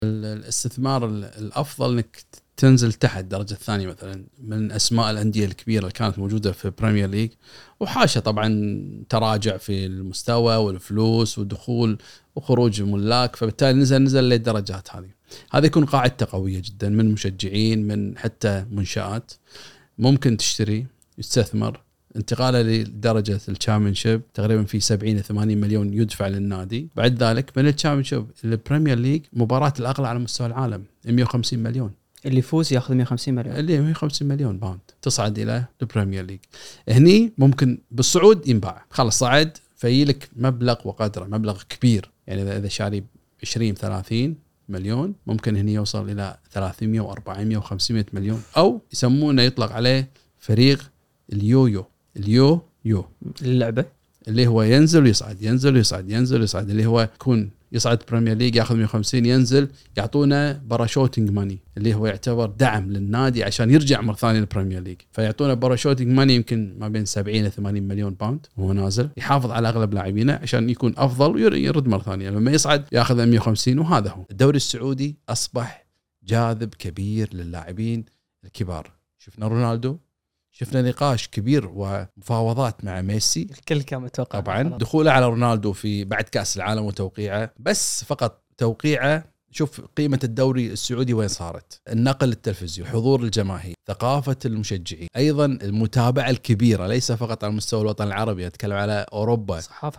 الاستثمار الأفضل إنك تنزل تحت الدرجة الثانية مثلا من أسماء الأندية الكبيرة اللي كانت موجودة في بريمير ليج، وحاشة طبعا تراجع في المستوى والفلوس ودخول وخروج الملاك، فبالتالي نزل للدرجات هذه يكون قاعدة قوية جدا من مشجعين، من حتى منشآت ممكن تشتري يستثمر. انتقاله لدرجة الشامبيونشيب تقريبا في 70-80 مليون يدفع للنادي. بعد ذلك من الشامبيونشيب البريمير ليج مباراة الأغلى على مستوى العالم 150 مليون، اللي يفوز ياخذ 150 مليون، اللي 150 مليون باوند تصعد إلى البريمير ليج. هني ممكن بالصعود ينباع، خلاص صعد فيلك مبلغ وقدره، مبلغ كبير. يعني إذا شاري 20-30 مليون ممكن هني يوصل إلى 300 و400 و500 مليون، أو يسمونه يطلق عليه فريق اليويو اللعبة اللي هو ينزل ويصعد ينزل ويصعد ينزل ويصعد، اللي هو يكون يصعد بريمير ليج ياخذ 150 ينزل يعطونه باراشوتنج ماني اللي هو يعتبر دعم للنادي عشان يرجع مرة ثانية للبريمير ليج، فيعطونه باراشوتنج ماني يمكن ما بين 70-80 مليون باوند وهو نازل، يحافظ على أغلب لاعبينه عشان يكون أفضل ويرد مرة ثانية لما يصعد ياخذ 150. وهذا هو الدوري السعودي أصبح جاذب كبير للاعبين الكبار. شفنا رونالدو، شفنا نقاش كبير ومفاوضات مع ميسي، الكل كان متوقع طبعا دخوله على رونالدو في بعد كأس العالم وتوقيعه، بس فقط توقيعه. شوف قيمة الدوري السعودي وين صارت، النقل التلفزيوني، حضور الجماهير، ثقافة المشجعين، أيضا المتابعة الكبيرة ليس فقط على مستوى الوطن العربي، أتكلم على أوروبا.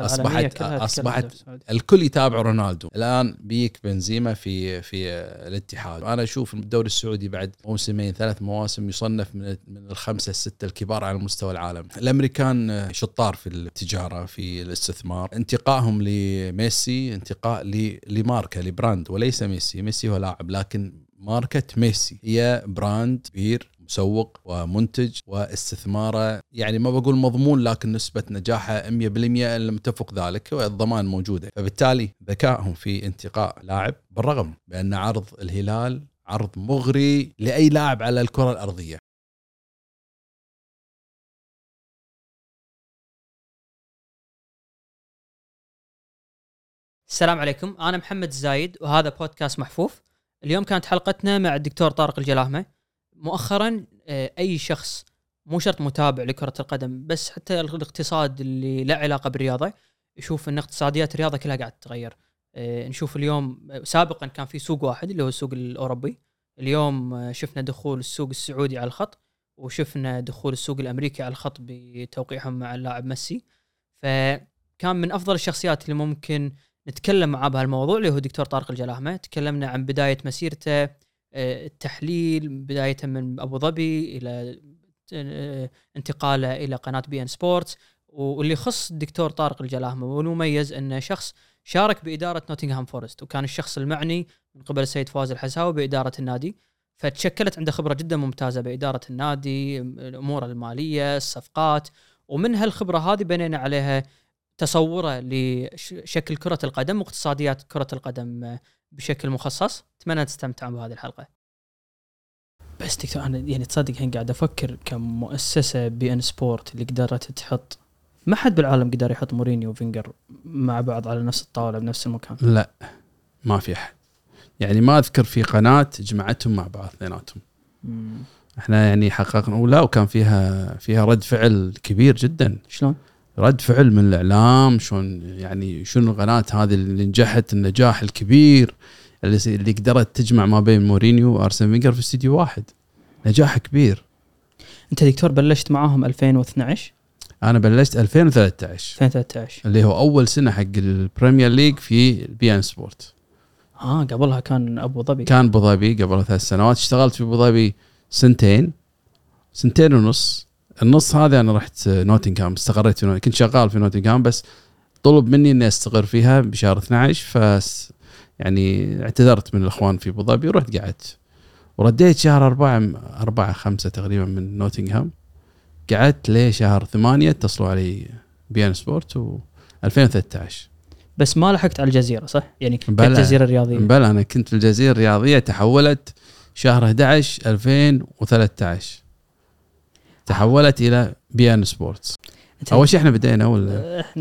أصبحت الكل يتابع رونالدو. الآن بيك بنزيما في الاتحاد. أنا أشوف الدوري السعودي بعد 2-3 مواسم يصنف من 5-6 الكبار على مستوى العالم. الأمريكان شطار في التجارة في الاستثمار، انتقائهم لميسي انتقاء لماركة لبراند، وليس ميسي هو لاعب، لكن ماركة ميسي هي براند كبير مسوق ومنتج واستثماره، يعني ما بقول مضمون لكن نسبة نجاحه 100% لم تفق ذلك، والضمان موجودة. فبالتالي ذكائهم في انتقاء لاعب، بالرغم بأن عرض الهلال عرض مغري لأي لاعب على الكرة الأرضية. السلام عليكم، أنا محمد الزايد وهذا بودكاست محفوف. اليوم كانت حلقتنا مع الدكتور طارق الجلاهمة. مؤخرا أي شخص مو شرط متابع لكرة القدم بس حتى الاقتصاد اللي له علاقة بالرياضة يشوف أن اقتصاديات الرياضة كلها قاعدة تتغير. نشوف اليوم سابقا كان في سوق واحد اللي هو السوق الأوروبي، اليوم شفنا دخول السوق السعودي على الخط، وشفنا دخول السوق الأمريكي على الخط بتوقيعهم مع اللاعب ميسي. فكان من أفضل الشخصيات اللي ممكن نتكلم معاه بهالموضوع اللي هو دكتور طارق الجلاهمة. تكلمنا عن بداية مسيرته، التحليل بداية من أبو ظبي إلى انتقاله إلى قناة بي ان سبورتس، واللي يخص الدكتور طارق الجلاهمة والمميز أنه شخص شارك بإدارة نوتنغهام فورست، وكان الشخص المعني من قبل السيد فواز الحساوي بإدارة النادي، فتشكلت عنده خبرة جدا ممتازة بإدارة النادي، الأمور المالية، الصفقات، ومن هالخبرة هذه بنينا عليها تصوره لشكل كرة القدم واقتصاديات كرة القدم بشكل مخصص. أتمنى تستمتعوا بهذه الحلقة. بس دكتور أنا يعني تصدق الحين قاعد أفكر كمؤسسة بي ان سبورت اللي قدرت تحط، ما حد بالعالم قدر يحط مورينيو وفينجر مع بعض على نفس الطاولة بنفس المكان. لا ما في أحد، يعني ما أذكر في قناة جمعتهم مع بعض اثنيناتهم. احنا يعني حققنا ولا، وكان فيها رد فعل كبير جدا. شلون رد فعل من الإعلام؟ شلون يعني شنو القناة هذه اللي نجحت النجاح الكبير اللي قدرت تجمع ما بين مورينيو وأرسن فينجر في استديو واحد؟ نجاح كبير. أنت دكتور بلشت معاهم 2012؟ أنا بلشت 2013 اللي هو أول سنة حق البريمير ليج في بي ان سبورت. قبلها كان أبو ظبي. كان أبو ظبي قبل 3 سنوات. اشتغلت في أبو ظبي سنتين ونص. النص هذا أنا رحت نوتنغهام، استقريت كنت شغال في نوتنغهام، بس طلب مني إني أستقر فيها بشهر 12، يعني اعتذرت من الأخوان في أبو ظبي ورحت قعدت، ورديت شهر 4-5 تقريبا من نوتنغهام. قعدت لشهر 8 اتصلوا علي بي ان سبورت 2013. بس ما لحقت على الجزيرة صح؟ يعني الجزيرة الرياضية. بلى أنا كنت في الجزيرة الرياضية، تحولت شهر 11 2013 تحولت إلى بي ان سبورتس. أول شيء إحنا بدينا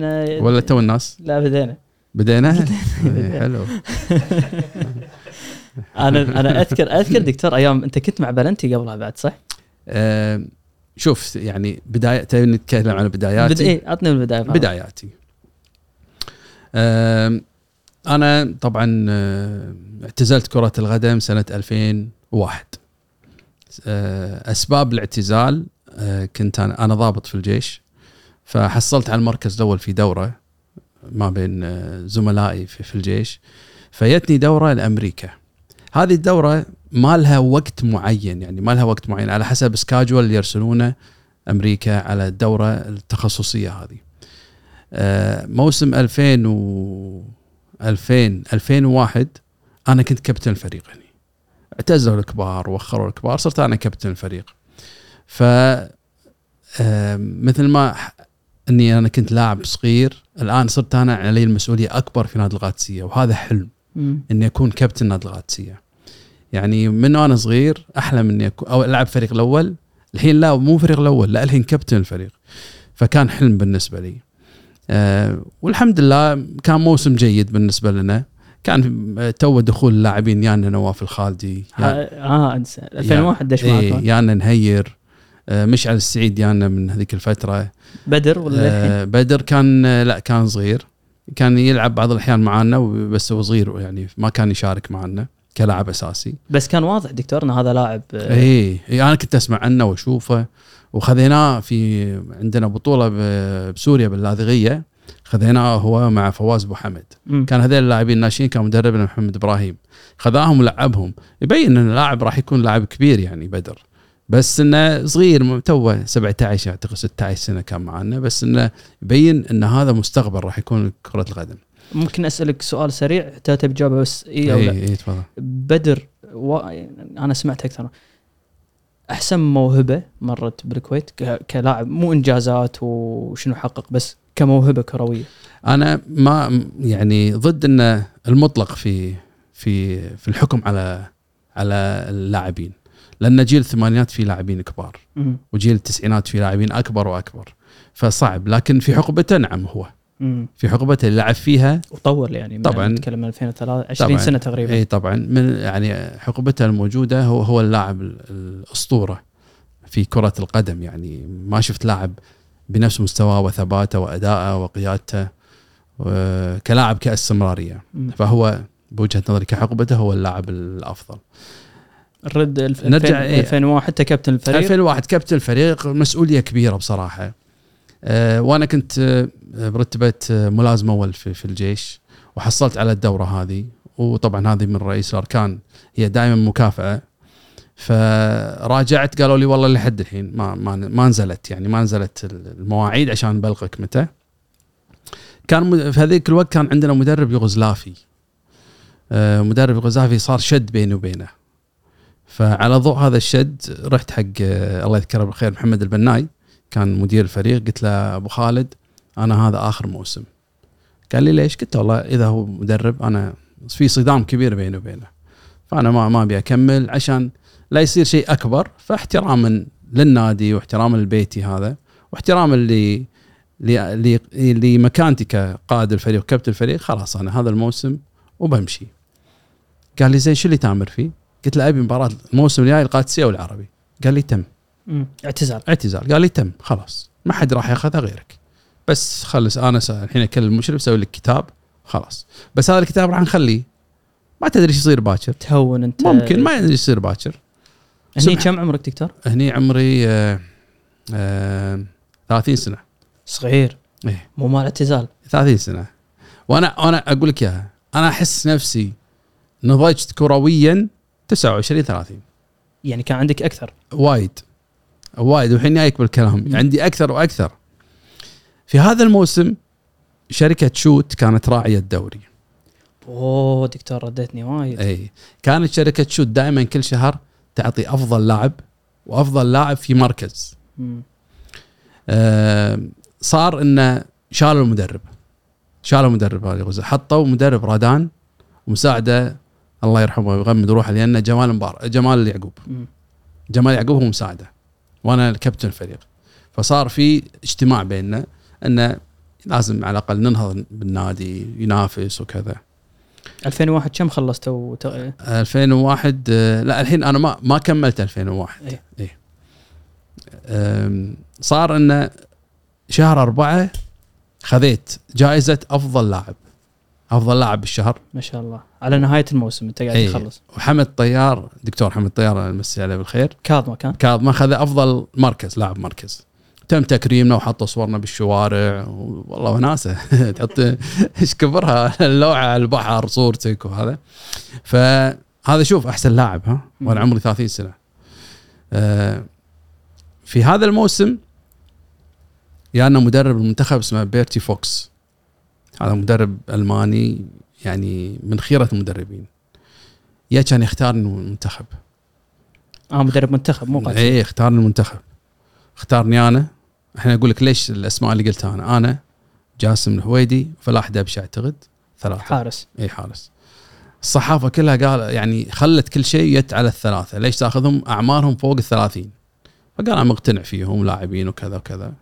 ولا تو الناس؟ لا بدينا بدينا. حلو. انا اذكر دكتور ايام انت كنت مع بلنتي قبلها بعد صح؟ شوف يعني بدايه نتكلم عن بداياتي. عطني البدايه. بداياتي انا طبعا اعتزلت كره القدم سنه 2001. اسباب الاعتزال كنت انا ضابط في الجيش، فحصلت على المركز الاول في دوره ما بين زملائي في الجيش، فيتني دوره لامريكا. هذه الدوره ما لها وقت معين، يعني ما لها وقت معين، على حسب سكاجول اللي يرسلونه امريكا على الدوره التخصصيه هذه. موسم 2001 انا كنت كابتن الفريق. يعني اعتزلوا الكبار ووخروا الكبار، صرت انا كابتن الفريق. ف مثل ما اني انا كنت لاعب صغير، الان صرت انا علي المسؤوليه اكبر في نادي القادسيه، وهذا حلم اني اكون كابتن نادي القادسيه. يعني من وانا صغير احلم اني اكون او العب فريق الاول. الحين لا، مو فريق الاول، لا الحين كابتن الفريق. فكان حلم بالنسبه لي. والحمد لله كان موسم جيد بالنسبه لنا. كان تو دخول اللاعبين يانا نواف الخالدي 2001 دش معك يانا نهير، مشعل السعيد يانا من هذيك الفتره. بدر ولا بدر كان صغير، كان يلعب بعض الاحيان معنا بس هو صغير، يعني ما كان يشارك معنا كلاعب اساسي. بس كان واضح دكتور ان هذا لاعب. انا كنت اسمع عنه واشوفه، وخذيناه في عندنا بطوله بسوريا باللاذقيه، خذيناه هو مع فواز ابو حمد. كان هذول اللاعبين الناشئين، كان مدربنا محمد ابراهيم، خذاهم ولعبهم. يبين ان اللاعب راح يكون لاعب كبير يعني بدر، بس انه صغير توه 17 اعتقد 16 سنه كان معنا، بس انه يبين ان هذا مستقبل راح يكون كره القدم. ممكن اسالك سؤال سريع حتى تجاوبه بس او لا؟ تفضل. بدر انا سمعت اكثر احسن موهبه مرت بالكويت كلاعب، مو انجازات وشنو حقق، بس كموهبه كرويه. انا ما يعني ضد ان المطلق في الحكم على اللاعبين، لان جيل الثمانينات في لاعبين كبار، وجيل التسعينات في لاعبين اكبر واكبر، فصعب. لكن في حقبته نعم، هو في حقبته اللي لعب فيها وطول، يعني طبعا نتكلم 2003 20 سنه تقريبا. اي طبعا، من يعني حقبته الموجوده هو اللاعب الاسطوره في كره القدم. يعني ما شفت لاعب بنفس مستواه وثباته وادائه وقيادته كلاعب كاستمراريه. فهو بوجهه نظري كحقبته هو اللاعب الافضل. نرد نرجع 2001 حتى كابتن الفريق. 2001 كابتن الفريق، مسؤوليه كبيره بصراحه. وانا كنت برتبه ملازم اول في الجيش، وحصلت على الدوره هذه. وطبعا هذه من رئيس الاركان، هي دائما مكافاه. فراجعت قالوا لي والله لحد الحين ما نزلت، يعني ما نزلت المواعيد عشان نبلغك متى. كان في هذيك الوقت كان عندنا مدرب يوغوسلافي، مدرب يوغوسلافي صار شد بيني وبينه. فعلى ضوء هذا الشد رحت حق الله يذكره بالخير محمد البناي، كان مدير الفريق. قلت له ابو خالد انا هذا اخر موسم. قال لي ليش؟ قلت والله اذا هو مدرب انا في صدام كبير بيني وبينه، فانا ما ابي اكمل عشان لا يصير شيء اكبر. فاحتراما للنادي واحتراما لبيتي هذا، واحتراما لمكانتي كقائد الفريق وكابتن الفريق، خلاص انا هذا الموسم وبمشي. قال لي زين شو اللي تامر فيه؟ قلت له ابي مباراه الموسم الجاي القادسيه والعربي. قال لي تم. اعتزال. قال لي تم، خلاص ما حد راح ياخذها غيرك، بس خلص انا الحين اكلم المشرف اسوي لك كتاب خلاص. بس هذا الكتاب راح نخليه، ما تدري ايش يصير باكر. تهون انت، ممكن ما يدري يصير باكر. هني كم عمرك دكتور؟ هني عمري 30 سنه. صغير. ايه مو مال اعتزال. 30 سنه. وانا اقول لك اياها، انا احس نفسي نضجت كرويا 29 30. يعني كان عندك اكثر وايد والحين جايك بالكلام. عندي اكثر واكثر. في هذا الموسم شركه شوت كانت راعيه الدوري. اوه دكتور ردتني وايد. اي كانت شركه شوت دائما كل شهر تعطي افضل لاعب وافضل لاعب في مركز. صار انه شالوا المدرب هذا غزة، حطوا مدرب رادان ومساعده الله يرحمه ويغمد روحه لانه جمال يعقوب هو مساعده وانا كابتن الفريق. فصار في اجتماع بيننا انه لازم على الاقل ننهض بالنادي ينافس وكذا. 2001 كم خلصتوا 2001 لا الحين انا ما كملت 2001. اي صار انه شهر 4 خذيت جائزة افضل لاعب بالشهر ما شاء الله على نهاية الموسم انت قاعد تخلص. وحمد طيار دكتور حمد طيار المسي عليه بالخير كاظم اخذ افضل لاعب مركز. تم تكريمنا وحطوا صورنا بالشوارع والله وناسه تحط ايش كبرها اللوحة على البحر صورتك وهذا. فهذا شوف احسن لاعب وانا عمري 30 سنة. في هذا الموسم يعني مدرب المنتخب اسمه بيرتي فوكس. هذا مدرب ألماني يعني من خيرة المدربين. كان يختارني المنتخب. مدرب منتخب مو قاعد. ايه اختارني المنتخب. اختارني انا. احنا اقول لك ليش الاسماء اللي قلتها انا جاسم الهويدي فلاح دبش اعتقد 3 حارس. اي حارس. الصحافة كلها قال يعني خلت كل شيء يت على ال3 ليش تاخذهم اعمارهم فوق ال30. فقال انا مقتنع فيهم لاعبين وكذا وكذا.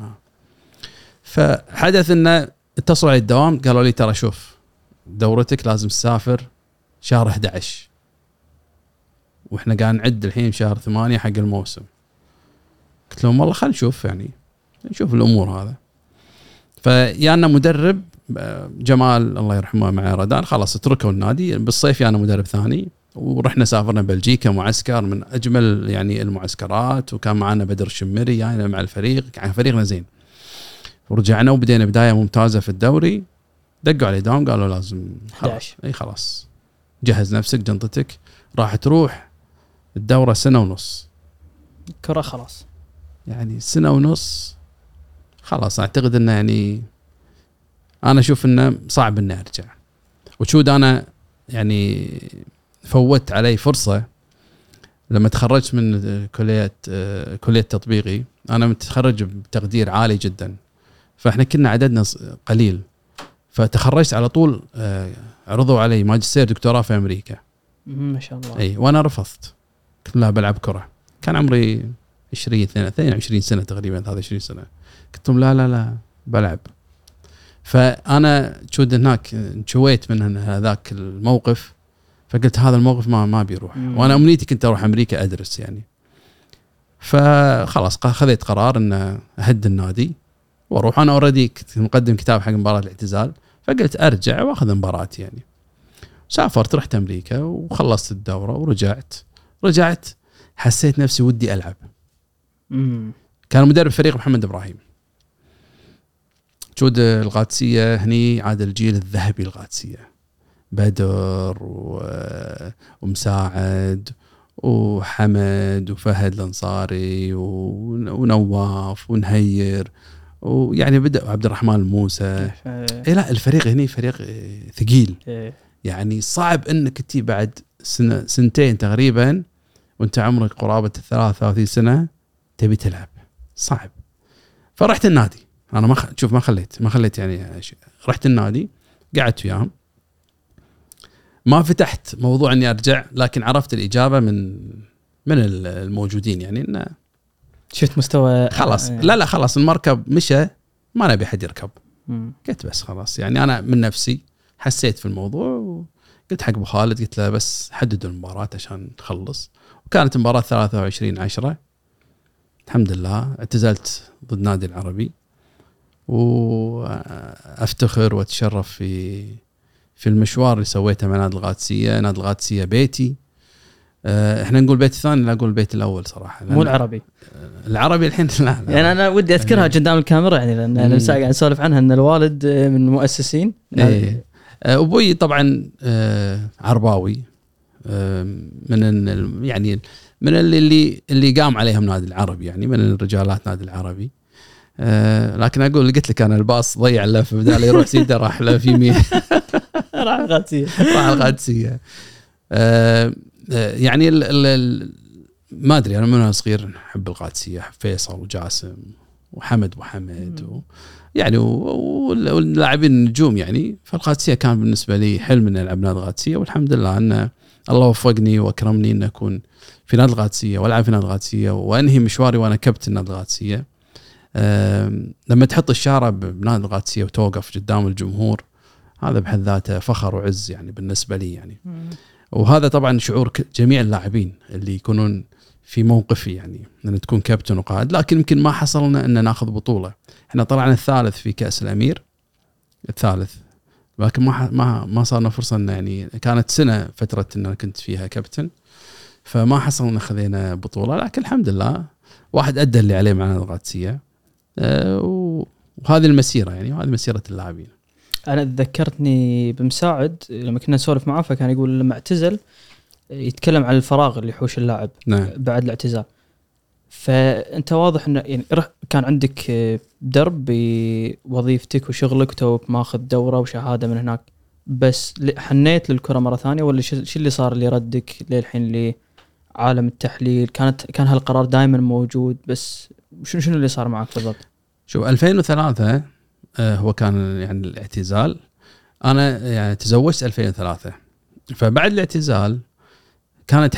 فحدث انه اتصلوا علي الدوام قالوا لي ترى شوف دورتك لازم تسافر شهر 11 واحنا قاعد نعد الحين شهر 8 حق الموسم. قلت لهم والله خلينا نشوف يعني نشوف الامور هذا. فيانا مدرب جمال الله يرحمه مع ردان خلاص اتركوا النادي بالصيف. يانا مدرب ثاني ورحنا سافرنا بلجيكا معسكر من اجمل يعني المعسكرات وكان معنا بدر الشمري يعني مع الفريق كان فريقنا زين. ورجعنا وبدينا بداية ممتازة في الدوري. دقوا علي دوام قالوا لازم خلاص جهز نفسك جنطتك راح تروح الدورة 1.5 سنة كرة خلاص يعني 1.5 سنة خلاص. اعتقد انه يعني انا اشوف انه صعب اني ارجع. وشود انا يعني فوت علي فرصة لما تخرجت من كلية تطبيقي. انا متخرج بتقدير عالي جدا فاحنا كنا عددنا قليل فتخرجت على طول. عرضوا علي ماجستير دكتوراه في امريكا ما شاء الله. اي وانا رفضت قلت لا بلعب كرة. كان عمري 22 سنة تقريبا 23 سنة. قلت لهم لا بلعب. فانا شود هناك شويت من هذاك الموقف فقلت هذا الموقف ما بيروح. وانا امنيتي كنت اروح امريكا ادرس يعني. فخلاص خذيت قرار ان اهد النادي واروح. انا اوريدي كنت مقدم كتاب حق مباراة الاعتزال فقلت ارجع واخذ مباراتي يعني. سافرت رحت امريكا وخلصت الدورة ورجعت حسيت نفسي ودي العب. كان مدرب فريق محمد ابراهيم. جود القادسية هني عاد الجيل الذهبي القادسية بدر ومساعد وحمد وفهد الانصاري ونواف ونهير ويعني بدأ عبد الرحمن الموسى. لا الفريق هني فريق ثقيل يعني صعب انك تي بعد سنتين تقريبا وانت عمرك قرابة 33 سنة تبي تلعب صعب. فرحت النادي انا ما خليت يعني رحت النادي قعدت وياهم ما فتحت موضوع اني ارجع لكن عرفت الاجابة من الموجودين يعني انه شفت مستوى خلاص لا خلاص المركب مشى ما نبي حد يركب. قلت بس خلاص يعني انا من نفسي حسيت في الموضوع وقلت حق ابو خالد قلت له بس حددوا المباراة عشان نخلص. وكانت مباراة 23/10 الحمد لله اعتزلت ضد نادي العربي. وافتخر واتشرف في المشوار اللي سويته مع نادي القادسية. نادي القادسية بيتي. احنا نقول بيت الثاني لا اقول البيت الاول صراحه مو العربي. العربي الحين لا. يعني انا ودي اذكرها قدام الكاميرا يعني لان انا قاعد نسولف عنها ان الوالد من المؤسسين. ابوي طبعا عرباوي من يعني من اللي قام عليهم نادي العربي يعني من الرجالات نادي العربي. لكن اقول قلت لك انا الباص ضيع له في بدال يروح سيده راح له في يمين راح القادسيه. يعني ما ادري انا من وانا صغير نحب القادسيه فيصل وجاسم وحمد وحمد يعني واللاعبين النجوم يعني. فالقادسيه كان بالنسبه لي حلم ان العب نادي القادسيه والحمد لله ان الله وفقني واكرمني ان اكون في نادي القادسيه والعب في نادي القادسيه وانهي مشواري وانا كابتن نادي القادسيه. لما تحط الشارة بنادي القادسيه وتوقف قدام الجمهور هذا بحد ذاته فخر وعز يعني بالنسبه لي يعني. وهذا طبعا شعور جميع اللاعبين اللي يكونون في موقفي يعني ان تكون كابتن وقائد. لكن يمكن ما حصلنا ان ناخذ بطوله. احنا طلعنا الثالث في كاس الامير، الثالث، لكن ما صارنا فرصه ان يعني كانت سنه فتره ان انا كنت فيها كابتن، فما حصلنا خذينا بطوله. لكن الحمد لله واحد ادى اللي عليه مع القادسيه. وهذه المسيره يعني، وهذه مسيره اللاعبين. انا ذكرتني بمساعد لما كنا نسولف معاه، فكان يقول لما اعتزل يتكلم عن الفراغ اللي يحوش اللاعب نعم. بعد الاعتزال. فانت واضح انه يعني كان عندك درب بوظيفتك وشغلك وتوك ماخذ دوره وشهاده من هناك، بس حنيت للكره مره ثانيه ولا شو اللي صار اللي ردك للحين لعالم التحليل؟ كان هالقرار دائما موجود، بس شنو اللي صار معك بالضبط؟ شوف 2003 هو كان يعني الاعتزال. انا يعني تزوجت 2003، فبعد الاعتزال كانت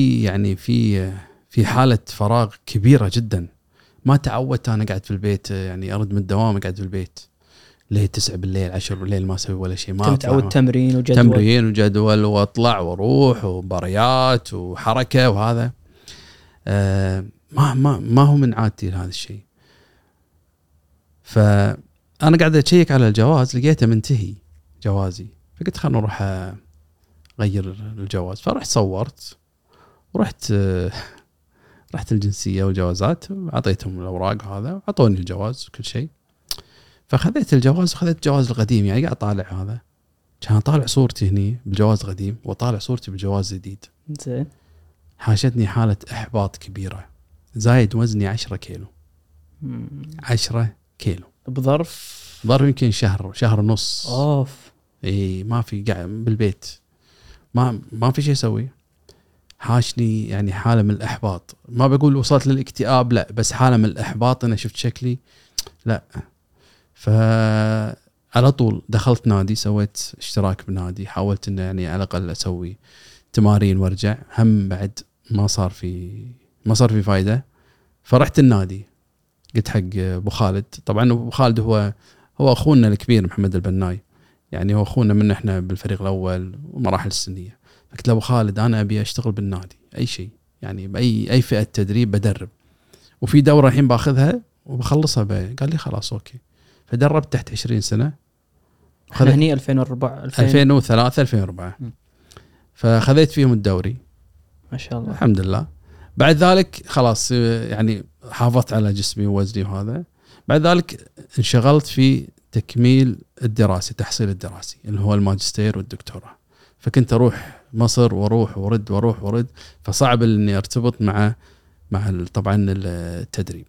في حاله فراغ كبيره جدا. ما تعودت انا قاعد في البيت، يعني ارد من الدوام قاعد في البيت ليه 9 بالليل 10 بالليل ما اسوي ولا شيء. ما كنت متعود تمرين وجدول واطلع واروح ومباريات وحركه وهذا. ما هو من عادتي هذا الشيء. فانا قاعد اشيك على الجواز لقيته منتهي جوازي، فقلت خلنا نروح غير الجواز. فرحت صورت ورحت رحت الجنسية والجوازات، أعطيتهم الأوراق وهذا، أعطوني الجواز وكل شيء. فخذيت الجواز وخذيت الجواز القديم، يعني قاعد طالع هذا، كان طالع صورتي هني بالجواز القديم وطالع صورتي بالجواز الجديد. زين. حاشتني حالة إحباط كبيرة. زايد وزني 10 كيلو. 10 كيلو بظرف يمكن شهر ونص. اوف. اي ما في، قاعد بالبيت ما في شيء اسوي. حاشني يعني حاله من الاحباط. ما بقول وصلت للاكتئاب لا، بس حاله من الاحباط. انا شفت شكلي لا. فعلى طول دخلت نادي، سويت اشتراك بالنادي، حاولت انه يعني على الاقل اسوي تمارين وارجع. هم بعد ما صار في فايده. فرحت النادي قلت حق ابو خالد، طبعا ابو خالد هو اخونا الكبير محمد البناي، يعني هو اخونا من احنا بالفريق الاول ومراحل السنيه. قلت له ابو خالد انا ابي اشتغل بالنادي اي شيء، يعني باي فئه تدريب بدرب، وفي دوره الحين باخذها وبخلصها قال لي خلاص اوكي. فدربت تحت 20 سنه. هني 2004 2003 2004 فخذيت فيهم الدوري ما شاء الله الحمد لله. بعد ذلك خلاص يعني حافظت على جسمي ووزني وهذا. بعد ذلك انشغلت في تكميل الدراسي، تحصيل الدراسي اللي هو الماجستير والدكتوراه. فكنت اروح مصر واروح ورد، فصعب اني ارتبط مع طبعا التدريب.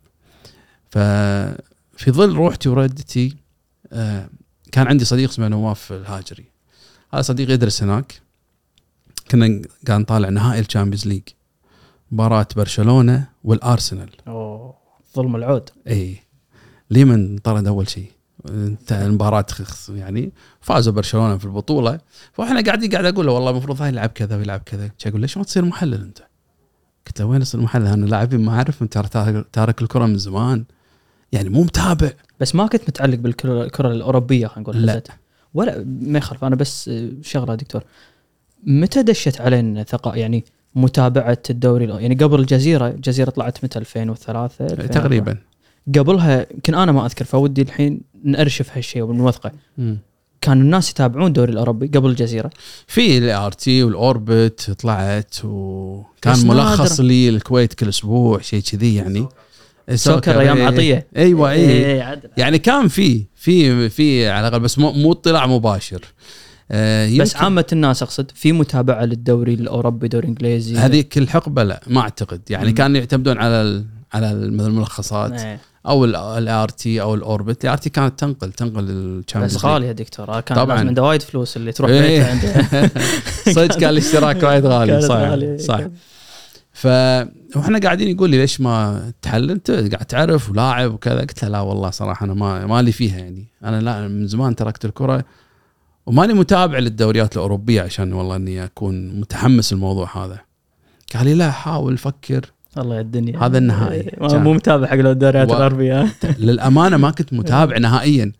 ففي ظل روحتي وردتي كان عندي صديق اسمه نواف الهاجري. هذا صديق يدرس هناك. كنا قاعد نطالع نهائي الشامبيونز ليج، مباراة برشلونة والارسنال. ظلم العود. اي ليمن طرد اول شيء، المباراة يعني فازوا برشلونة في البطولة. فاحنا قاعد اقول له والله المفروض هاي يلعب كذا ويلعب كذا. يقول ليش ما تصير محلل انت؟ قلت له وين اصير محلل؟ انا لاعبين ما اعرف، انت تارك الكرة من زمان، يعني مو متابع. بس ما كنت متعلق بالكرة الأوروبية خلينا نقول. لا ولا ما يخالف. انا بس شغله دكتور، متى دشت علينا يعني متابعة الدوري؟ يعني قبل الجزيرة طلعت متى 2003 تقريبا. قبلها يمكن انا ما اذكر، فودي الحين نأرشف هالشيء ونوثقه. كانوا الناس يتابعون الدوري الاوروبي قبل الجزيره؟ في الار تي والاوربت طلعت، وكان ملخص لي الكويت كل اسبوع شيء كذي يعني. سوكر ايام عطيه. ايوه يعني كان في على الاقل، بس مو اطلاع مباشر. بس عامة الناس اقصد في متابعة للدوري الاوروبي، دوري انجليزي هذيك الحقبة لا ما اعتقد يعني. كانوا يعتمدون على الملخصات او الار تي او الاوربت. الار تي كانت تنقل الشامبيونز. بس غالي يا دكتور، كان طبعاً. لازم عنده وايد فلوس اللي تروح بيته عنده. صدق كان الاشتراك وايد غالي. صح. فاحنا قاعدين يقول لي ليش ما تحلل انت قاعد تعرف ولاعب وكذا. قلت له لا والله صراحه انا ما لي فيها يعني. انا لا من زمان تركت الكره وماني متابع للدوريات الاوروبيه عشان والله اني اكون متحمس الموضوع هذا. قال لي لا حاول فكر. الله يا الدنيا هذا النهائي مو متابع حق الدوريات الغربيه. للامانه ما كنت متابع نهائيا.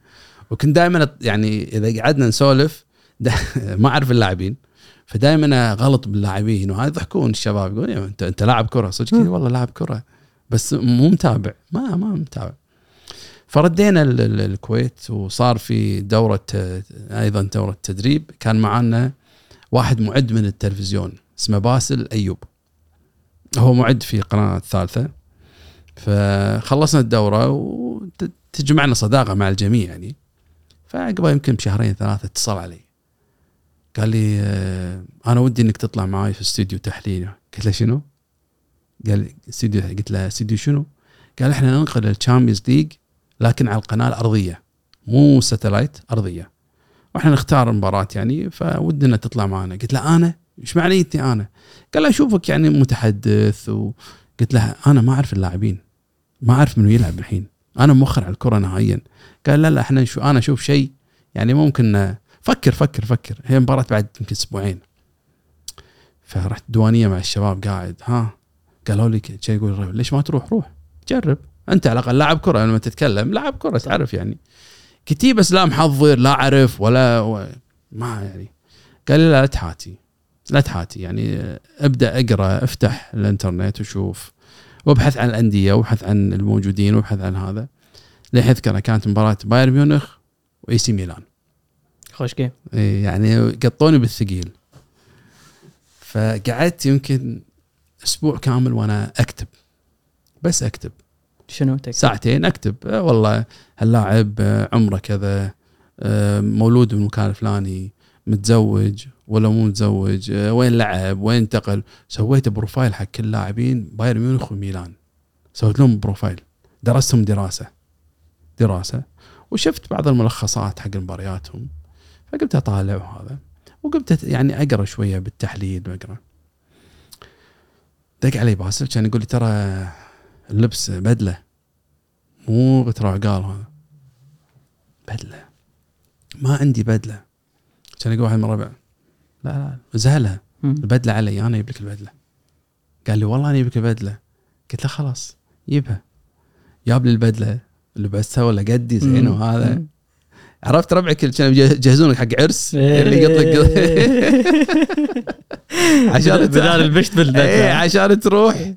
وكنت دائما يعني اذا قعدنا نسولف ما اعرف اللاعبين، فدائما غلط باللاعبين وهذا يضحكون الشباب يقول انت لاعب كره صدق؟ والله لاعب كره بس مو متابع، ما متابع. فردينا الكويت وصار في دورة أيضا دورة تدريب. كان معنا واحد معد من التلفزيون اسمه باسل أيوب، هو معد في قناة الثالثة. فخلصنا الدورة وتجمعنا صداقة مع الجميع يعني. فقبل يمكن بشهرين ثلاثة اتصل علي قال لي أنا ودي إنك تطلع معي في استوديو تحليل. قلت له شنو؟ قال لي استوديو. قلت له استوديو شنو؟ قال إحنا ننقل الشامبيونز ليج لكن على القناة الأرضية مو ساتلايت، أرضية، وإحنا نختار مباراة يعني، فودنا تطلع معنا. قلت له أنا إيش معنيتني أنا؟ قال له أشوفك يعني متحدث قلت له أنا ما أعرف اللاعبين، ما أعرف منو يلعب الحين، أنا مؤخر على الكرة نهائيا. قال لا إحنا أنا أشوف شيء يعني ممكن فكر هي مباراة بعد يمكن أسبوعين. فرحت دوانية مع الشباب قاعد قالوا لي شيء، يقول ليش ما تروح جرب انت على الاقل لاعب كره، لما تتكلم لاعب كره تعرف يعني. كتير بس لا محضر لا اعرف ولا ما يعني. قال لي لا تحاتي يعني، ابدا اقرا، افتح الانترنت وشوف وابحث عن الانديه وابحث عن الموجودين وابحث عن هذا. لحذكر كانت مباراه بايرن ميونخ واي سي ميلان، خوش جيم يعني قطوني بالثقيل. فقعدت يمكن اسبوع كامل وانا اكتب، بس اكتب. شنو تكتب؟ ساعتين اكتب والله هاللاعب عمره كذا، مولود بالمكان الفلاني، متزوج ولا مو متزوج، وين لعب، وين انتقل. سويت بروفايل حق كل لاعبين بايرن ميونخ وميلان، سويت لهم بروفايل، درستهم دراسة وشفت بعض الملخصات حق مبارياتهم. فقمت اطالع وهذا، وقمت يعني اقرا شويه بالتحليل بقرا. دق علي باسل كان يقول لي ترى اللبس بدله مو غتر عقال، هذا بدله، ما عندي بدله. كان يقول واحد من الربع لا زهلها البدله علي، انا اجيب لك البدله. قال لي والله انا اجيب لك البدله. قلت له خلاص جيبها. جاب لي البدله لبستها ولا قدي زين وهذا. عرفت ربعك كانوا يجهزونك حق عرس اللي يقطك عشان بدال البشت بالبدله عشان تروح.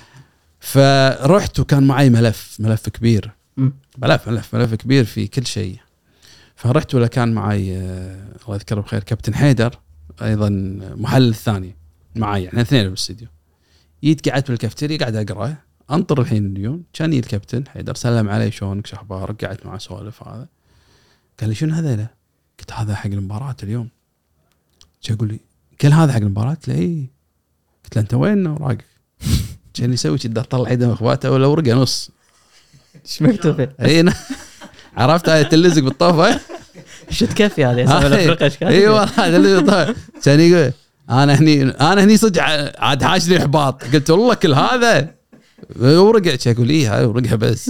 فرحت وكان معي ملف كبير، ملف كبير في كل شيء. فرحت ولا كان معي الله يذكره بخير كابتن حيدر ايضا محلل الثاني معي، يعني اثنين بالاستديو. جيت قعدت بالكافتيريا قاعد اقرا، انطر الحين اليوم. كان الكابتن حيدر سلم علي شلونك شو اخبارك، قعدت معه سوالف. هذا قال لي شنو هذا؟ قلت هذا حق المباراة اليوم. شو يقول لي كل هذا حق المباراة؟ لا ايه. قلت له انت وين اوراقك؟ كان يسوي كذا، طلع يده من اخواته ولا ورقه نص. ايش مكتوب؟ اي عرفت هاي تلزق بالطوفه. شو تكفي هذه اسمها الافريقيا ايش كان؟ ايوه هذا اللي طيب. كان يقول انا هني صدق عاد حاشني احباط. قلت والله كل هذا ورقه. يقول ايه هاي ورقه بس.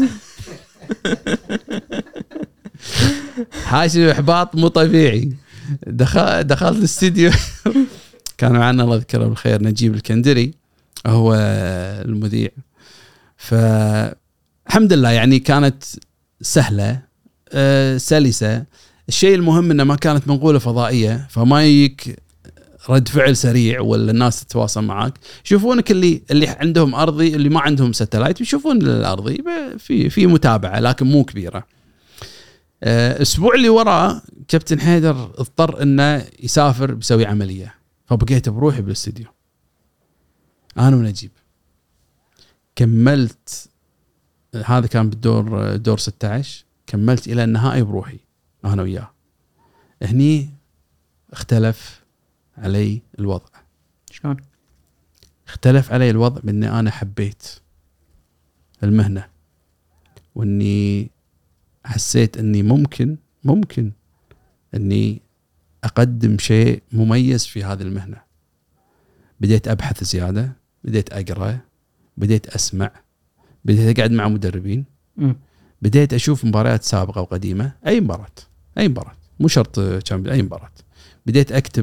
حاشني احباط مو طبيعي. دخلت الاستديو كان معنا الله يذكره بالخير نجيب الكندري هو المذيع. فالحمد لله يعني كانت سهلة سلسة. الشيء المهم انه ما كانت منقولة فضائية، فما يجيك رد فعل سريع ولا الناس تتواصل معك. يشوفونك اللي عندهم ارضي، اللي ما عندهم ساتلايت يشوفون الارضي في متابعة لكن مو كبيرة. الاسبوع اللي وراه كابتن حيدر اضطر انه يسافر بسوي عملية، فبقيت بروحي بالاستديو انا ونجيب. كملت هذا كان دور 16، كملت الى النهائي بروحي انا وياه. هني اختلف علي الوضع. شلون اختلف علي الوضع باني انا حبيت المهنة، واني حسيت اني ممكن اني اقدم شيء مميز في هذه المهنة. بديت ابحث زيادة، بديت اقرا، بديت اسمع، بديت اقعد مع مدربين، بديت اشوف مباريات سابقة وقديمة، اي مباراة مو شرط اي مباراة. بديت اكتب،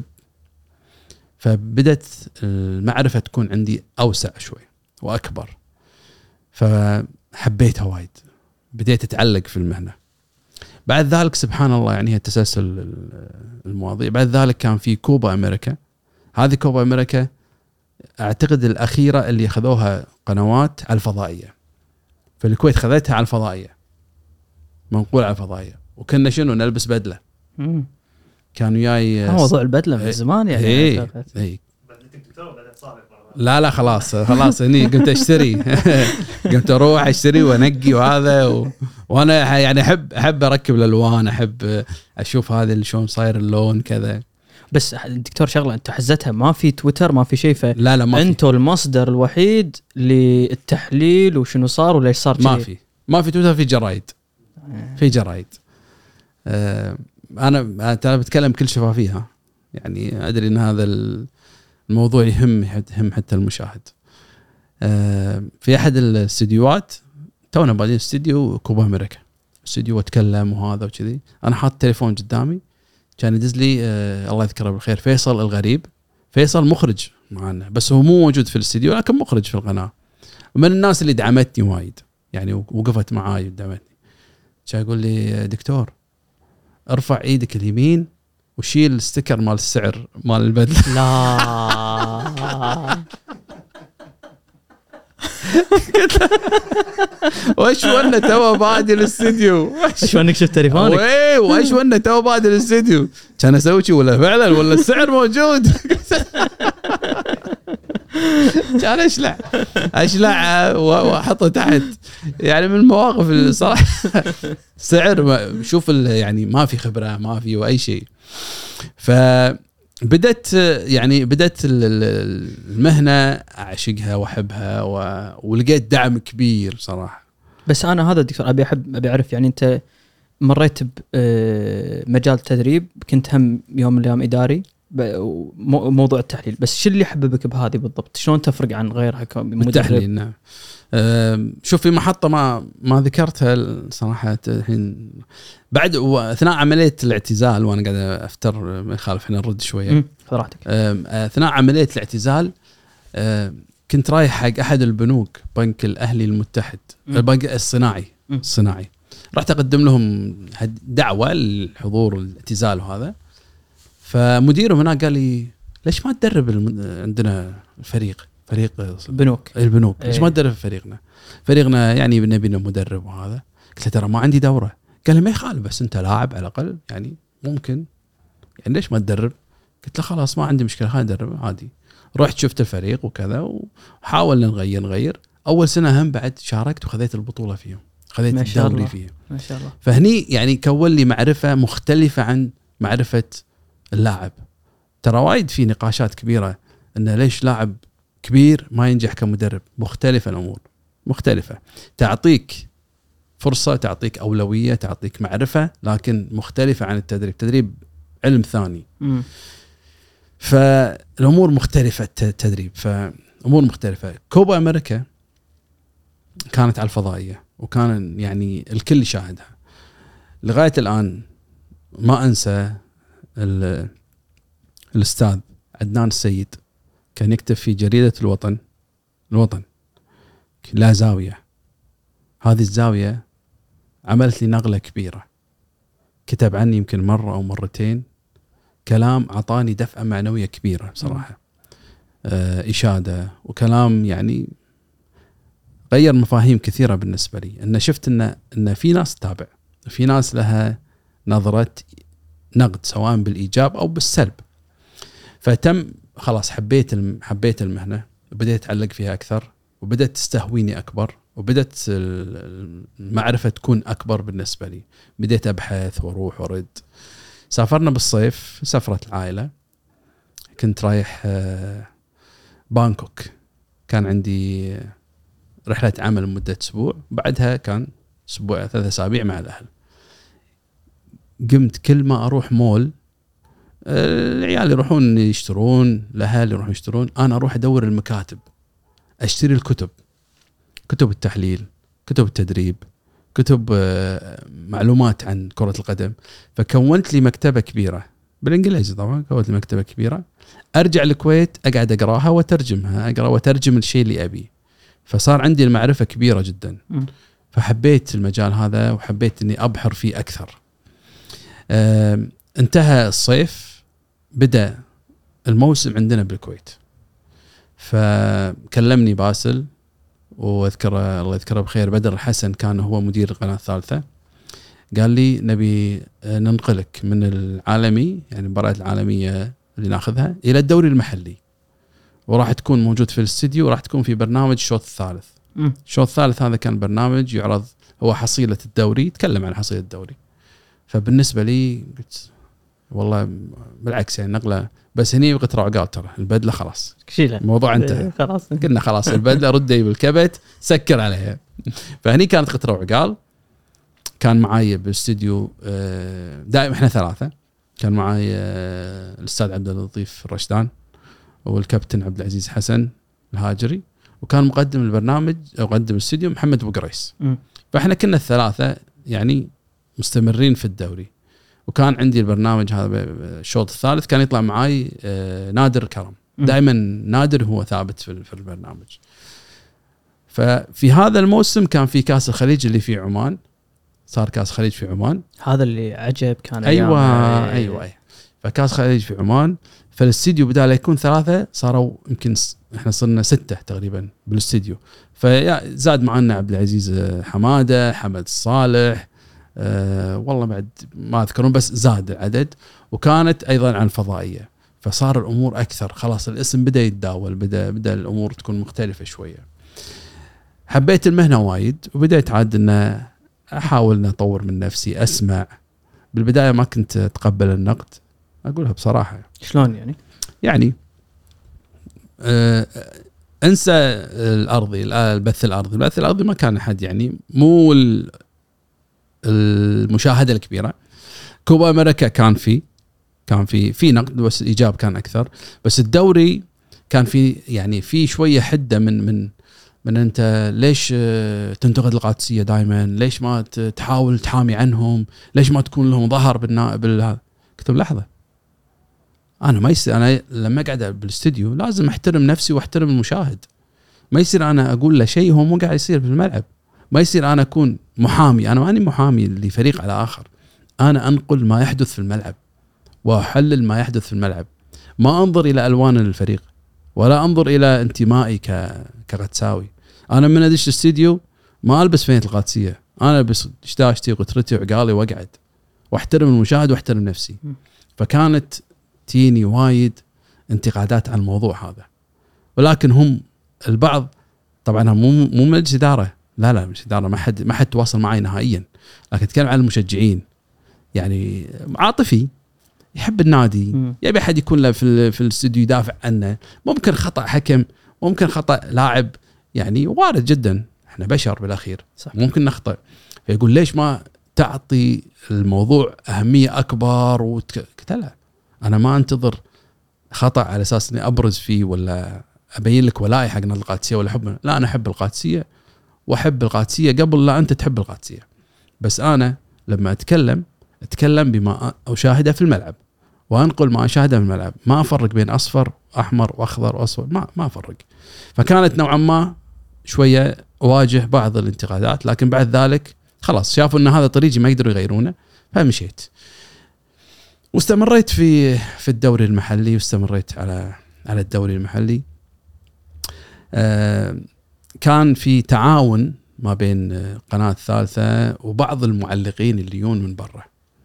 فبدت المعرفة تكون عندي اوسع شوي واكبر، فحبيتها وايد. بديت اتعلق في المهنة. بعد ذلك سبحان الله يعني هي تسلسل المواضيع. بعد ذلك كان في كوبا أمريكا. هذه كوبا أمريكا أعتقد الأخيرة اللي أخذوها قنوات على الفضائية. في الكويت خذتها على الفضائية، منقول على الفضائية، وكنا شنو نلبس بدلة. كانوا جاي موضوع البدلة من زمان يعني. إيه. لا خلاص هني قمت اشتري قمت اروح اشتري وانقي وهذا وانا يعني احب اركب الالوان، احب اشوف هذا اللي شلون صاير اللون كذا. بس الدكتور شغله انت حزتها ما في تويتر ما في شيء، لا ما انتوا المصدر الوحيد للتحليل وشنو صار وليش صار كذي. ما في تويتر، في جرايد. في جرايد. انا بتكلم كل شفافيه، يعني ادري ان هذا الموضوع يهم حتى المشاهد. في احد الاستديوهات تونا بعدين استديو كوبا امريكا، استديو اتكلم وهذا وكذي، انا حاط تليفون قدامي كان يدز لي الله يذكره بالخير فيصل الغريب. فيصل مخرج معنا بس هو مو موجود في الاستديو لكن مخرج في القناه، ومن الناس اللي دعمتني وايد يعني وقفت معاي ودعمتني. كان يقول لي دكتور ارفع ايدك اليمين وشيل الستيكر مال السعر مال البدله. لا وايش وانا تو بادي الاستديو، ايش وانك شفت تليفونك وايش وانا تو بادي الاستديو كان اسوي شيء ولا فعلا ولا السعر موجود. كان اشلع واحطه تحت. يعني من المواقف الصراحه سعر شوف يعني ما في خبره ما في اي شيء. فبدت يعني بدت المهنه اعشقها واحبها ولقيت دعم كبير صراحه. بس انا هذا الدكتور ابي اعرف يعني انت مريت بمجال التدريب، كنت هم يوم من الايام اداري موضوع التحليل، بس شو اللي حببك بهذه بالضبط؟ شلون تفرق عن غيرها كمدرب؟ نعم. شوف في محطة ما ذكرتها صراحة الحين بعد أثناء عملية الاعتزال وأنا قاعد أفتر ما يخالف احنا نرد شوية راحتك. أثناء عملية الاعتزال كنت رايح حق أحد البنوك، بنك الأهلي المتحد، البنك الصناعي. رحت أقدم لهم دعوة للحضور الاعتزال وهذا. فمديرهم هناك قال لي ليش ما تدرب عندنا فريق البنوك ليش ما تدرب فريقنا يعني نبي مدرب وهذا. قلت له ترى ما عندي دورة. قال لي ما يخالف بس انت لاعب على الأقل يعني ممكن يعني ليش ما تدرب. قلت له خلاص ما عندي مشكلة خلينا ندرب عادي. رحت شفت الفريق وكذا وحاولنا نغير. أول سنة هم بعد شاركت وخذيت البطولة فيهم، خذيت الدوري فيهم ما شاء الله. فهني يعني كون لي معرفة مختلفة عن معرفة اللاعب. ترى وايد في نقاشات كبيرة إنه ليش لاعب كبير ما ينجح كمدرب. مختلفة الأمور، مختلفة، تعطيك فرصة، تعطيك أولوية، تعطيك معرفة، لكن مختلفة عن التدريب علم ثاني. فالأمور مختلفة، التدريب فأمور مختلفة. كوبا أمريكا كانت على الفضائية وكان يعني الكل يشاهدها لغاية الآن. ما أنسى الأستاذ عدنان السيد كان يكتب في جريدة الوطن لا زاوية. هذه الزاوية عملت لي نقلة كبيرة. كتب عني يمكن مرة أو مرتين كلام عطاني دفعة معنوية كبيرة صراحة. إشادة وكلام يعني غير مفاهيم كثيرة بالنسبة لي. إن شفت إن في ناس تتابع، في ناس لها نظرة نقد سواء بالإيجاب أو بالسلب. فتم خلاص حبيت المهنة، وبدأت أتعلق فيها أكثر، وبدأت تستهويني أكبر، وبدأت المعرفة تكون أكبر بالنسبة لي. بدأت أبحث وأروح ورد. سافرنا بالصيف سفرة العائلة، كنت رايح بانكوك. كان عندي رحلة عمل لمدة أسبوع، بعدها كان أسبوع 3 أسابيع مع الأهل. قمت كل ما أروح مول العيال يروحون يشترون، الأهل يروحون يشترون، أنا أروح أدور المكاتب، أشتري الكتب، كتب التحليل، كتب التدريب، كتب معلومات عن كرة القدم. فكونت لي مكتبة كبيرة بالإنجليزي طبعا. كونت لي مكتبة كبيرة أرجع الكويت أقعد أقراها وترجمها، أقرأ وترجم الشيء اللي أبيه. فصار عندي المعرفة كبيرة جدا. فحبيت المجال هذا وحبيت أني أبحر فيه أكثر. انتهى الصيف، بدأ الموسم عندنا بالكويت. فكلمني باسل، واذكره الله يذكره بخير، بدر الحسن كان هو مدير القناة الثالثة، قال لي نبي ننقلك من العالمي، يعني المباريات العالمية اللي ناخذها، إلى الدوري المحلي، وراح تكون موجود في الاستديو، وراح تكون في برنامج الشوط الثالث. الشوط الثالث هذا كان برنامج يعرض هو حصيلة الدوري، يتكلم عن حصيلة الدوري. فبالنسبة لي قلت والله بالعكس، يعني نقلة، بس هني بقيت رعقال، ترى البدلة خلاص الموضوع انتهى، خلاص قلنا خلاص البدلة ردي بالكبت، سكر عليها. فهني كانت قطرة وعقال. كان معاي بالاستديو دائما احنا ثلاثة، كان معاي الأستاذ عبد اللطيف الرشدان، والكابتن عبد العزيز حسن الهاجري، وكان مقدم البرنامج أو مقدم الاستديو محمد أبو قريس. فاحنا كنا الثلاثة يعني مستمرين في الدوري. وكان عندي البرنامج هذا الشوط الثالث كان يطلع معاي نادر كرم، دائما نادر هو ثابت في البرنامج. ففي هذا الموسم كان في كاس الخليج اللي في عمان، صار كاس خليج في عمان، هذا اللي عجب كان. ايوه. فكاس خليج في عمان، فالاستديو بدال يكون 3 صاروا يمكن احنا صرنا 6 تقريبا بالاستديو. فزاد معنا عبد العزيز حماده، حمد الصالح، والله بعد ما اذكرون، بس زاد العدد. وكانت ايضا عن الفضائيه، فصار الامور اكثر، خلاص الاسم بدا يتداول، بدا الامور تكون مختلفه شويه. حبيت المهنه وايد، وبدأت عاد ان احاول ان اطور من نفسي، اسمع. بالبدايه ما كنت اتقبل النقد، اقولها بصراحه. شلون يعني انسى الارضي، البث الارضي ما كان احد، يعني مو المشاهده الكبيره. كوبا امريكا كان في نقد، بس الايجاب كان اكثر. بس الدوري كان في يعني في شويه حده من انت ليش تنتقد القادسيه دائما؟ ليش ما تحاول تحامي عنهم؟ ليش ما تكون لهم ظهر بالهذا؟ كنت لحظه، انا ما يصير انا لما اقعد بالاستديو لازم احترم نفسي واحترم المشاهد. ما يصير انا اقول له شيء هو مو قاعد يصير في الملعب. ما يصير انا اكون محامي، انا ماني محامي لفريق على اخر، انا انقل ما يحدث في الملعب واحلل ما يحدث في الملعب. ما انظر الى الوان الفريق، ولا انظر الى انتمائي كقدساوي. انا من ادش الاستديو ما البس فينة القادسيه، انا البس شتاشتي وقطرتي وعقالي واقعد واحترم المشاهد واحترم نفسي. فكانت تيني وايد انتقادات عن الموضوع هذا، ولكن هم البعض طبعا مو مجلس اداره، لا مش اداره، ما حد تواصل معي نهائيا. لكن اتكلم عن المشجعين، يعني عاطفي، يحب النادي، يبي احد يكون له في الاستوديو يدافع عنه. ممكن خطا حكم، ممكن خطا لاعب، يعني وارد جدا، احنا بشر بالاخير، صح. ممكن نخطئ. فيقول ليش ما تعطي الموضوع اهميه اكبر قلت لا، انا ما انتظر خطا على اساس اني ابرز فيه ولا ابين لك ولائي حق نادي القادسيه ولا حب. لا، انا احب القادسيه واحب القادسيه قبل لا انت تحب القادسيه. بس انا لما اتكلم بما اشاهده في الملعب، وانقل ما اشاهده في الملعب، ما افرق بين اصفر احمر واخضر واصفر، ما افرق. فكانت نوعا ما شويه اواجه بعض الانتقادات، لكن بعد ذلك خلاص شافوا ان هذا طريقي ما يقدروا يغيرونه، فمشيت واستمريت في الدوري المحلي، واستمريت على الدوري المحلي. كان في تعاون ما بين قناة الثالثة وبعض المعلقين اللي يجون من برا.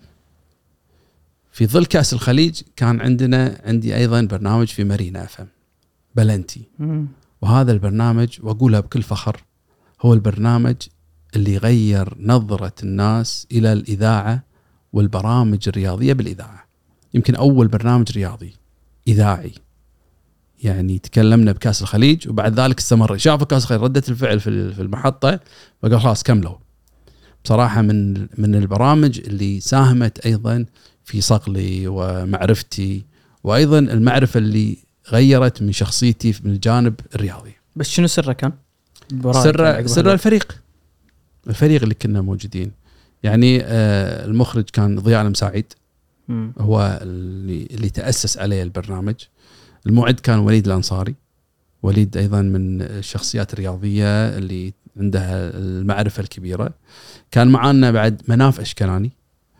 في ظل كأس الخليج كان عندي أيضا برنامج في مارينا FM بلنتي، وهذا البرنامج وأقولها بكل فخر هو البرنامج اللي غير نظرة الناس إلى الإذاعة والبرامج الرياضية بالإذاعة. يمكن أول برنامج رياضي إذاعي، يعني تكلمنا بكاس الخليج، وبعد ذلك استمر. شافوا كاس الخليج، ردة الفعل في المحطة، وقال خلاص كملوا. بصراحة من البرامج اللي ساهمت أيضا في صقلي ومعرفتي، وأيضا المعرفة اللي غيرت من شخصيتي من الجانب الرياضي. بس شنو سره كان؟ سر الفريق اللي كنا موجودين. يعني المخرج كان ضياء المساعد، هو اللي تأسس عليه البرنامج. المعد كان وليد الأنصاري، وليد أيضا من الشخصيات الرياضية اللي عندها المعرفة الكبيرة. كان معنا بعد مناف أشكلاني.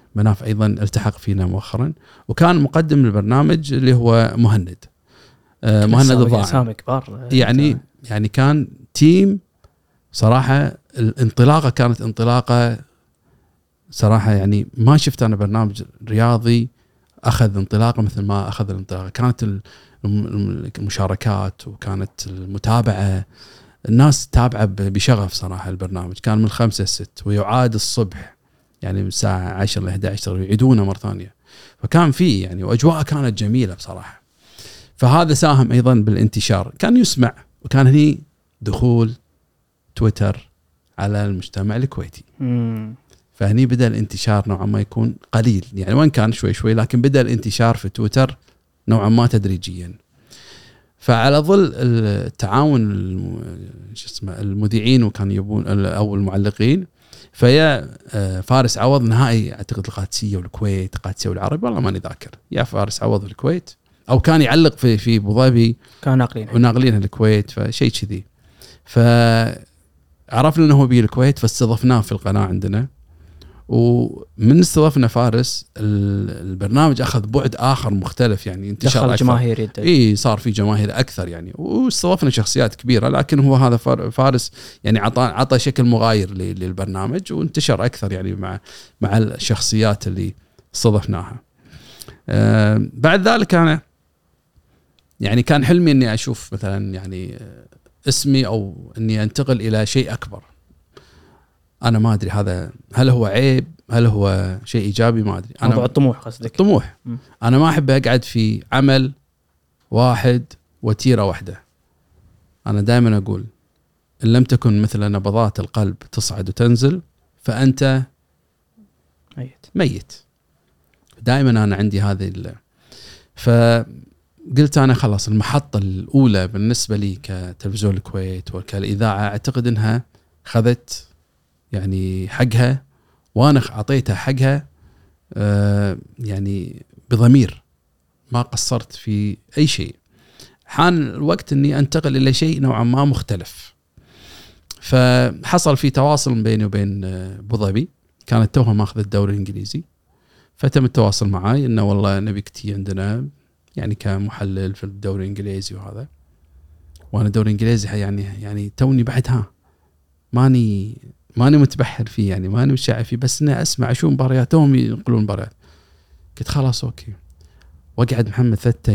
مناف ايضا التحق فينا مؤخرا، وكان مقدم البرنامج اللي هو مهند الضاعن. اسامي كبار يعني كان تيم صراحه. الانطلاقه كانت انطلاقه صراحه، يعني ما شفت انا برنامج رياضي اخذ انطلاقه مثل ما اخذ الانطلاقه. كانت المشاركات وكانت المتابعه، الناس تابعه بشغف صراحه. البرنامج كان من 5 ل 6 ويعاد الصبح، يعني من الساعه 10 ل 11 يعيدونه مره ثانيه. فكان فيه يعني واجواء كانت جميله بصراحه. فهذا ساهم ايضا بالانتشار، كان يسمع. وكان هني دخول تويتر على المجتمع الكويتي. فهني بدأ الانتشار نوعا ما يكون قليل، يعني وين كان شوي شوي، لكن بدأ الانتشار في تويتر نوعا ما تدريجيا. فعلى ظل التعاون المذيعين وكان يبون او المعلقين، فيا فارس عوض نهائي اعتقد القادسيه والكويت، القادسيه والعربي والله ماني ذاكر، يا فارس عوض الكويت او كان يعلق في ابو ظبي، كان ناقلين وناقلينها الكويت، فشيء كذي. فعرفنا انه هو بيه الكويت، فاستضفناه في القناه عندنا. ومن استضافنا فارس البرنامج اخذ بعد اخر مختلف، يعني انتشار دخل جماهير اي صار في جماهير اكثر يعني. واستضفنا شخصيات كبيره، لكن هو هذا فارس يعني عطى شكل مغاير للبرنامج وانتشر اكثر يعني مع الشخصيات اللي استضفناها. بعد ذلك انا يعني كان حلمي اني اشوف مثلا يعني اسمي او اني انتقل الى شيء اكبر. انا ما ادري هذا هل هو عيب، هل هو شيء ايجابي، ما ادري. موضوع الطموح قصدك؟ الطموح. انا ما احب اقعد في عمل واحد وتيره واحده. انا دائما اقول ان لم تكن مثل نبضات القلب تصعد وتنزل فانت ميت. دائما انا عندي هذه فقلت انا خلاص المحطه الاولى بالنسبه لي كتلفزيون الكويت وكالاذاعه اعتقد انها خذت يعني حقها، وانا اعطيتها حقها يعني بضمير، ما قصرت في اي شيء. حان الوقت اني انتقل الى شيء نوعا ما مختلف. فحصل في تواصل بيني وبين ابو ظبي، كانت توها ماخذ الدوري الانجليزي، فتم التواصل معي انه والله نبيك تي عندنا يعني كمحلل في الدوري الانجليزي وهذا. وانا الدوري الانجليزي يعني توني بعدها ماني متبحر فيه، يعني ماني مشاعر فيه، بس اني اسمع اشوف مبارياتهم ينقلون مباريات. قلت خلاص اوكي. واقعد محمد 3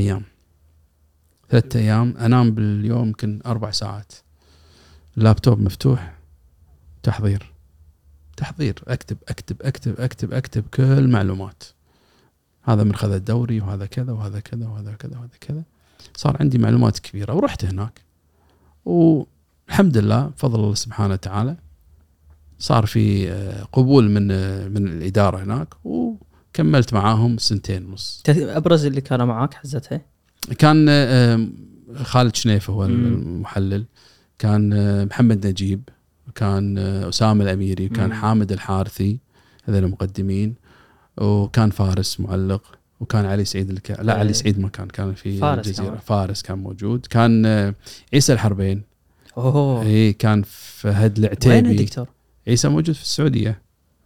ايام انام باليوم يمكن 4 ساعات، اللابتوب مفتوح، تحضير اكتب اكتب اكتب اكتب اكتب كل معلومات. هذا من خذ الدوري وهذا كذا وهذا كذا وهذا كذا وهذا كذا. صار عندي معلومات كبيرة ورحت هناك، والحمد لله بفضل الله سبحانه وتعالى صار في قبول من الإدارة هناك، وكملت معاهم 2.5 سنين. أبرز اللي كان معاك حزتها كان خالد شنيف هو المحلل، كان محمد نجيب، وكان أسامة الأميري، وكان حامد الحارثي، هذول المقدمين، وكان فارس معلق، وكان علي سعيد لا علي سعيد ما كان في الجزيرة. فارس كان موجود، كان عيسى الحربين. اي كان فهد العتيبي. وين دكتور عيسى موجود في السعودية،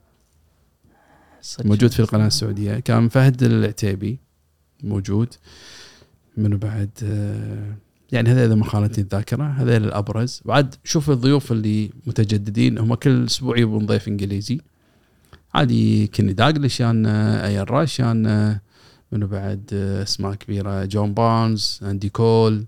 موجود في القناة السعودية. كان فهد العتيبي موجود. منو بعد يعني هذا إذا ما خانتني الذاكرة، هذا الأبرز. بعد شوف الضيوف اللي متجددين، هم كل أسبوع يبون ضيف إنجليزي عادي. كني داغلشان، أيان راشان، منو بعد اسماء كبيرة، جون بارنز، أندي كول،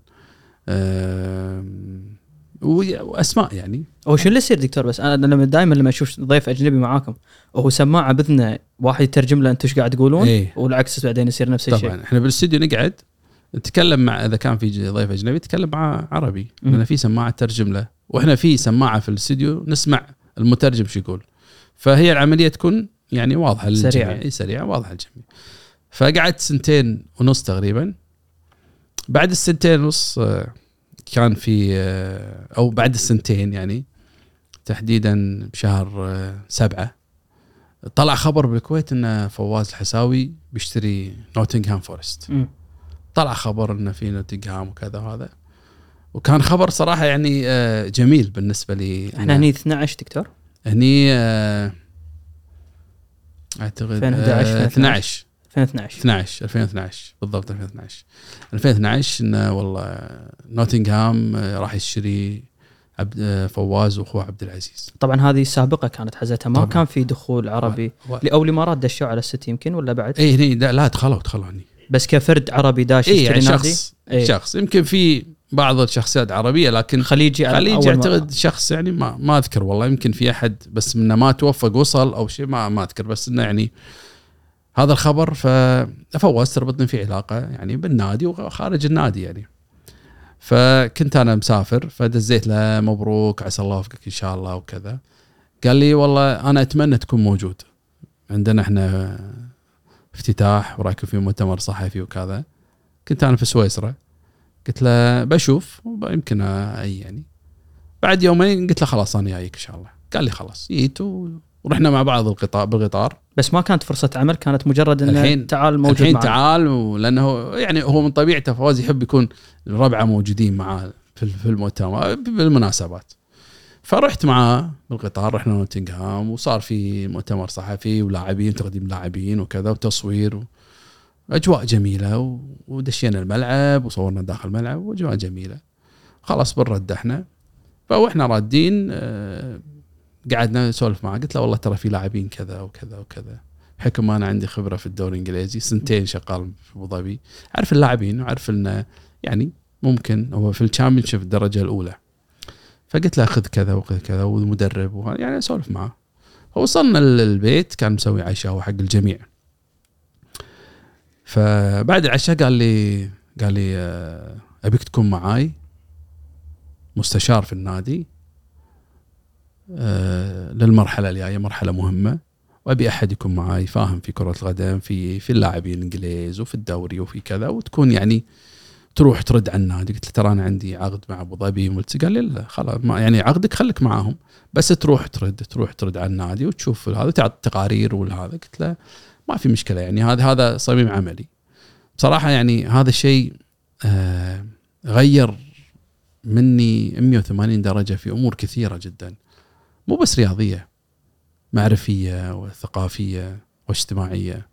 وأسماء يعني. هو شو اللي يصير دكتور؟ بس أنا دائما لما أشوف ضيف أجنبي معاكم وهو سماعة بذنه واحد يترجم له أنتم إيش قاعد تقولون، إيه؟ والعكس بعدين يصير نفس الشيء. طبعا إحنا بالاستديو نقعد نتكلم مع، إذا كان في ضيف أجنبي نتكلم مع عربي، لأن في سماعة ترجم له، وإحنا في سماعة في الاستديو نسمع المترجم شو يقول. فهي العملية تكون يعني واضحة للجميع، سريعة واضحة للجميع. فقعدت 2.5 سنين تقريبا. بعد 2.5 سنين كان في أو بعد 2 سنين يعني تحديدا بشهر 7 طلع خبر بالكويت أن فواز الحساوي بيشتري نوتنغهام فورست. طلع خبر أن في نوتنغهام وكذا هذا، وكان خبر صراحة يعني جميل بالنسبة لي. احنا هني 12 دكتور، هني اعتقد 2011 2012 بالضبط 2012 انه والله نوتنغهام راح يشتري فواز واخوه عبد العزيز. طبعا هذه السابقه كانت حزتها، ما طبعاً. كان في دخول عربي او الامارات دشوا على السيتي يمكن ولا بعد؟ اي هني لا دخلوا هني، بس كفرد عربي داش يشتري يعني نادي. شخص يمكن في بعض الشخصيات عربيه، لكن خليجي اعتقد شخص يعني ما اذكر والله، يمكن في احد بس منه ما توفق وصل او شيء ما اذكر، بس انه يعني هذا الخبر. ففواز تربطني في علاقه يعني بالنادي وخارج النادي يعني. فكنت انا مسافر فدزيت له مبروك عسى الله يوفقك ان شاء الله وكذا. قال لي والله انا اتمنى تكون موجود عندنا احنا افتتاح وراح يكون في مؤتمر صحفي وكذا. كنت انا في سويسرا، قلت له بشوف يمكن يعني. بعد يومين قلت له خلاص انا جايك ان شاء الله. قال لي خلاص جيت ورحنا مع بعض بالقطار. بس ما كانت فرصة عمل، كانت مجرد انه تعال موجود الحين معنا. تعال، لانه يعني هو من طبيعته فواز يحب يكون الربعه موجودين معاه في المؤتمر بالمناسبات. فرحت معاه بالقطار، رحنا نوتنغهام وصار في مؤتمر صحفي ولاعبين تقديم لاعبين وكذا وتصوير اجواء جميله، ودشينا الملعب وصورنا داخل الملعب واجواء جميله. خلاص بالرد احنا فاحنا رادين قعدنا نسولف معه. قلت له والله ترى في لاعبين كذا وكذا وكذا، بحكم ما انا عندي خبره في الدوري الانجليزي، سنتين شغال في ابو ظبي، اعرف اللاعبين وعارف انه يعني ممكن هو في الشامبيونشيب الدرجه الاولى. فقلت له خذ كذا وخذ كذا والمدرب يعني اسولف معه. فوصلنا للبيت كان مسوي عشاء حق الجميع. فبعد العشاء قال لي ابيك تكون معاي مستشار في النادي للمرحله الجايه، مرحله مهمه، وابي احد يكون معاي فاهم في كره القدم، في اللاعبين الانجليز وفي الدوري وفي كذا، وتكون يعني تروح ترد على النادي. قلت له ترى انا عندي عقد مع ابو ظبي. قال لي لا خلاص يعني عقدك خليك معاهم، بس تروح ترد على النادي وتشوف هذا تعطي تقارير وهذا. قلت له ما في مشكله يعني هذا صميم عملي بصراحه. يعني هذا الشيء غير مني 180 درجه في امور كثيره جدا، مو بس رياضيه، معرفيه وثقافيه واجتماعيه.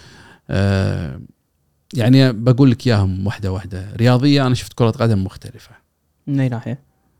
يعني بقول لك اياهم واحده. رياضيه انا شفت كره قدم مختلفه من اي ناحيه؟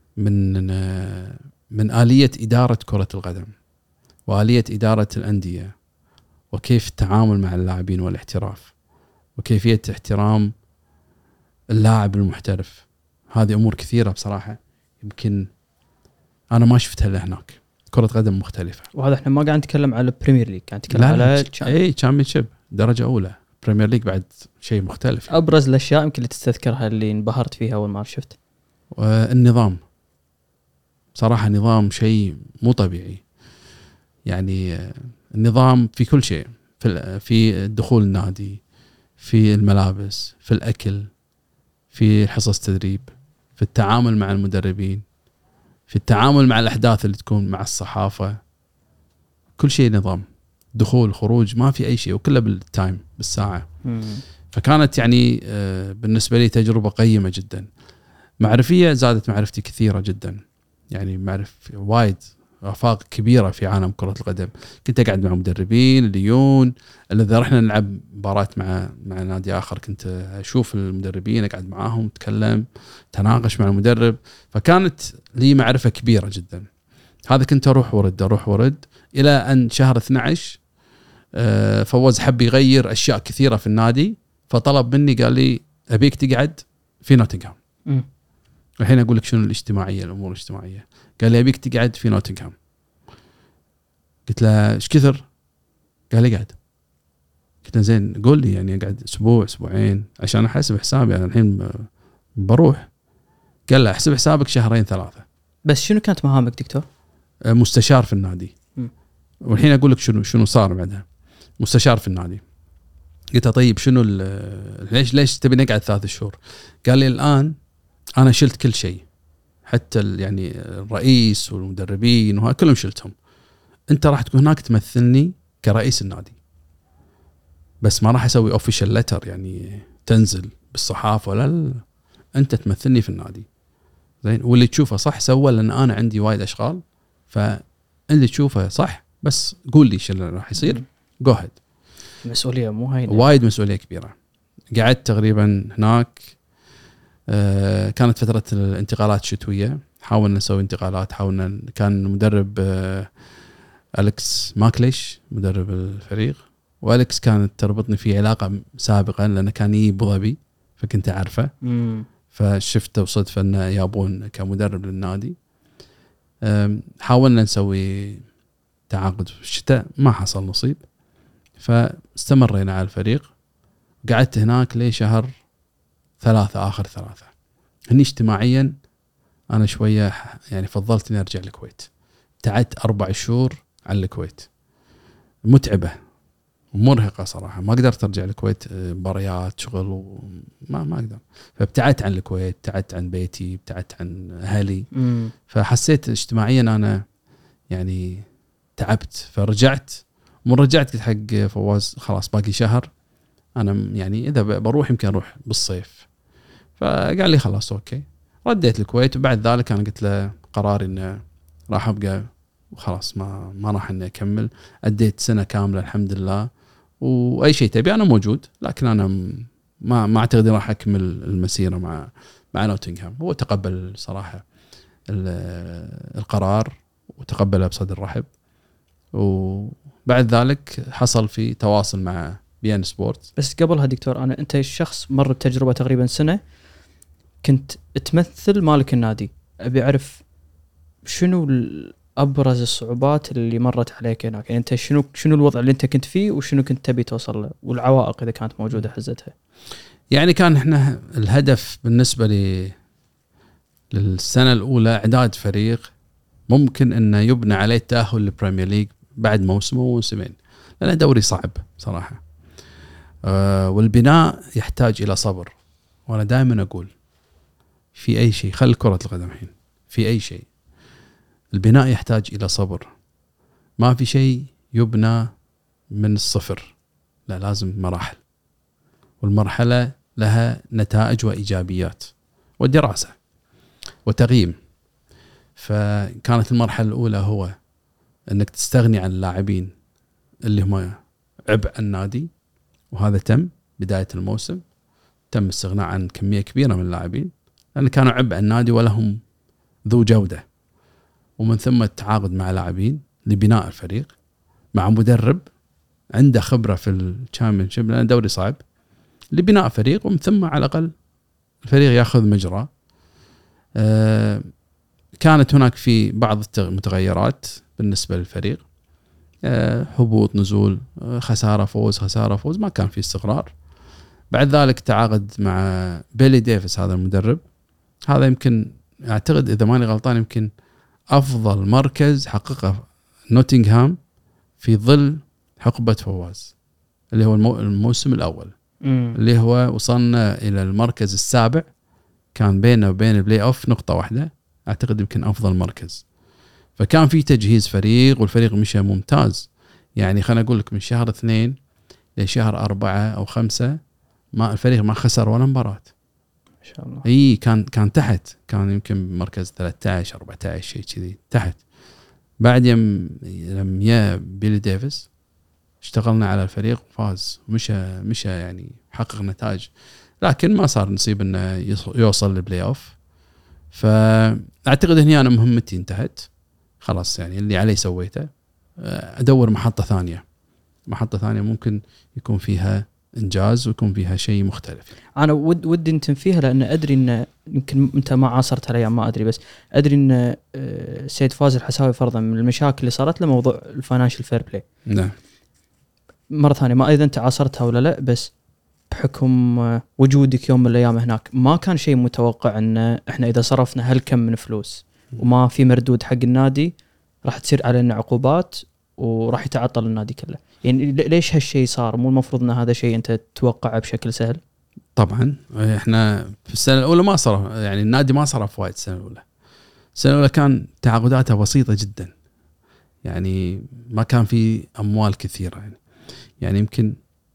من آلية إدارة كرة القدم وآلية إدارة الأندية، وكيف التعامل مع اللاعبين والاحتراف، وكيفية احترام اللاعب المحترف. هذه أمور كثيرة بصراحة يمكن أنا ما شفتها إلا هناك. كرة قدم مختلفة. وهذا احنا ما قاعد نتكلم على البريمير ليج، قاعد نتكلم على تشامبيونشيب درجة أولى. بريمير ليج بعد شيء مختلف. أبرز الأشياء يمكن اللي تستذكرها اللي انبهرت فيها أول ما شفت؟ النظام صراحة، نظام شيء مو طبيعي. يعني النظام في كل شيء، في دخول النادي، في الملابس، في الأكل، في حصص تدريب، في التعامل مع المدربين، في التعامل مع الأحداث اللي تكون مع الصحافة. كل شيء نظام، دخول خروج، ما في أي شيء، وكله بالتايم بالساعة. فكانت يعني بالنسبة لي تجربة قيمة جدا. معرفية، زادت معرفتي كثيرة جدا. يعني معرف وايد آفاق كبيرة في عالم كرة القدم. كنت أقعد مع مدربين ليون، إذا رحنا نلعب مباراة مع نادي آخر كنت أشوف المدربين، أقعد معاهم، أتكلم، تناقش مع المدرب. فكانت لي معرفة كبيرة جدا. هذا كنت أروح ورد إلى أن شهر 12 فوز حب يغير أشياء كثيرة في النادي، فطلب مني قال لي أبيك تقعد في نوتنغهام. الحين أقول لك شنو الاجتماعية، الأمور الاجتماعية. قال لي أبيك تقعد في نوتنغهام. قلت له إيش كثر؟ قال لي قاعد. قلت له زين قول لي يعني أقعد أسبوع أسبوعين عشان أحسب حسابي، أنا الحين بروح. قال له أحسب حسابك 2-3 شهور. بس شنو كانت مهامك دكتور؟ مستشار في النادي. والحين أقول لك شنو صار بعدها. مستشار في النادي. قلت له طيب شنو ليش تبي نقعد 3 شهور؟ قال لي الآن أنا شلت كل شيء، حتى يعني الرئيس والمدربين وكلهم شلتهم. أنت راح تكون هناك تمثلني كرئيس النادي، بس ما راح أسوي أوفيشال لتر يعني تنزل بالصحافة ولا أنت تمثلني في النادي. زين، واللي تشوفه صح سوى، لأن أنا عندي وايد أشغال، فاللي تشوفه صح بس قول لي شو اللي راح يصير جو هيد. مسؤوليه مو هاي وايد مسؤوليه كبيره. قعدت تقريبا هناك، كانت فتره الانتقالات الشتويه، حاولنا نسوي انتقالات، كان مدرب أليكس ماكليش مدرب الفريق، وأليكس كانت تربطني فيه علاقة سابقا لأنه كان يجي أبو ظبي فكنت أعرفه. فشفته وصدفة أنه يابون كمدرب للنادي. حاولنا نسوي تعاقد في الشتاء، ما حصل نصيب، فاستمرينا على الفريق. قعدت هناك لي شهر 3 آخر 3. هني اجتماعيا أنا شوية يعني فضلت أني أرجع الكويت. ابتعدت 4 شهور عن الكويت، متعبة ومرهقة صراحة، ما قدرت أرجع الكويت، مباريات شغل وما أقدر. فابتعدت عن الكويت، ابتعدت عن بيتي، ابتعدت عن أهلي. فحسيت اجتماعيا أنا يعني تعبت. فرجعت، من رجعت قلت حق فواز خلاص باقي شهر، أنا يعني إذا بروح يمكن أروح بالصيف. فقال لي خلاص أوكي. رديت الكويت، وبعد ذلك أنا قلت له قراري إنه راح أبقى وخلاص، ما راح إني أكمل. أديت سنة كاملة الحمد لله، وأي شيء تبي أنا موجود، لكن أنا ما أعتقد راح أكمل المسيرة مع نوتنغهام. هو تقبل صراحة القرار وتقبله بصدر رحب. وبعد ذلك حصل في تواصل مع بي إن سبورت. بس قبلها دكتور، أنت الشخص مر بتجربة تقريبا سنة كنت تمثل مالك النادي، أبي أعرف شنو أبرز الصعوبات اللي مرت عليك هناك. يعني أنت شنو الوضع اللي أنت كنت فيه، وشنو كنت تبي توصل له، والعوائق إذا كانت موجودة حزتها. يعني كان إحنا الهدف بالنسبة لي للسنة الأولى إعداد فريق ممكن إنه يبنى عليه التأهل للبريمير ليج بعد موسم وموسمين، لأن دوري صعب صراحة. والبناء يحتاج إلى صبر. وأنا دائما أقول في أي شيء، خل كرة القدم الحين، في أي شيء البناء يحتاج إلى صبر. ما في شيء يبنى من الصفر، لا، لازم مراحل، والمرحلة لها نتائج وإيجابيات ودراسة وتقييم. فكانت المرحلة الأولى هو أنك تستغني عن اللاعبين اللي هم عبء النادي، وهذا تم بداية الموسم. تم الاستغناء عن كمية كبيرة من اللاعبين لأن كانوا عبء النادي ولهم ذو جودة. ومن ثم التعاقد مع لاعبين لبناء الفريق مع مدرب عنده خبرة في الشامبيونشيب لأن دوري صعب، لبناء فريق. ومن ثم على الأقل الفريق يأخذ مجرى. كانت هناك في بعض المتغيرات بالنسبة للفريق، هبوط نزول، خسارة فوز، خسارة فوز، ما كان في استقرار. بعد ذلك تعاقد مع بيلي ديفيس، هذا المدرب. هذا يمكن أعتقد إذا ماني غلطان يمكن أفضل مركز حققه نوتنغهام في ظل حقبة فواز، اللي هو الموسم الأول اللي هو وصلنا إلى المركز السابع، كان بينه وبين البلاي أوف نقطة واحدة. أعتقد يمكن أفضل مركز. فكان في تجهيز فريق، والفريق مشى ممتاز. يعني خلنا أقول لك من شهر 2 لشهر 4 أو 5 ما الفريق ما خسر ولا مباراة. ما شاء الله. اي كان تحت، كان يمكن مركز 13 14 شيء كذي تحت. بعد لما يا بيلي ديفيس اشتغلنا على الفريق وفاز، مشى يعني حقق نتائج، لكن ما صار نصيب انه يوصل للبلاي اوف. فاعتقد هني انا مهمتي انتهت خلاص. يعني اللي علي سويته، ادور محطة ثانية ممكن يكون فيها انجاز ويكون فيها شيء مختلف. انا ودي انت فيها، لان ادري ان يمكن انت ما عاصرت الايام، ما ادري، بس ادري ان سيد فاز الحساوي فرضا من المشاكل اللي صارت له موضوع الفاينانشال فير بلاي. نعم. مره ثانيه ما اذا انت عاصرتها ولا لا، بس بحكم وجودك يوم من الايام هناك، ما كان شيء متوقع ان احنا اذا صرفنا هالكم من فلوس وما في مردود حق النادي راح تصير علينا عقوبات وراح يتعطل النادي كله. يعني ليش هالشيء صار؟ مو المفروض ان هذا شيء انت تتوقعه بشكل سهل؟ طبعا احنا في السنه الاولى ما صرف، يعني النادي ما صرف وايد السنه الاولى كان تعاقداتها بسيطه جدا، يعني ما كان في اموال كثيره. يعني يمكن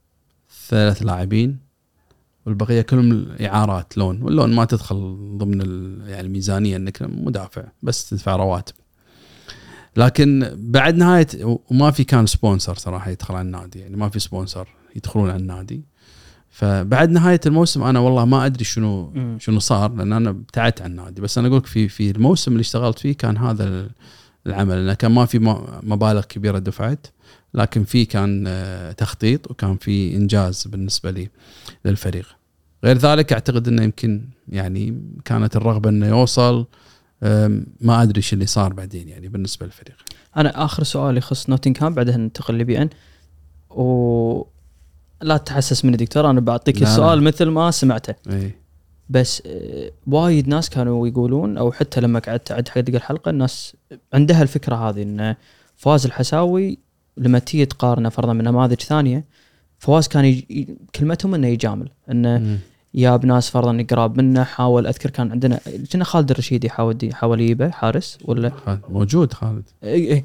3 لاعبين والبقيه كلهم اعارات لون، واللون ما تدخل ضمن يعني الميزانيه انك مدافع بس تدفع رواتب. لكن بعد نهايه وما في كان سبونسر صراحه يدخل على النادي، يعني ما في سبونسر يدخلون على النادي. فبعد نهايه الموسم انا والله ما ادري شنو صار، لان انا ابتعدت عن النادي. بس انا اقول لك في الموسم اللي اشتغلت فيه كان هذا العمل، لأنه كان ما في مبالغ كبيره دفعت، لكن في كان تخطيط وكان في انجاز بالنسبه لي للفريق. غير ذلك اعتقد انه يمكن يعني كانت الرغبه انه يوصل، ما ادري ايش اللي صار بعدين يعني بالنسبه للفريق. انا اخر سؤال يخص نوتنغهام بعدها ننتقل لبي ان. ولا تحسس مني دكتور، انا بعطيك السؤال مثل ما سمعته. بس وايد ناس كانوا يقولون، او حتى لما قعدت اعد حق الحلقه الناس عندها الفكره هذه ان فواز الحساوي لما تيجي تقارنه فرضا من نماذج ثانيه، فواز كان كلمتهم انه يجامل، انه يا بناس فرضا يقرب منه. حاول اذكر كان عندنا كنا خالد الرشيدي حاول يجيبه حارس ولا موجود خالد. اي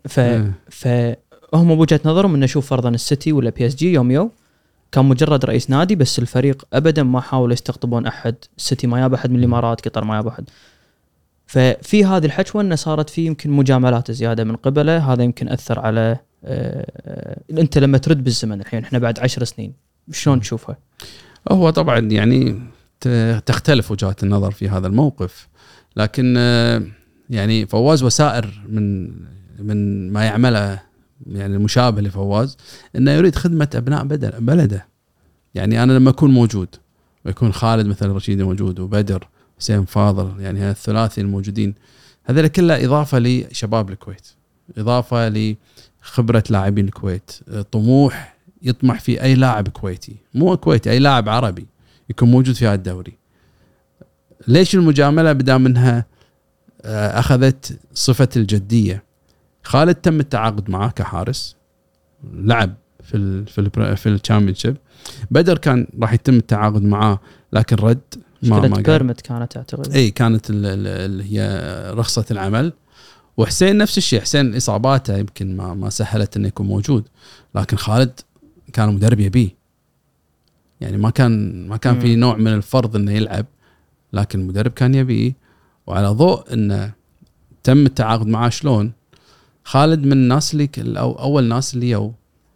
فهم بوجهه نظرهم انه شوف فرضا السيتي ولا بي اس جي يوم كان مجرد رئيس نادي، بس الفريق ابدا ما حاولوا يستقطبون احد. السيتي ما ياب احد من الامارات، قطر ما ياب احد. ففي هذه الحشوه ان صارت في يمكن مجاملات زياده من قبله، هذا يمكن اثر على انت لما ترد بالزمن الحين احنا بعد 10 سنين شلون تشوفها؟ هو طبعا يعني تختلف وجهات النظر في هذا الموقف، لكن يعني فواز وسائر من ما يعمله يعني المشابه لفواز انه يريد خدمه ابناء بلده. يعني انا لما اكون موجود ويكون خالد مثل رشيد موجود وبدر حسين فاضل، يعني الثلاثي الموجودين هذول كلها اضافه لشباب الكويت، اضافه لخبره لاعبين الكويت، طموح يطمح في اي لاعب كويتي، مو كويتي، اي لاعب عربي يكون موجود في هذا الدوري. ليش المجامله بدأ منها اخذت صفه الجديه؟ خالد تم التعاقد معه كحارس، لعب في الشامبيونشيب. بدر كان راح يتم التعاقد معه لكن رد ما بيرمت كانت اعتقد كانت اللي هي رخصه العمل. وحسين نفس الشيء، حسين اصاباته يمكن ما سهلت انه يكون موجود، لكن خالد كان مدرب يبيه، يعني ما كان في نوع من الفرض انه يلعب، لكن المدرب كان يبيه. وعلى ضوء انه تم التعاقد معه شلون، خالد من الناس اللي اول ناس اللي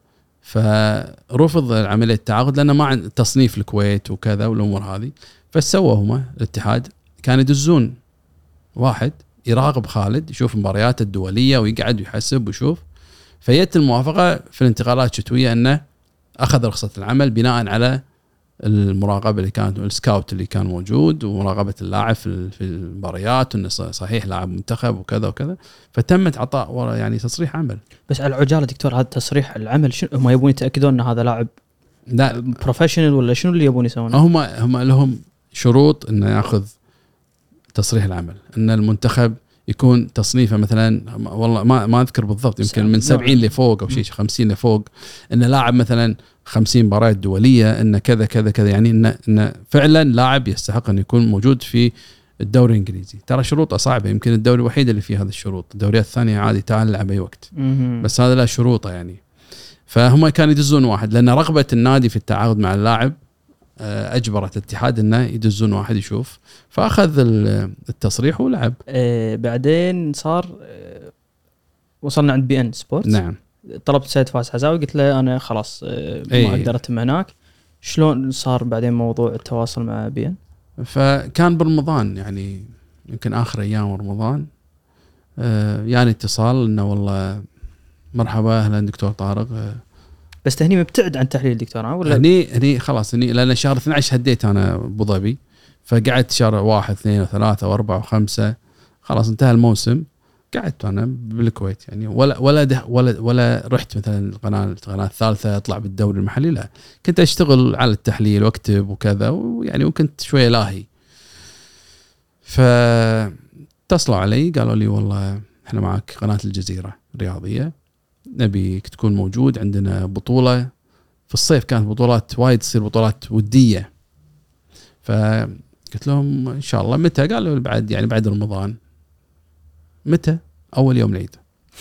فرفض عمليه التعاقد لانه ما عند تصنيف الكويت وكذا والامور هذه. فسووا هما الاتحاد كان يدزون واحد يراقب خالد، يشوف مبارياته الدوليه ويقعد ويحسب ويشوف. فيت الموافقه في الانتقالات الشتويه انه اخذ رخصه العمل بناء على المراقبه اللي كانت، السكاوت اللي كان موجود، ومراقبه اللاعب في المباريات انه صحيح لاعب منتخب وكذا وكذا. فتمت عطاء يعني تصريح عمل. بس على العجاله دكتور، هذا تصريح العمل شنو هم يبون يتاكدون ان هذا لاعب بروفيشنال ولا شنو اللي يبون يسوونه؟ هم لهم شروط انه ياخذ تصريح العمل، ان المنتخب يكون تصنيفه مثلا والله ما اذكر بالضبط، يمكن من 70 لفوق او شيء 50 لفوق، ان لاعب مثلا 50 مباراه دوليه، ان كذا كذا كذا، يعني ان فعلا لاعب يستحق ان يكون موجود في الدوري الانجليزي. ترى شروطه صعبه، يمكن الدوري الوحيد اللي فيه هذه الشروط، الدوريات الثانيه عادي تعال لعب اي وقت، بس هذا له شروطه يعني. فهم كانوا يدزون واحد لان رغبه النادي في التعاقد مع اللاعب اجبرت الاتحاد انه يدزون واحد يشوف، فاخذ التصريح ولعب. بعدين صار وصلنا عند بي ان سبورت. نعم. طلبت سيد فاز حزاوي، قلت له انا خلاص ما اقدر اتم هناك. شلون صار بعدين موضوع التواصل مع بي ان؟ فكان برمضان، يعني يمكن اخر ايام رمضان، يعني اتصال انه والله مرحبا اهلا دكتور طارق. بس هني مبتعد عن تحليل دكتور ولا هني خلاص، هني لان شهر 12 هديت انا ابو ظبي، فقعدت شهر 1 2 3 و4 و5 خلاص انتهى الموسم، قعدت انا بالكويت يعني ولا رحت مثلا القناه الثالثه اطلع بالدوري المحلي، لا كنت اشتغل على التحليل واكتب وكذا، ويعني وكنت شويه لاهي. فاتصلوا علي قالوا لي والله احنا معك قناه الجزيره الرياضيه، نبيك تكون موجود عندنا بطوله في الصيف، كانت بطولات وايد تصير بطولات وديه. فقلت لهم ان شاء الله. متى؟ قالوا بعد يعني بعد رمضان. متى؟ اول يوم العيد.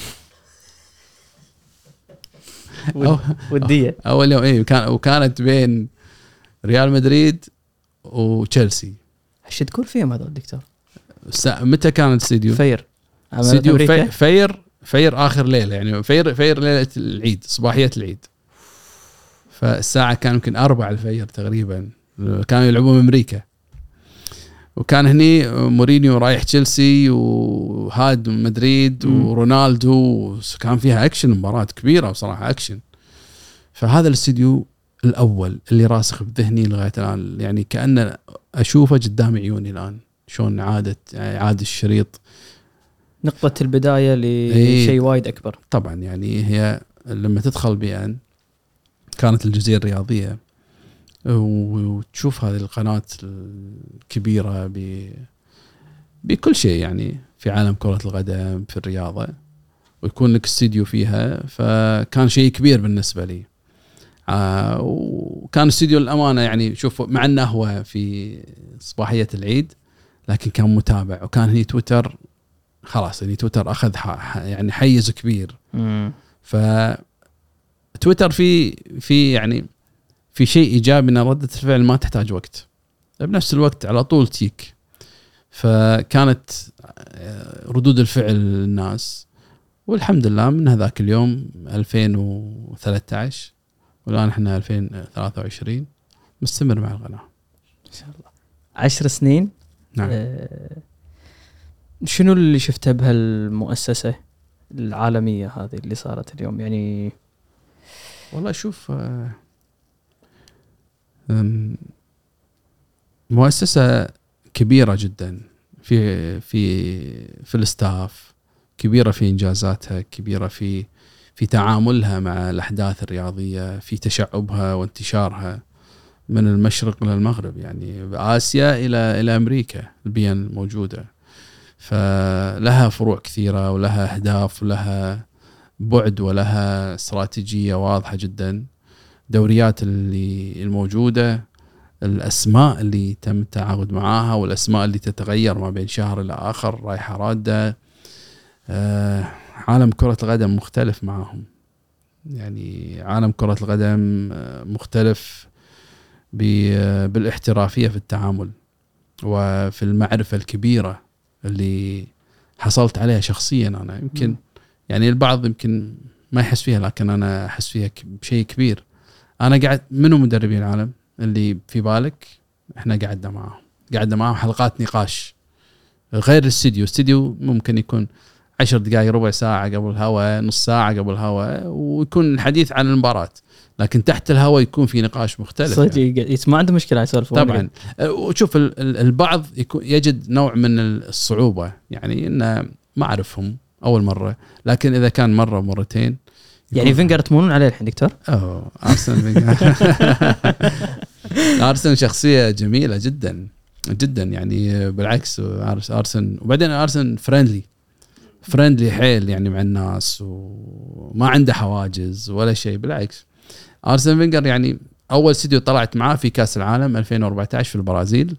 وديه اول يوم وكانت بين ريال مدريد وتشيلسي. ايش تقول فيهم هذا الدكتور؟ متى كانت استديو فير؟ استديو فير فير اخر ليله، يعني فير ليله العيد، صباحيه العيد. فالساعه كان يمكن 4 الفجر تقريبا، كانوا يلعبون بامريكا، وكان هني مورينيو رايح تشيلسي وهاد مدريد ورونالدو، كان فيها اكشن، مباراه كبيره بصراحه اكشن. فهذا الاستديو الاول اللي راسخ بذهني لغايه الان، يعني كأنه اشوفه قدام عيوني الان، شلون عاد الشريط، نقطه البدايه لشيء وايد اكبر. طبعا يعني هي لما تدخل بأن كانت الجزيرة الرياضية وتشوف هذه القناة الكبيرة بكل شيء، يعني في عالم كرة القدم، في الرياضة، ويكون لك استديو فيها، فكان شيء كبير بالنسبة لي. وكان استديو الأمانة يعني شوف، مع أنه هو في صباحية العيد، لكن كان متابع، وكان هني تويتر خلاص، يعني تويتر أخذ يعني حيز كبير. فتويتر في يعني في شيء إيجابي، إن ردة الفعل ما تحتاج وقت، بنفس الوقت على طول تيك. فكانت ردود الفعل الناس، والحمد لله من هذاك اليوم 2013 والآن احنا 2023 مستمر مع القناة إن شاء الله 10 سنين. نعم. شنو اللي شفته بهالمؤسسة العالمية هذه اللي صارت اليوم؟ يعني والله شوف، مؤسسة كبيرة جدا في الستاف، كبيرة في إنجازاتها، كبيرة في تعاملها مع الأحداث الرياضية، في تشعبها وانتشارها من المشرق للمغرب، يعني بآسيا إلى أمريكا البيان موجودة. فلها فروع كثيرة، ولها أهداف، ولها بعد، ولها استراتيجية واضحة جدا. دوريات اللي الموجودة، الأسماء اللي تم التعاقد معاها، والأسماء اللي تتغير ما بين شهر إلى آخر، رايحة رادة. عالم كرة القدم مختلف معهم، يعني عالم كرة القدم مختلف بالاحترافية في التعامل، وفي المعرفة الكبيرة اللي حصلت عليها شخصيا أنا. يمكن يعني البعض يمكن ما يحس فيها، لكن أنا أحس فيها بشيء كبير. أنا قاعد منو مدربين العالم اللي في بالك، إحنا قاعدة معهم حلقات نقاش غير الاستديو ممكن يكون 10 دقائق، ربع ساعة قبل الهواء، نص ساعة قبل الهواء، ويكون الحديث عن المباراة. لكن تحت الهواء يكون في نقاش مختلف. صدق يعني. ما عنده مشكلة يسولفون طبعا. وشوف البعض يجد نوع من الصعوبة، يعني إنه ما أعرفهم أول مرة، لكن إذا كان مرة مرتين يعني فينجر تمونون عليه الحين دكتور؟ أرسن فينجر أرسن شخصية جميلة جدا جدا، يعني بالعكس أرسن. وبعدين أرسن فريندلي حيل يعني مع الناس، وما عنده حواجز ولا شيء، بالعكس. أرسن فينجر يعني أول استديو طلعت معاه في كأس العالم 2014 في البرازيل،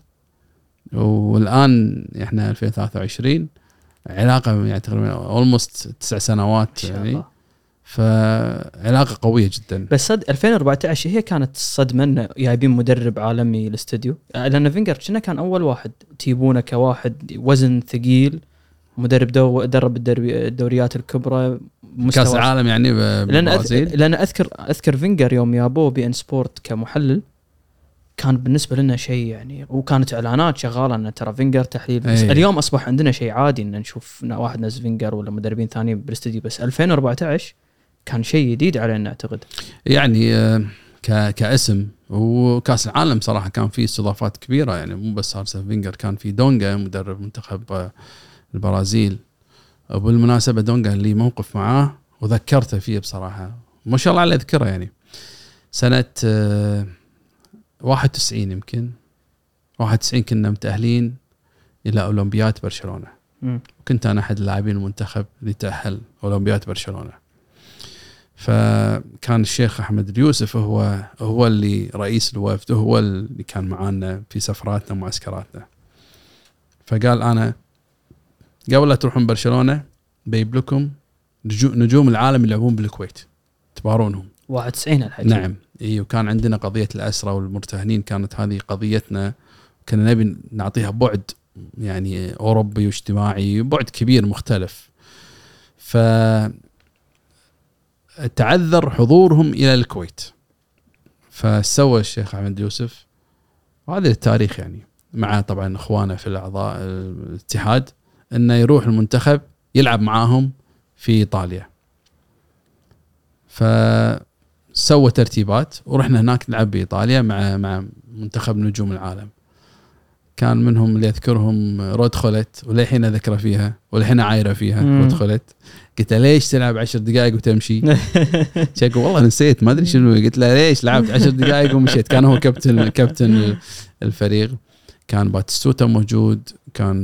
والآن إحنا 2023، علاقة يعني تقريبا almost 9 سنوات يعني، فعلاقة قوية جدا. بس 2014 هي كانت الصدمة إنه جايبين مدرب عالمي الاستديو، لأن فينجر كنا كان أول واحد تجيبونه كواحد وزن ثقيل، مدرب درب الدوريات الكبرى، كأس العالم يعني بالبرازيل. لأن أذكر فينجر يوم يابوه بإن سبورت كمحلل، كان بالنسبة لنا شيء يعني، وكانت إعلانات شغالة أن ترى فينجر تحليل. بس اليوم أصبح عندنا شيء عادي أن نشوف واحد ناس فينجر ولا مدربين ثانيين بالاستديو، بس 2014 كان شيء جديد علينا أعتقد. يعني كاسم وكاس العالم صراحة كان فيه استضافات كبيرة، يعني مو بس أرسن فينجر، كان في دونجا مدرب منتخب البرازيل. وبالمناسبة دونجا اللي موقف معاه وذكرته فيه بصراحة، ما شاء الله عليه أذكره، يعني سنة 91 يمكن 91 كنا متأهلين إلى أولمبياد برشلونة، وكنت أنا أحد اللاعبين المنتخب اللي تأهل أولمبياد برشلونة. فكان الشيخ أحمد اليوسف هو اللي رئيس الوفد، هو اللي كان معانا في سفراتنا ومعسكراتنا. فقال أنا قبل لا تروحون برشلونة بيجيب لكم نجوم العالم اللي يلعبون بالكويت تبارونهم. 91 الحجي. نعم. وكان عندنا قضية الأسرى والمرتهنين، كانت هذه قضيتنا، كنا نبي نعطيها بعد يعني أوروبي واجتماعي، بعد كبير مختلف. فتعذر حضورهم الى الكويت، فسوى الشيخ احمد يوسف، وهذا التاريخ يعني مع طبعا اخوانه في الاعضاء الاتحاد، انه يروح المنتخب يلعب معاهم في ايطاليا. فسوى ترتيبات ورحنا هناك نلعب بايطاليا مع منتخب نجوم العالم. كان منهم اللي اذكرهم رود خولت، وللحين اذكره فيها وللحين عايره فيها رود خولت. قلت له ليش تلعب 10 دقائق وتمشي؟ شكو والله نسيت ما ادري شنو. قلت له ليش لعبت 10 دقائق ومشيت؟ كان هو كابتن الفريق. كان باتستوتا موجود، كان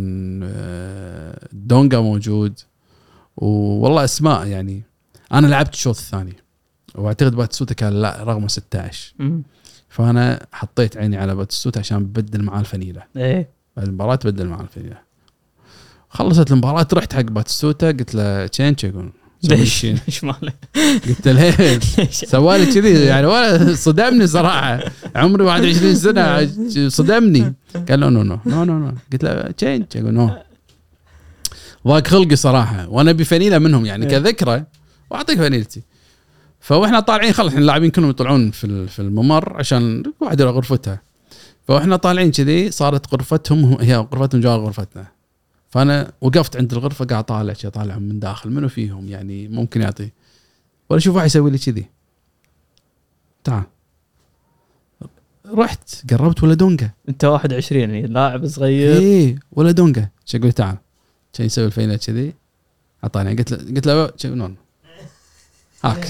دونغا موجود، والله اسماء يعني. انا لعبت الشوط الثاني واعتقد باتستوتا كان لا رقم 16. فانا حطيت عيني على باتستوتا عشان بدل معاه الفنيله. ايه المباراه تبدل معاه الفنيله. خلصت المباراه رحت حق باتستوتا قلت له تشينج يقول ليش ايش ماله؟ قلت له سوالي كذي يعني، ولا صدمني صراحه، عمري 21 سنه صدمني. قال له نو. قلت له تشينج يقول نو. ضاق خلقي صراحه، وانا بفنيله منهم يعني كذكرى، واعطيك فنيلتي. فاحنا طالعين خلص اللاعبين كلهم يطلعون في الممر عشان واحد يروح غرفتها. فاحنا طالعين كذي صارت غرفتهم هي غرفتهم جوا غرفتنا. فانا وقفت عند الغرفه قاعد طالع من داخل منو فيهم يعني ممكن يعطي، ولا اشوف واحد يسوي لي كذي. تعال رحت قربت ولا دونجا. انت 21 يعني لاعب صغير. ايه ولا دونجا. شو اقول تعال شو يسوي الفينه كذي. اعطاني قلت له نون هاك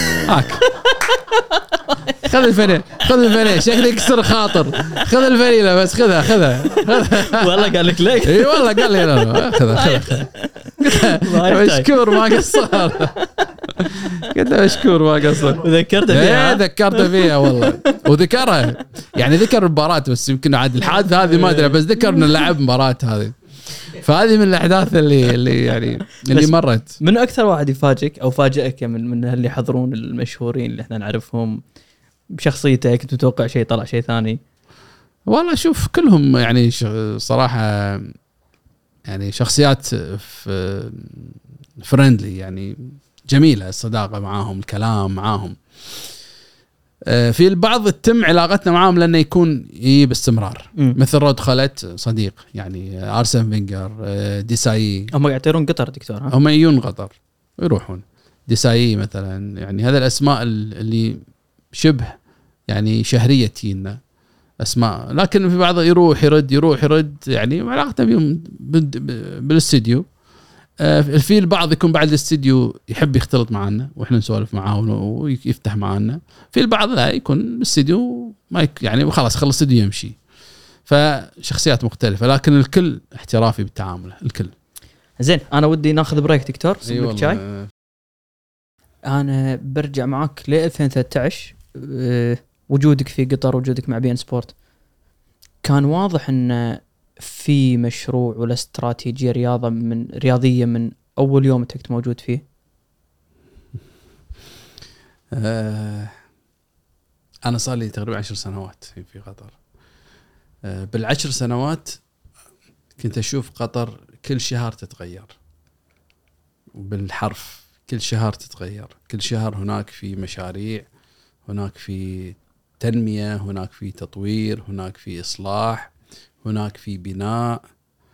خذ الفنيله شكلي يكسر خاطر. خذ الفنيله بس خذها والله قال لك ليك. اي والله قال لي لا خذها مشكور ما قصر. قلت له مشكور ما قصر. وذكرته فيها. ذكرته فيها والله وذكرها يعني ذكر المباراه، بس يمكن عاد الحادثه هذه ما ادري، بس ذكر انه لعب مباراه هذه. فهذه من الاحداث اللي يعني اللي مرت. من اكثر واحد يفاجئك او فاجئك من اللي يحضرون المشهورين اللي احنا نعرفهم بشخصيته، كنت متوقع شيء طلع شيء ثاني؟ والله شوف كلهم يعني صراحه يعني شخصيات فريندلي يعني جميله، الصداقه معاهم، الكلام معاهم. في البعض تتم علاقتنا معاهم لانه يكون باستمرار. مثل رود خالت صديق يعني، ارسن فينجر، ديساي. هم يعتبرون قطر دكتور. هم يجون قطر يروحون. ديساي مثلا يعني، هذا الاسماء اللي شبه يعني شهريه تينا اسماء. لكن في بعض يروح يرد يعني علاقتنا بهم بالاستديو. في البعض يكون بعد الاستديو يحب يختلط معنا واحنا نسولف معاه ويفتح معنا. في البعض لا يكون بالاستديو ما يعني خلاص خلص الاستديو يمشي. فشخصيات مختلفه لكن الكل احترافي بالتعامل الكل. زين انا ودي ناخذ بريك دكتور. أيوة شاي. انا برجع معك ل 2013. وجودك في قطر، وجودك مع بي ان سبورت، كان واضح ان في مشروع ولا استراتيجية رياضية من أول يوم أنت كنت موجود فيه؟ أنا صار لي تقريبا 10 سنوات في قطر. بال10 سنوات كنت أشوف قطر كل شهر تتغير، وبالحرف كل شهر تتغير. كل شهر هناك في مشاريع، هناك في تنمية، هناك في تطوير، هناك في إصلاح، هناك في بناء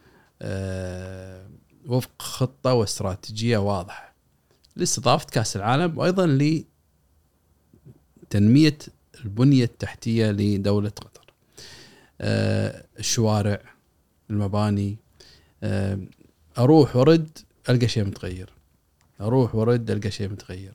وفق خطة واستراتيجية واضحة لاستضافة كأس العالم، وأيضا لتنمية البنية التحتية لدولة قطر. الشوارع، المباني، أروح ورد ألقى شيء متغير، أروح ورد ألقى شيء متغير.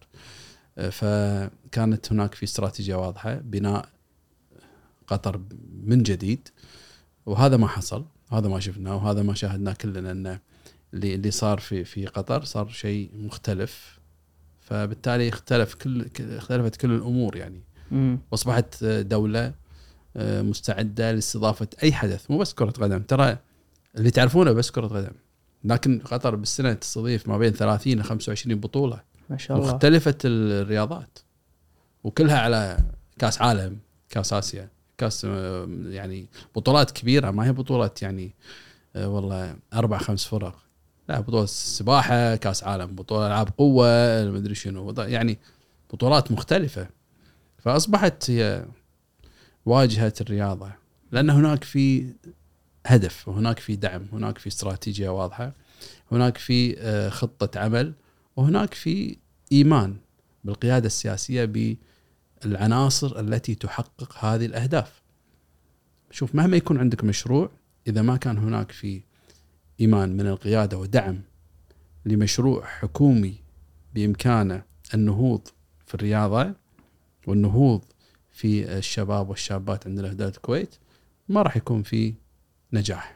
فكانت هناك في استراتيجية واضحة بناء قطر من جديد، وهذا ما حصل، هذا ما شفناه، وهذا ما شاهدناه كلنا، أن اللي صار في قطر صار شيء مختلف. فبالتالي اختلفت كل الأمور يعني. واصبحت دولة مستعدة لاستضافة أي حدث، مو بس كرة قدم. ترى اللي تعرفونه بس كرة قدم، لكن قطر بالسنة تستضيف ما بين 30 ل 25 بطولة ما شاء الله، مختلفة الرياضات، وكلها على كاس عالم، كاس آسيا، كاس يعني بطولات كبيرة، ما هي بطولات يعني والله 4-5 فرق. لا، بطولة السباحة، كاس عالم، بطولة ألعاب قوة، مدري شنو، يعني بطولات مختلفة. فأصبحت هي واجهة الرياضة، لأن هناك في هدف، وهناك في دعم، هناك في استراتيجية واضحة، هناك في خطة عمل، وهناك في إيمان بالقيادة السياسية بالعناصر التي تحقق هذه الأهداف. شوف، مهما يكون عندك مشروع، إذا ما كان هناك في إيمان من القيادة ودعم لمشروع حكومي بإمكانه النهوض في الرياضة والنهوض في الشباب والشابات عندنا في دولة الكويت، ما راح يكون في نجاح.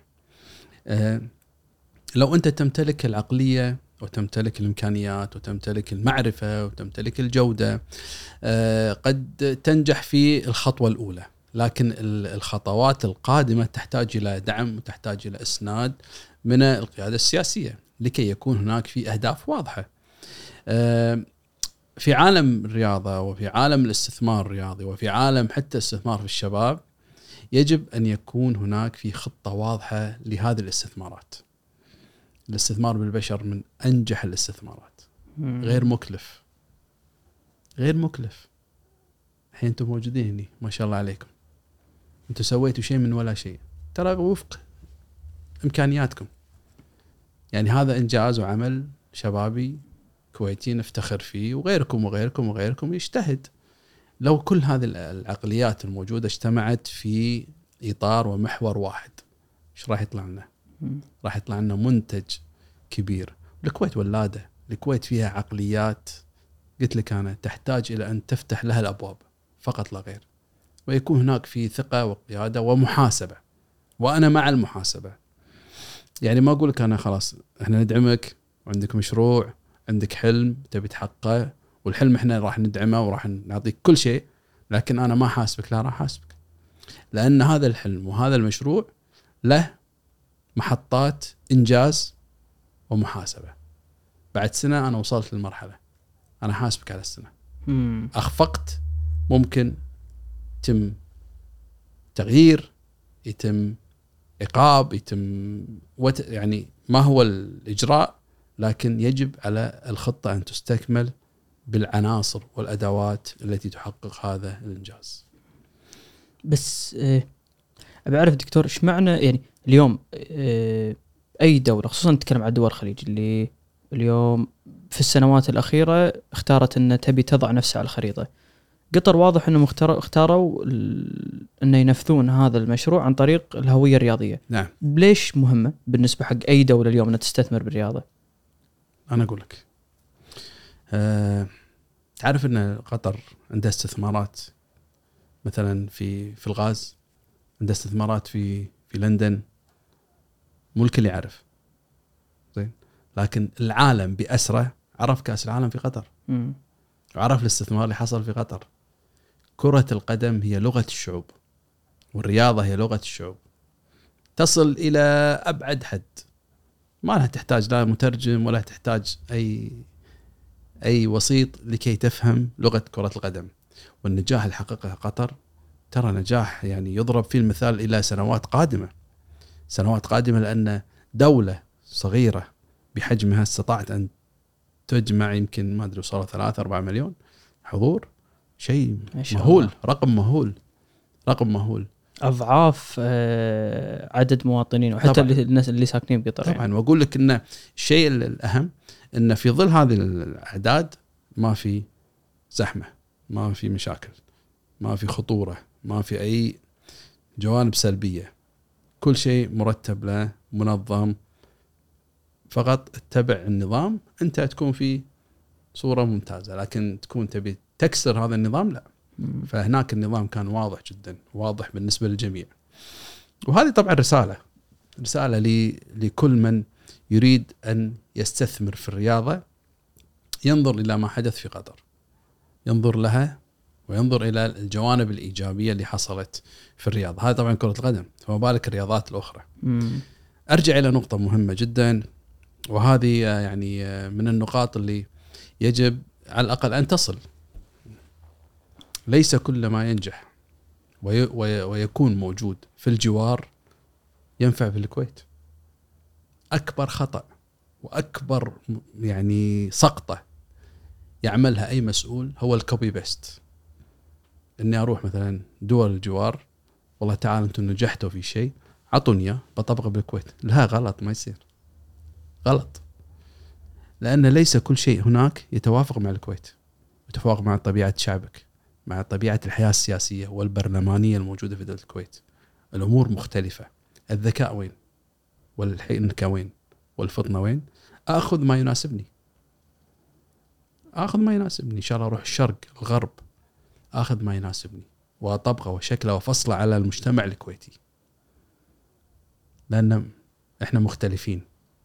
لو أنت تمتلك العقلية وتمتلك الإمكانيات وتمتلك المعرفة وتمتلك الجودة، قد تنجح في الخطوة الأولى، لكن الخطوات القادمة تحتاج إلى دعم وتحتاج إلى إسناد من القيادة السياسية لكي يكون هناك في أهداف واضحة. في عالم الرياضة وفي عالم الاستثمار الرياضي وفي عالم حتى استثمار في الشباب، يجب أن يكون هناك في خطة واضحة لهذه الاستثمارات. الاستثمار بالبشر من أنجح الاستثمارات، غير مكلف، غير مكلف. الحين أنتم موجودين هنا ما شاء الله عليكم، أنتم سويتوا شيء من ولا شيء، ترى وفق إمكانياتكم. يعني هذا إنجاز وعمل شبابي كويتي نفتخر فيه، وغيركم وغيركم وغيركم يجتهد. لو كل هذه العقليات الموجودة اجتمعت في إطار ومحور واحد، إيش راح يطلع لنا؟ راح يطلع لنا منتج كبير. الكويت ولادة، الكويت فيها عقليات قلت لك أنا تحتاج إلى أن تفتح لها الأبواب فقط لا غير، ويكون هناك في ثقة وقيادة ومحاسبة. وأنا مع المحاسبة، يعني ما أقول لك أنا خلاص إحنا ندعمك وعندك مشروع، عندك حلم تبي تحققه، والحلم إحنا راح ندعمه وراح نعطيك كل شيء، لكن أنا ما حاسبك. لا، راح حاسبك، لأن هذا الحلم وهذا المشروع له محطات إنجاز ومحاسبة. بعد سنة أنا وصلت للمرحلة أنا حاسبك على السنة. أخفقت ممكن يتم تغيير، يتم عقاب، يتم يعني ما هو الإجراء، لكن يجب على الخطة أن تستكمل بالعناصر والأدوات التي تحقق هذا الإنجاز. بس أبي أعرف دكتور إيش معنى يعني اليوم أي دولة، خصوصا نتكلم عن دول الخليج اللي اليوم في السنوات الأخيرة اختارت أن تبي تضع نفسها على الخريطة. قطر واضح أنهم اختاروا أن ينفذون هذا المشروع عن طريق الهوية الرياضية. نعم. ليش مهمة بالنسبة حق أي دولة اليوم أن تستثمر بالرياضة؟ أنا أقول لك تعرف أن قطر عندها استثمارات مثلا في الغاز، عندها استثمارات في لندن، ملك اللي يعرف زين، لكن العالم بأسره عرف كأس العالم في قطر، وعرف الاستثمار اللي حصل في قطر. كرة القدم هي لغة الشعوب، والرياضة هي لغة الشعوب، تصل إلى أبعد حد، ما لها تحتاج لا مترجم ولا تحتاج أي وسيط لكي تفهم لغة كرة القدم. والنجاح اللي حققه قطر ترى نجاح يعني يضرب فيه المثال إلى سنوات قادمة، سنوات قادمة، لأن دولة صغيرة بحجمها استطاعت أن تجمع يمكن ما أدري وصلوا 3-4 مليون حضور، شيء مهول، رقم مهول، أضعاف عدد مواطنين وحتى الناس اللي ساكنين بقطر طبعا يعني. وأقول لك إن الشيء الأهم إن في ظل هذه الأعداد ما في زحمة، ما في مشاكل، ما في خطورة، ما في أي جوانب سلبية، كل شيء مرتب له، منظم، فقط اتبع النظام، أنت تكون في صورة ممتازة. لكن تكون تبي تكسر هذا النظام لا. فهناك النظام كان واضح جدا، واضح بالنسبة للجميع. وهذه طبعا رسالة لكل من يريد أن يستثمر في الرياضة، ينظر إلى ما حدث في قطر، ينظر لها وينظر إلى الجوانب الإيجابية اللي حصلت في الرياضة. هذا طبعا كرة القدم، فما بالك الرياضات الأخرى. أرجع إلى نقطة مهمة جدا، وهذه يعني من النقاط اللي يجب على الأقل أن تصل. ليس كل ما ينجح ويكون موجود في الجوار ينفع في الكويت. أكبر خطأ واكبر يعني سقطه يعملها اي مسؤول هو الكوبي بيست. اني اروح مثلا دول الجوار، والله تعال انتم نجحتوا في شيء عطوني اياه بطبقه بالكويت. لا، غلط، ما يصير، غلط. لان ليس كل شيء هناك يتوافق مع الكويت، يتوافق مع طبيعه شعبك، مع طبيعه الحياه السياسيه والبرلمانيه الموجوده في دوله الكويت. الامور مختلفه. الذكاء وين؟ والحنكه وين؟ والفطنه وين؟ اخذ ما يناسبني، اخذ ما يناسبني. ان شاء الله اروح الشرق الغرب، اخذ ما يناسبني واطبقه وشكله وفصله على المجتمع الكويتي. لان احنا مختلفين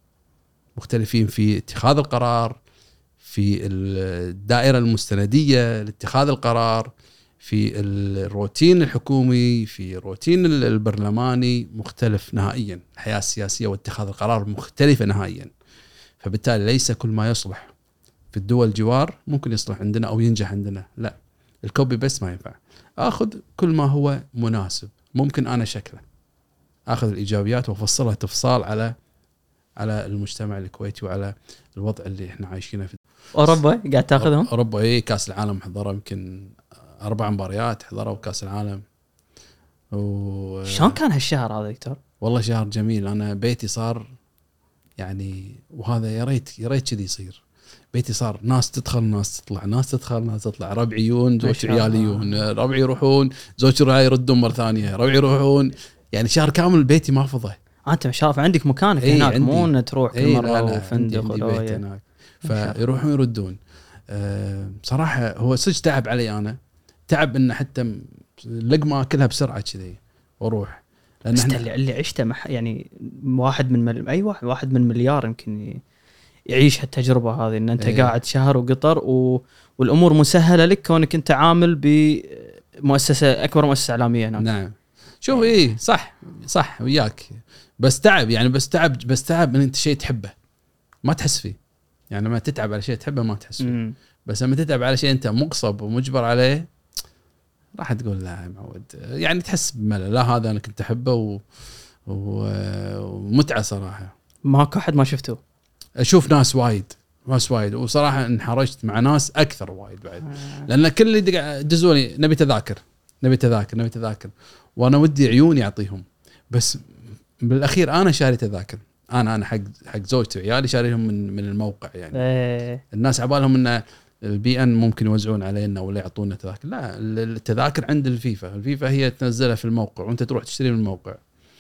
في اتخاذ القرار، في الدائره المستنديه لاتخاذ القرار، في الروتين الحكومي، في الروتين البرلماني، مختلف نهائيا. الحياه السياسيه واتخاذ القرار مختلفه نهائيا. فبالتالي ليس كل ما يصلح في الدول الجوار ممكن يصلح عندنا او ينجح عندنا. لا، الكوبي بس ما ينفع. اخذ كل ما هو مناسب ممكن انا شكله، اخذ الايجابيات وافصلها تفصال على المجتمع الكويتي وعلى الوضع اللي احنا عايشينه في اوروبا. قاعد تاخذهم اوروبا. كاس العالم حضروا يمكن 4 مباريات حضروا كاس العالم. شلون كان هالشهر هذا دكتور؟ والله شهر جميل. انا بيتي صار يعني، وهذا يا ريت كذي يصير. بيتي صار ناس تدخل ناس تطلع، ناس تدخل ناس تطلع، ربعي يجون زوج عيالي يجون، ربعي يروحون زوج رعاي يردون مره ثانيه، ربعي يروحون. يعني شهر كامل بيتي ما فضى. انت مشارف عندك مكانك هناك، مو ان تروح كل مره وفندق ولا بيت هناك، فيروحون يردون. بصراحه هو صدق تعب علي انا، تعب ان حتى اللقمه كلها بسرعه كذي واروح. لان اللي عشته يعني واحد من مليار يمكن يعيش هالتجربه هذه، ان انت قاعد شهر وقطر والامور مسهله لك كونك انت عامل بمؤسسه اكبر مؤسسه اعلاميه هناك. نعم. شوف صح وياك، بس تعب يعني، بس تعب ان انت شيء تحبه ما تحس فيه. يعني لما تتعب على شيء تحبه ما تحس فيه. بس لما تتعب على شيء انت مغصب ومجبر عليه راح تقول لا معود، يعني تحس بملل. لا، هذا انا كنت احبه ومتعه صراحه. ماكو احد ما شفته. اشوف ناس وايد وصراحه انحرجت مع ناس اكثر وايد بعد. لان كل اللي دزوا لي نبي تذاكر، وانا ودي عيوني اعطيهم، بس بالاخير انا شاري تذاكر. انا حق زوجتي وعيالي شاريهم من الموقع. يعني الناس عبالهم ان البي ان ممكن يوزعون علينا ولا يعطونا تذاكر. لا، التذاكر عند الفيفا هي تنزلها في الموقع وانت تروح تشتري من الموقع.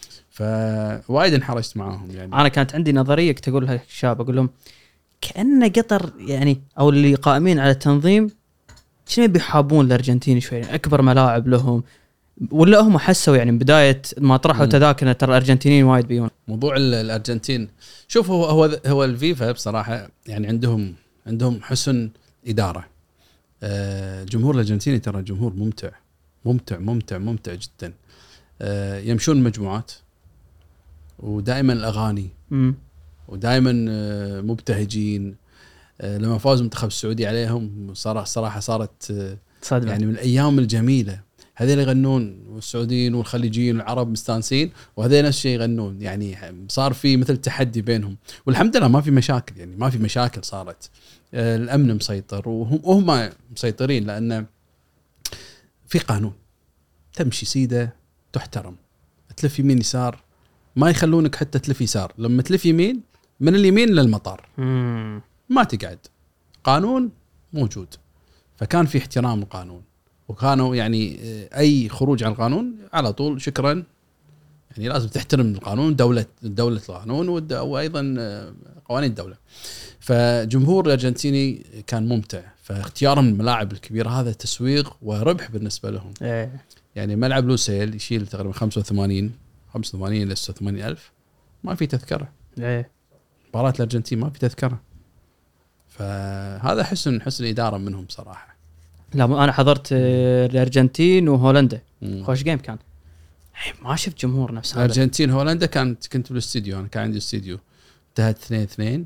فوايد انحرجت معاهم. يعني انا كانت عندي نظريه كنت اقولها للشباب، اقول لهم كأن قطر يعني او اللي قائمين على التنظيم شنو بيحابون الارجنتين شوي، يعني اكبر ملاعب لهم، ولا هم حسوا يعني من بدايه ما طرحوا تذاكر ترى الارجنتينيين وايد بيون. موضوع الارجنتين، شوف هو الفيفا بصراحه يعني عندهم حسن اداره. الجمهور الارجنتيني ترى جمهور ممتع جدا. يمشون مجموعات ودائما الاغاني ودائما مبتهجين. لما فاز المنتخب السعودي عليهم صراحه صارت يعني من الايام الجميله. هذول يغنون والسعوديين والخليجيين والعرب مستانسين، وهذول نفس الشيء يغنون. يعني صار في مثل تحدي بينهم، والحمد لله ما في مشاكل. يعني ما في مشاكل صارت. الامن مسيطر وهم مسيطرين، لان في قانون. تمشي سيده تحترم، تلف يمين يسار ما يخلونك حتى تلف يسار. لما تلف يمين من اليمين للمطار ما تقعد. قانون موجود، فكان في احترام القانون، وكانوا يعني اي خروج عن القانون على طول شكرا. يعني لازم تحترم القانون، دولة القانون وايضا قوانين الدولة. فجمهور الارجنتيني كان ممتع، فاختيارهم الملاعب الكبيرة هذا تسويق وربح بالنسبة لهم. يعني ملعب لوسيل يشيل تقريبا 85 ل 86 ألف، ما في تذكرة. مباراة الأرجنتين ما في تذكرة. فهذا حسن إدارة منهم صراحة. لا، أنا حضرت الأرجنتين وهولندا. خوش جيم كان. ما شفت جمهور نفس هذا. الأرجنتين هولندا كنت بالاستديو. أنا كان عندي استديو. انتهت 2-2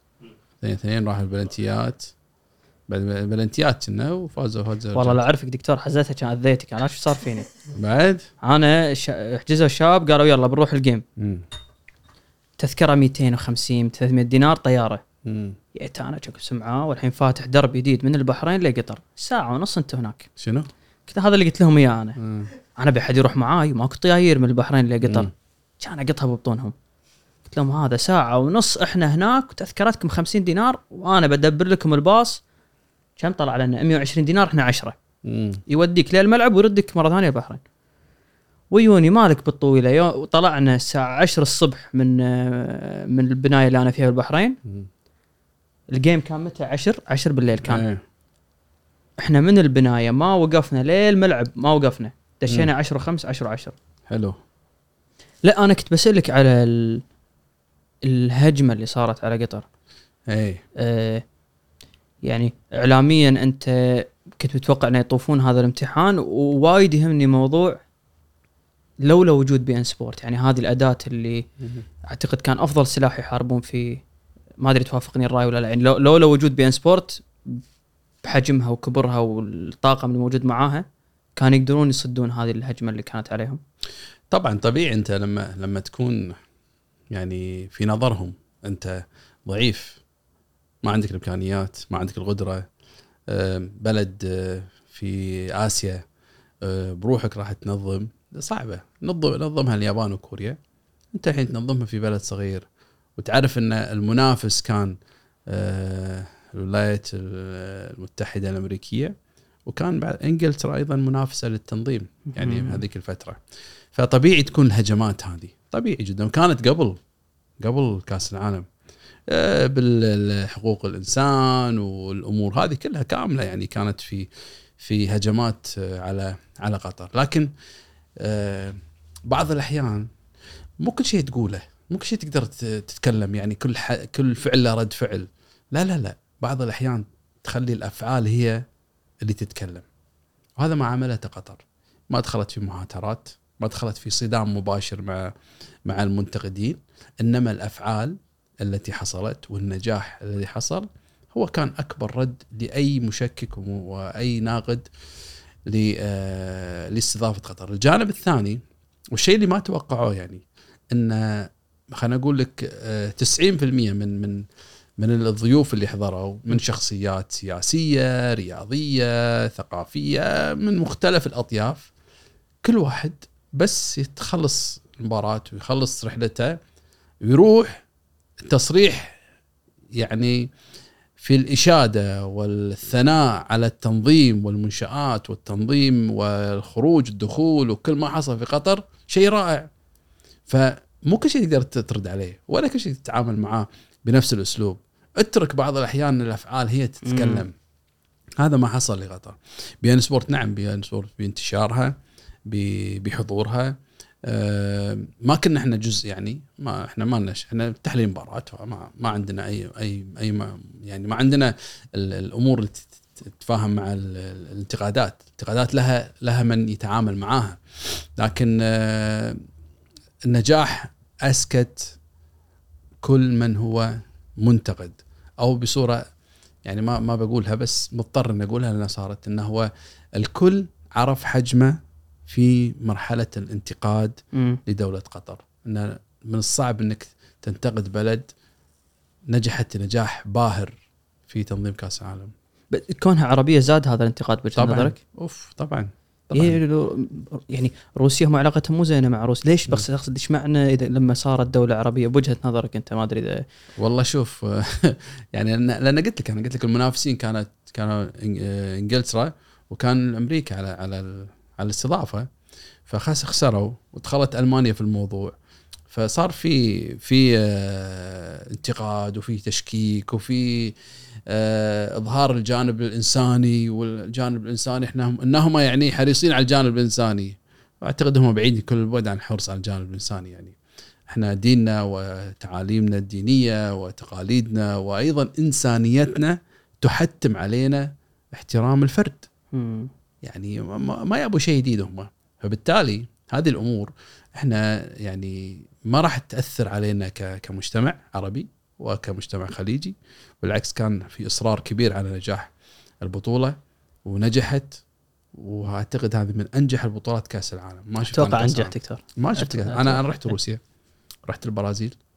راح البلنتيات. بعد البلنتيات كنا وفازوا. والله لا أعرفك دكتور، حزتها كان أذيتك. أنا شو صار فيني بعد؟ أنا حجزوا الشباب قالوا يلا بنروح الجيم. تذكره 250 300 دينار طياره. مم. جيت انا كنت سمعاه والحين فاتح درب جديد من البحرين لقطر، ساعه ونص انت هناك. شنو؟ كنت هذا اللي قلت لهم اياه انا. انا بحد يروح معاي ما كنت طياير من البحرين لقطر، كان اقطها ببطونهم. قلت لهم هذا ساعه ونص احنا هناك وتذكرتكم 50 دينار وانا بدبر لكم الباص. كم طلع لنا 120 دينار احنا 10. يوديك للملعب ويردك مره ثانيه البحرين. ويوني مالك بالطويله طلعنا الساعه 10 الصبح من البنايه اللي انا فيها بالبحرين. الجيم كان متى 10 بالليل كان. احنا من البنايه ما وقفنا للملعب، ما وقفنا، دشينا 10 و5 10 و10. حلو. لا انا كنت بسألك على الهجمه اللي صارت على قطر. اي يعني اعلاميا انت كنت متوقع ان يطوفون هذا الامتحان، ووايد يهمني موضوع لولا وجود بي ان سبورت. يعني هذه الاداه اللي اعتقد كان افضل سلاح يحاربون فيه، ما ادري توافقني الراي ولا لا. يعني لولا وجود بي ان سبورت بحجمها وكبرها والطاقم اللي موجود معاها كان يقدرون يصدون هذه الهجمه اللي كانت عليهم. طبعا طبيعي انت لما تكون يعني في نظرهم انت ضعيف، ما عندك الامكانيات، ما عندك القدره، بلد في اسيا بروحك راح تنظم، صعبه. نظمها اليابان وكوريا، انت الحين تنظمها في بلد صغير وتعرف ان المنافس كان الولايات المتحده الامريكيه، وكان بعد انجلترا ايضا منافسه للتنظيم يعني هذيك الفتره. فطبيعي تكون الهجمات هذه طبيعي جدا، وكانت قبل كاس العالم بالحقوق الانسان والامور هذه كلها كامله، يعني كانت في هجمات على قطر. لكن بعض الاحيان مو كل شيء تقوله، مو كل شيء تقدر تتكلم، يعني كل فعل له رد فعل. لا بعض الاحيان تخلي الافعال هي اللي تتكلم، وهذا ما عملته قطر. ما دخلت في مهاترات، ما دخلت في صدام مباشر مع المنتقدين، انما الافعال التي حصلت والنجاح الذي حصل هو كان اكبر رد لاي مشكك واي ناقد لاستضافه قطر. الجانب الثاني والشيء اللي ما توقعوه، يعني ان خلينا اقول لك 90% من الضيوف اللي حضروا من شخصيات سياسيه، رياضيه، ثقافيه، من مختلف الاطياف. كل واحد بس يتخلص المباراة ويخلص رحلته ويروح تصريح يعني في الإشادة والثناء على التنظيم والمنشآت والتنظيم والخروج الدخول وكل ما حصل في قطر شيء رائع. فمو كل شيء تقدر ترد عليه ولا كل شيء تتعامل معاه بنفس الأسلوب. اترك بعض الأحيان الأفعال هي تتكلم. هذا ما حصل لقطر. بي ان سبورت نعم، بي ان سبورت بانتشارها بحضورها، ما كنا احنا جزء، يعني ما احنا ما لناش، احنا تحليل مباراة، ما عندنا اي ما يعني ما عندنا الامور اللي تتفاهم مع الانتقادات لها من يتعامل معاها. لكن النجاح اسكت كل من هو منتقد او بصورة، يعني ما بقولها بس مضطر ان اقولها لانها صارت، انه هو الكل عرف حجمه في مرحلة الانتقاد لدولة قطر. إن من الصعب إنك تنتقد بلد نجحت نجاح باهر في تنظيم كأس العالم. كونها عربية زاد هذا الانتقاد بوجهة نظرك؟ طبعا. يعني روسيا هم علاقتهم مو زينة مع روسيا، ليش؟ بس أقصد إيش معنى إذا لما صارت دولة عربية بوجهة نظرك أنت؟ ما أدري إذا والله شوف يعني لأن قلت لك المنافسين كانوا إنجلترا وكان أمريكا على الاستضافة، خسروا ودخلت ألمانيا في الموضوع، فصار في انتقاد وفي تشكيك وفي إظهار الجانب الإنساني. والجانب الإنساني إنهم يعني حريصين على الجانب الإنساني، وأعتقد هم بعيد كل البعد عن حرص على الجانب الإنساني. يعني إحنا ديننا وتعاليمنا الدينية وتقاليدنا وأيضا إنسانيتنا تحتم علينا احترام الفرد. يعني ما يبوا شيء جديد هم، فبالتالي هذه الأمور إحنا يعني ما راح تأثر علينا كمجتمع عربي وكمجتمع خليجي. بالعكس كان في إصرار كبير على نجاح البطولة ونجحت، وأعتقد هذه من أنجح البطولات كأس العالم. ما شفت أتوقع أنجح دكتور. ما شفت. أنا رحت روسيا، رحت البرازيل،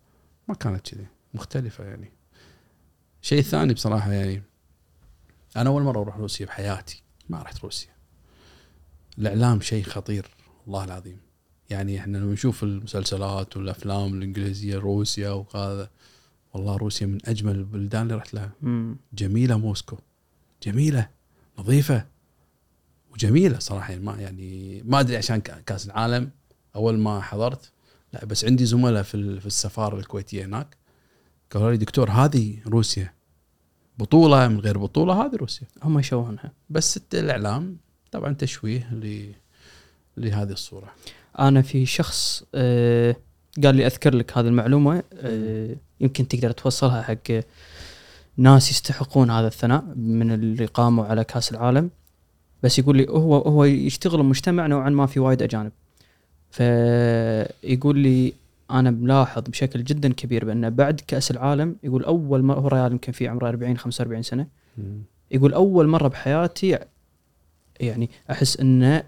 ما كانت كذي، مختلفة يعني. شيء ثاني بصراحة، يعني أنا أول مرة أروح روسيا بحياتي، ما رحت روسيا. الإعلام شيء خطير والله العظيم. يعني إحنا لما نشوف المسلسلات والأفلام الإنجليزية روسيا وهذا، والله روسيا من أجمل البلدان اللي رحت لها. جميلة موسكو، جميلة نظيفة وجميلة صراحة. يعني ما أدري عشان كأس العالم أول ما حضرت، لا بس عندي زملاء في السفارة الكويتية هناك قالوا لي دكتور هذه روسيا، بطولة من غير بطولة هذه روسيا. هم يشوهونها، بس الإعلام طبعا تشويه لهذه الصورة. أنا في شخص قال لي أذكر لك هذه المعلومة، يمكن تقدر توصلها حق ناس يستحقون هذا الثناء من اللي قاموا على كأس العالم. بس يقول لي هو يشتغل مجتمع نوعا ما في وايد أجانب، فيقول لي أنا ملاحظ بشكل جدا كبير بأن بعد كأس العالم، يقول أول مرة، هو ريال يمكن في عمره 40-45 سنة، يقول أول مرة بحياتي يعني أحس أن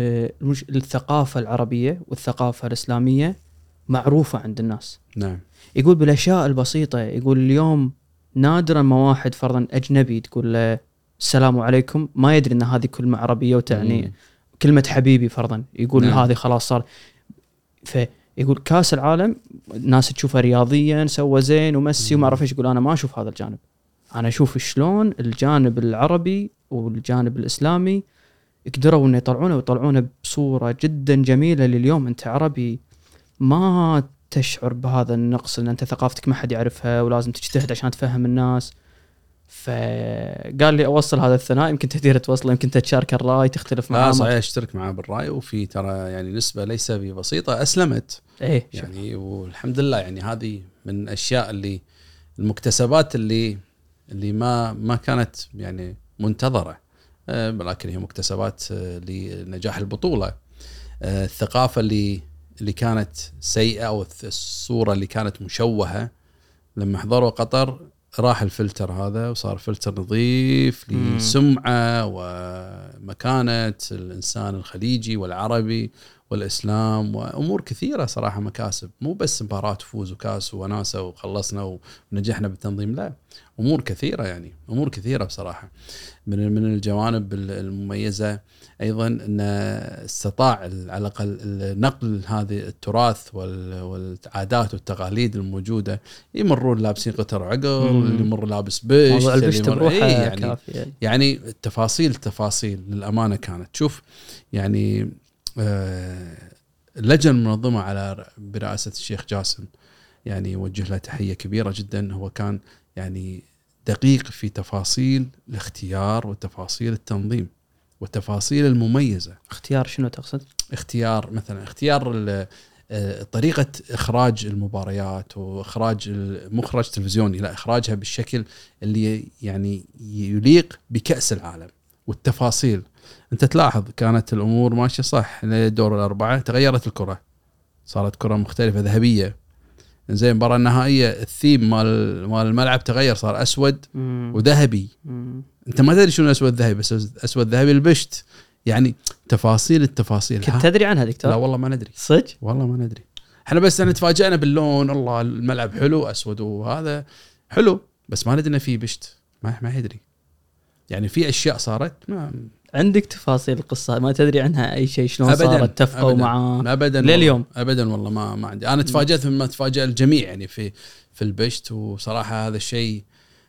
الثقافة العربية والثقافة الإسلامية معروفة عند الناس. نعم. يقول بالأشياء البسيطة، يقول اليوم نادرا ما واحد فرضا أجنبي تقول له السلام عليكم ما يدري أن هذه كلمة عربية وتعني كلمة حبيبي فرضا، يقول نعم. هذه خلاص صار. فيقول كاس العالم الناس تشوفه رياضيا سوى زين وميسي وما أعرف إيش، يقول أنا ما أشوف هذا الجانب، أنا أشوف شلون الجانب العربي والجانب الإسلامي يقدروا إن يطلعونه بصورة جدا جميلة. لليوم أنت عربي ما تشعر بهذا النقص ان انت ثقافتك ما حد يعرفها ولازم تجتهد عشان تفهم الناس. فقال لي اوصل هذا الثناء، يمكن تقدر توصله، يمكن تشارك الراي تختلف معاه. صحيح، اشترك معاه بالراي. وفي ترى يعني نسبة ليس ببسيطة اسلمت يعني، والحمد لله. يعني هذه من الاشياء اللي المكتسبات اللي ما كانت يعني منتظرة، ولكن هي مكتسبات لنجاح البطولة. الثقافة اللي كانت سيئة أو الصورة اللي كانت مشوهة لما حضروا قطر راح الفلتر هذا وصار فلتر نظيف لسمعة ومكانة الإنسان الخليجي والعربي والإسلام وأمور كثيرة صراحة، مكاسب. مو بس مباراة فوز وكاس وناسة وخلصنا ونجحنا بالتنظيم، لا، أمور كثيرة، يعني أمور كثيرة بصراحة. من الجوانب المميزة أيضا أن استطاع على الأقل نقل هذه التراث والعادات والتقاليد الموجودة. يمرون لابسين قطر عقل، اللي يمر لابس بشت، يعني التفاصيل للأمانة كانت. شوف يعني اللجنة المنظمة على برئاسة الشيخ جاسم يعني وجه له تحية كبيرة جدا. هو كان يعني دقيق في تفاصيل الاختيار وتفاصيل التنظيم والتفاصيل المميزة. اختيار شنو تقصد؟ اختيار مثلا طريقة إخراج المباريات وإخراج مخرج تلفزيوني، لا، إخراجها بالشكل اللي يعني يليق بكأس العالم. والتفاصيل أنت تلاحظ كانت الأمور ماشية صح. لدور الأربعة تغيرت الكرة، صارت كرة مختلفة ذهبية. زين المباراة النهائية الثيم مال الملعب تغير، صار أسود وذهبي. أنت ما تدري شنو أسود ذهبي، بس أسود ذهبي البشت. يعني التفاصيل كنت تدري عنها دكتور؟ لا والله ما ندري، صدق والله ما ندري. احنا بس تفاجأنا باللون، الله الملعب حلو أسود وهذا حلو، بس ما ندري فيه بشت، ما يدري. يعني في أشياء صارت ما عندك تفاصيل القصة ما تدري عنها أي شيء، شلون صارت تفقوا معاه أبدا لليوم؟ أبدا والله ما عندي. أنا تفاجأت مما تفاجأ الجميع يعني في البشت. وصراحة هذا الشيء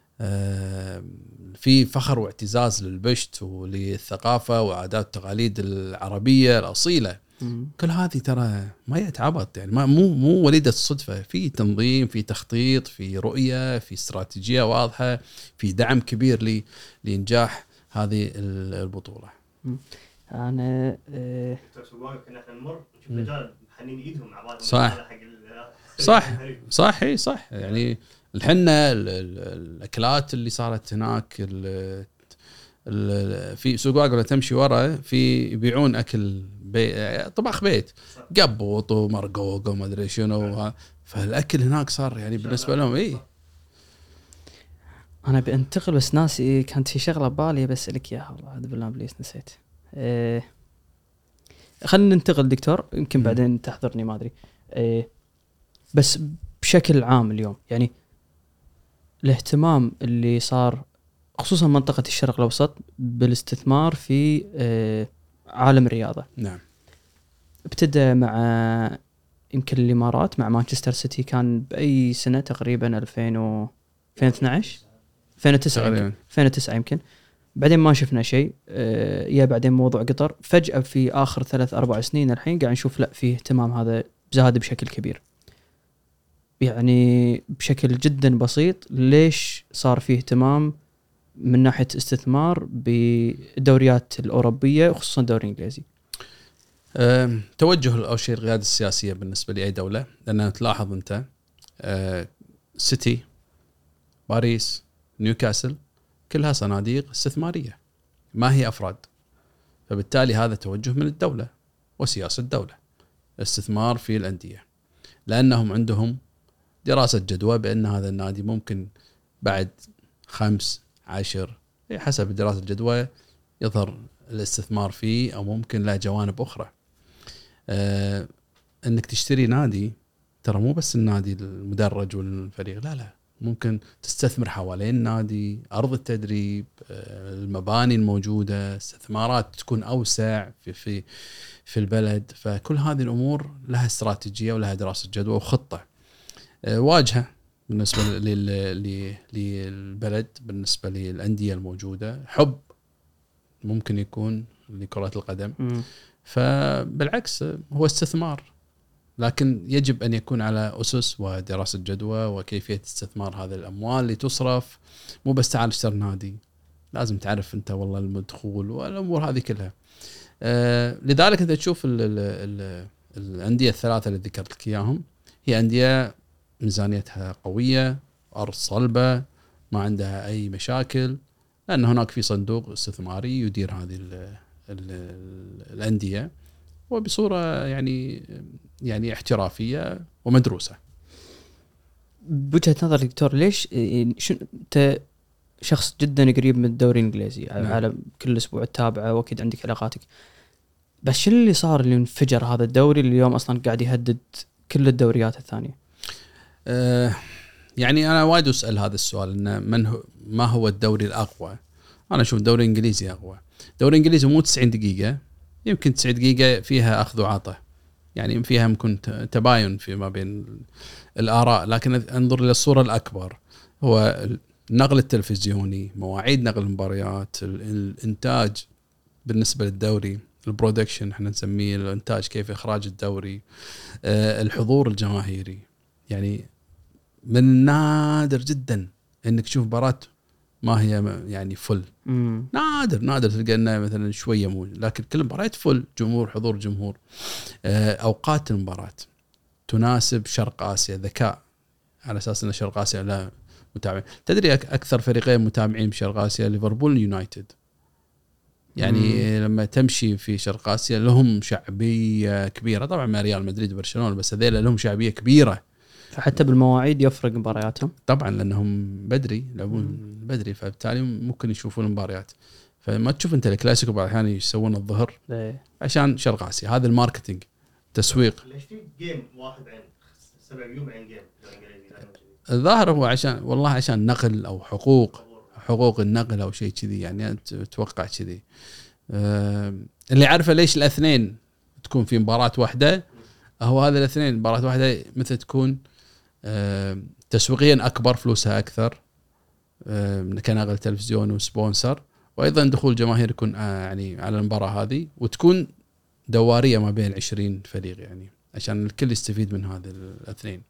في فخر واعتزاز للبشت وللثقافة وعادات التقاليد العربية الأصيلة. كل هذه ترى ما يتعبط يعني، مو وليدة الصدفة. في تنظيم، في تخطيط، في رؤية، في استراتيجية واضحة، في دعم كبير لإنجاح هذه البطولة. أنا كنا احنا نمر نشوف رجال محنين ايدهم مع بعض. صح يعني الحنة الأكلات اللي صارت هناك. في سوق واقع تمشي ورا في يبيعون أكل طباخ بيت، قبوط ومرقوق وما أدري شنو. فالأكل هناك صار يعني بالنسبة لهم أنا بنتقل بس ناسي، كانت في شغلة بالي بسألك إياها والله هذا بالله بليس نسيت. خلينا ننتقل دكتور، يمكن بعدين تحضرني ما أدري. بس بشكل عام اليوم يعني الاهتمام اللي صار خصوصا منطقة الشرق الأوسط بالاستثمار في عالم الرياضة. نعم. ابتدى مع يمكن الإمارات مع مانشستر سيتي، كان بأي سنة تقريبا 2012 2009 يمكن. بعدين ما شفنا شيء. يا بعدين موضوع قطر فجأة في آخر 3-4 سنين الحين قاعد نشوف لا فيه اهتمام، هذا زاد بشكل كبير يعني بشكل جدا بسيط. ليش صار فيه اهتمام من ناحية استثمار بالدوريات الأوروبية وخصوصا الدوري الإنجليزي؟ توجه أو شيء القيادة السياسية بالنسبة لأي دولة، لأن تلاحظ أنت سيتي، باريس، نيوكاسل كلها صناديق استثمارية ما هي أفراد، فبالتالي هذا توجه من الدولة وسياسة الدولة الاستثمار في الأندية، لأنهم عندهم دراسة جدوى بأن هذا النادي ممكن بعد 5-10 حسب دراسة الجدوى يظهر الاستثمار فيه أو ممكن له جوانب أخرى. أنك تشتري نادي ترى مو بس النادي المدرج والفريق، لا ممكن تستثمر حوالين النادي، أرض التدريب، المباني الموجودة، استثمارات تكون أوسع في البلد. فكل هذه الأمور لها استراتيجية ولها دراسة جدوى وخطة واجهة بالنسبة للبلد، بالنسبة للأندية الموجودة، حب ممكن يكون لكرة القدم. فبالعكس هو استثمار، لكن يجب أن يكون على أسس ودراسة جدوى وكيفية استثمار هذه الأموال اللي تصرف. مو بس تعال اشتري نادي، لازم تعرف أنت والله المدخول والأمور هذه كلها. لذلك أنت تشوف الأندية الثلاثة اللي ذكرت لك إياهم هي أندية ميزانيتها قوية، أرض صلبة، ما عندها أي مشاكل، لأن هناك في صندوق استثماري يدير هذه الأندية وبصورة يعني احترافية ومدروسة. بوجهة نظر دكتور، ليش أنت شخص جدا قريب من الدوري الإنجليزي على كل أسبوع تتابعه وأكيد عندك علاقاتك، بس شو اللي صار اللي انفجر هذا الدوري اللي اليوم أصلا قاعد يهدد كل الدوريات الثانية؟ يعني أنا وايد أسأل هذا السؤال، إن ما هو الدوري الأقوى؟ أنا أشوف الدوري الإنجليزي أقوى. الدوري الإنجليزي مو 90 دقيقة، يمكن 90 دقيقة فيها أخذ وعطاء، يعني فيها ممكن تباين فيما بين الآراء، لكن انظر للصورة الأكبر، هو النقل التلفزيوني، مواعيد نقل المباريات، الإنتاج بالنسبة للدوري، البرودكشن احنا نسميه الإنتاج، كيف إخراج الدوري، الحضور الجماهيري. يعني من النادر جدا انك تشوف مباراة ما هي يعني فل، نادر تلقى انه مثلا شويه مو، لكن كل مباراة فل، جمهور، حضور جمهور. اوقات المباراة تناسب شرق اسيا، ذكاء على اساس ان شرق اسيا لا متابعين. تدري اكثر فريقين متابعين بشرق اسيا ليفربول يونايتد، يعني لما تمشي في شرق اسيا لهم شعبيه كبيره، طبعا مع ريال مدريد وبرشلونه، بس هذول لهم شعبيه كبيره، فحتى بالمواعيد يفرق مبارياتهم طبعا لانهم بدري يلعبون بدري، فبالتالي ممكن يشوفون المباريات. فما تشوف انت الكلاسيكو بعض الاحيان يسوون الظهر عشان شرق اسيا، هذا الماركتينج تسويق. ليش في جيم واحد عين 7 يوم عين جيم الظاهر هو عشان نقل او حقوق النقل او شيء كذي، يعني اتوقع كذي. اللي عارفه ليش الاثنين تكون في مباراة واحدة، هو هذا الاثنين مباراة واحدة مثل تكون تسويقيا أكبر، فلوسها أكثر كنقل تلفزيون وسبونسر، وأيضا دخول جماهير يكون يعني على المباراة هذه، وتكون دوارية ما بين 20 فريق، يعني عشان الكل يستفيد من هذه الاثنين.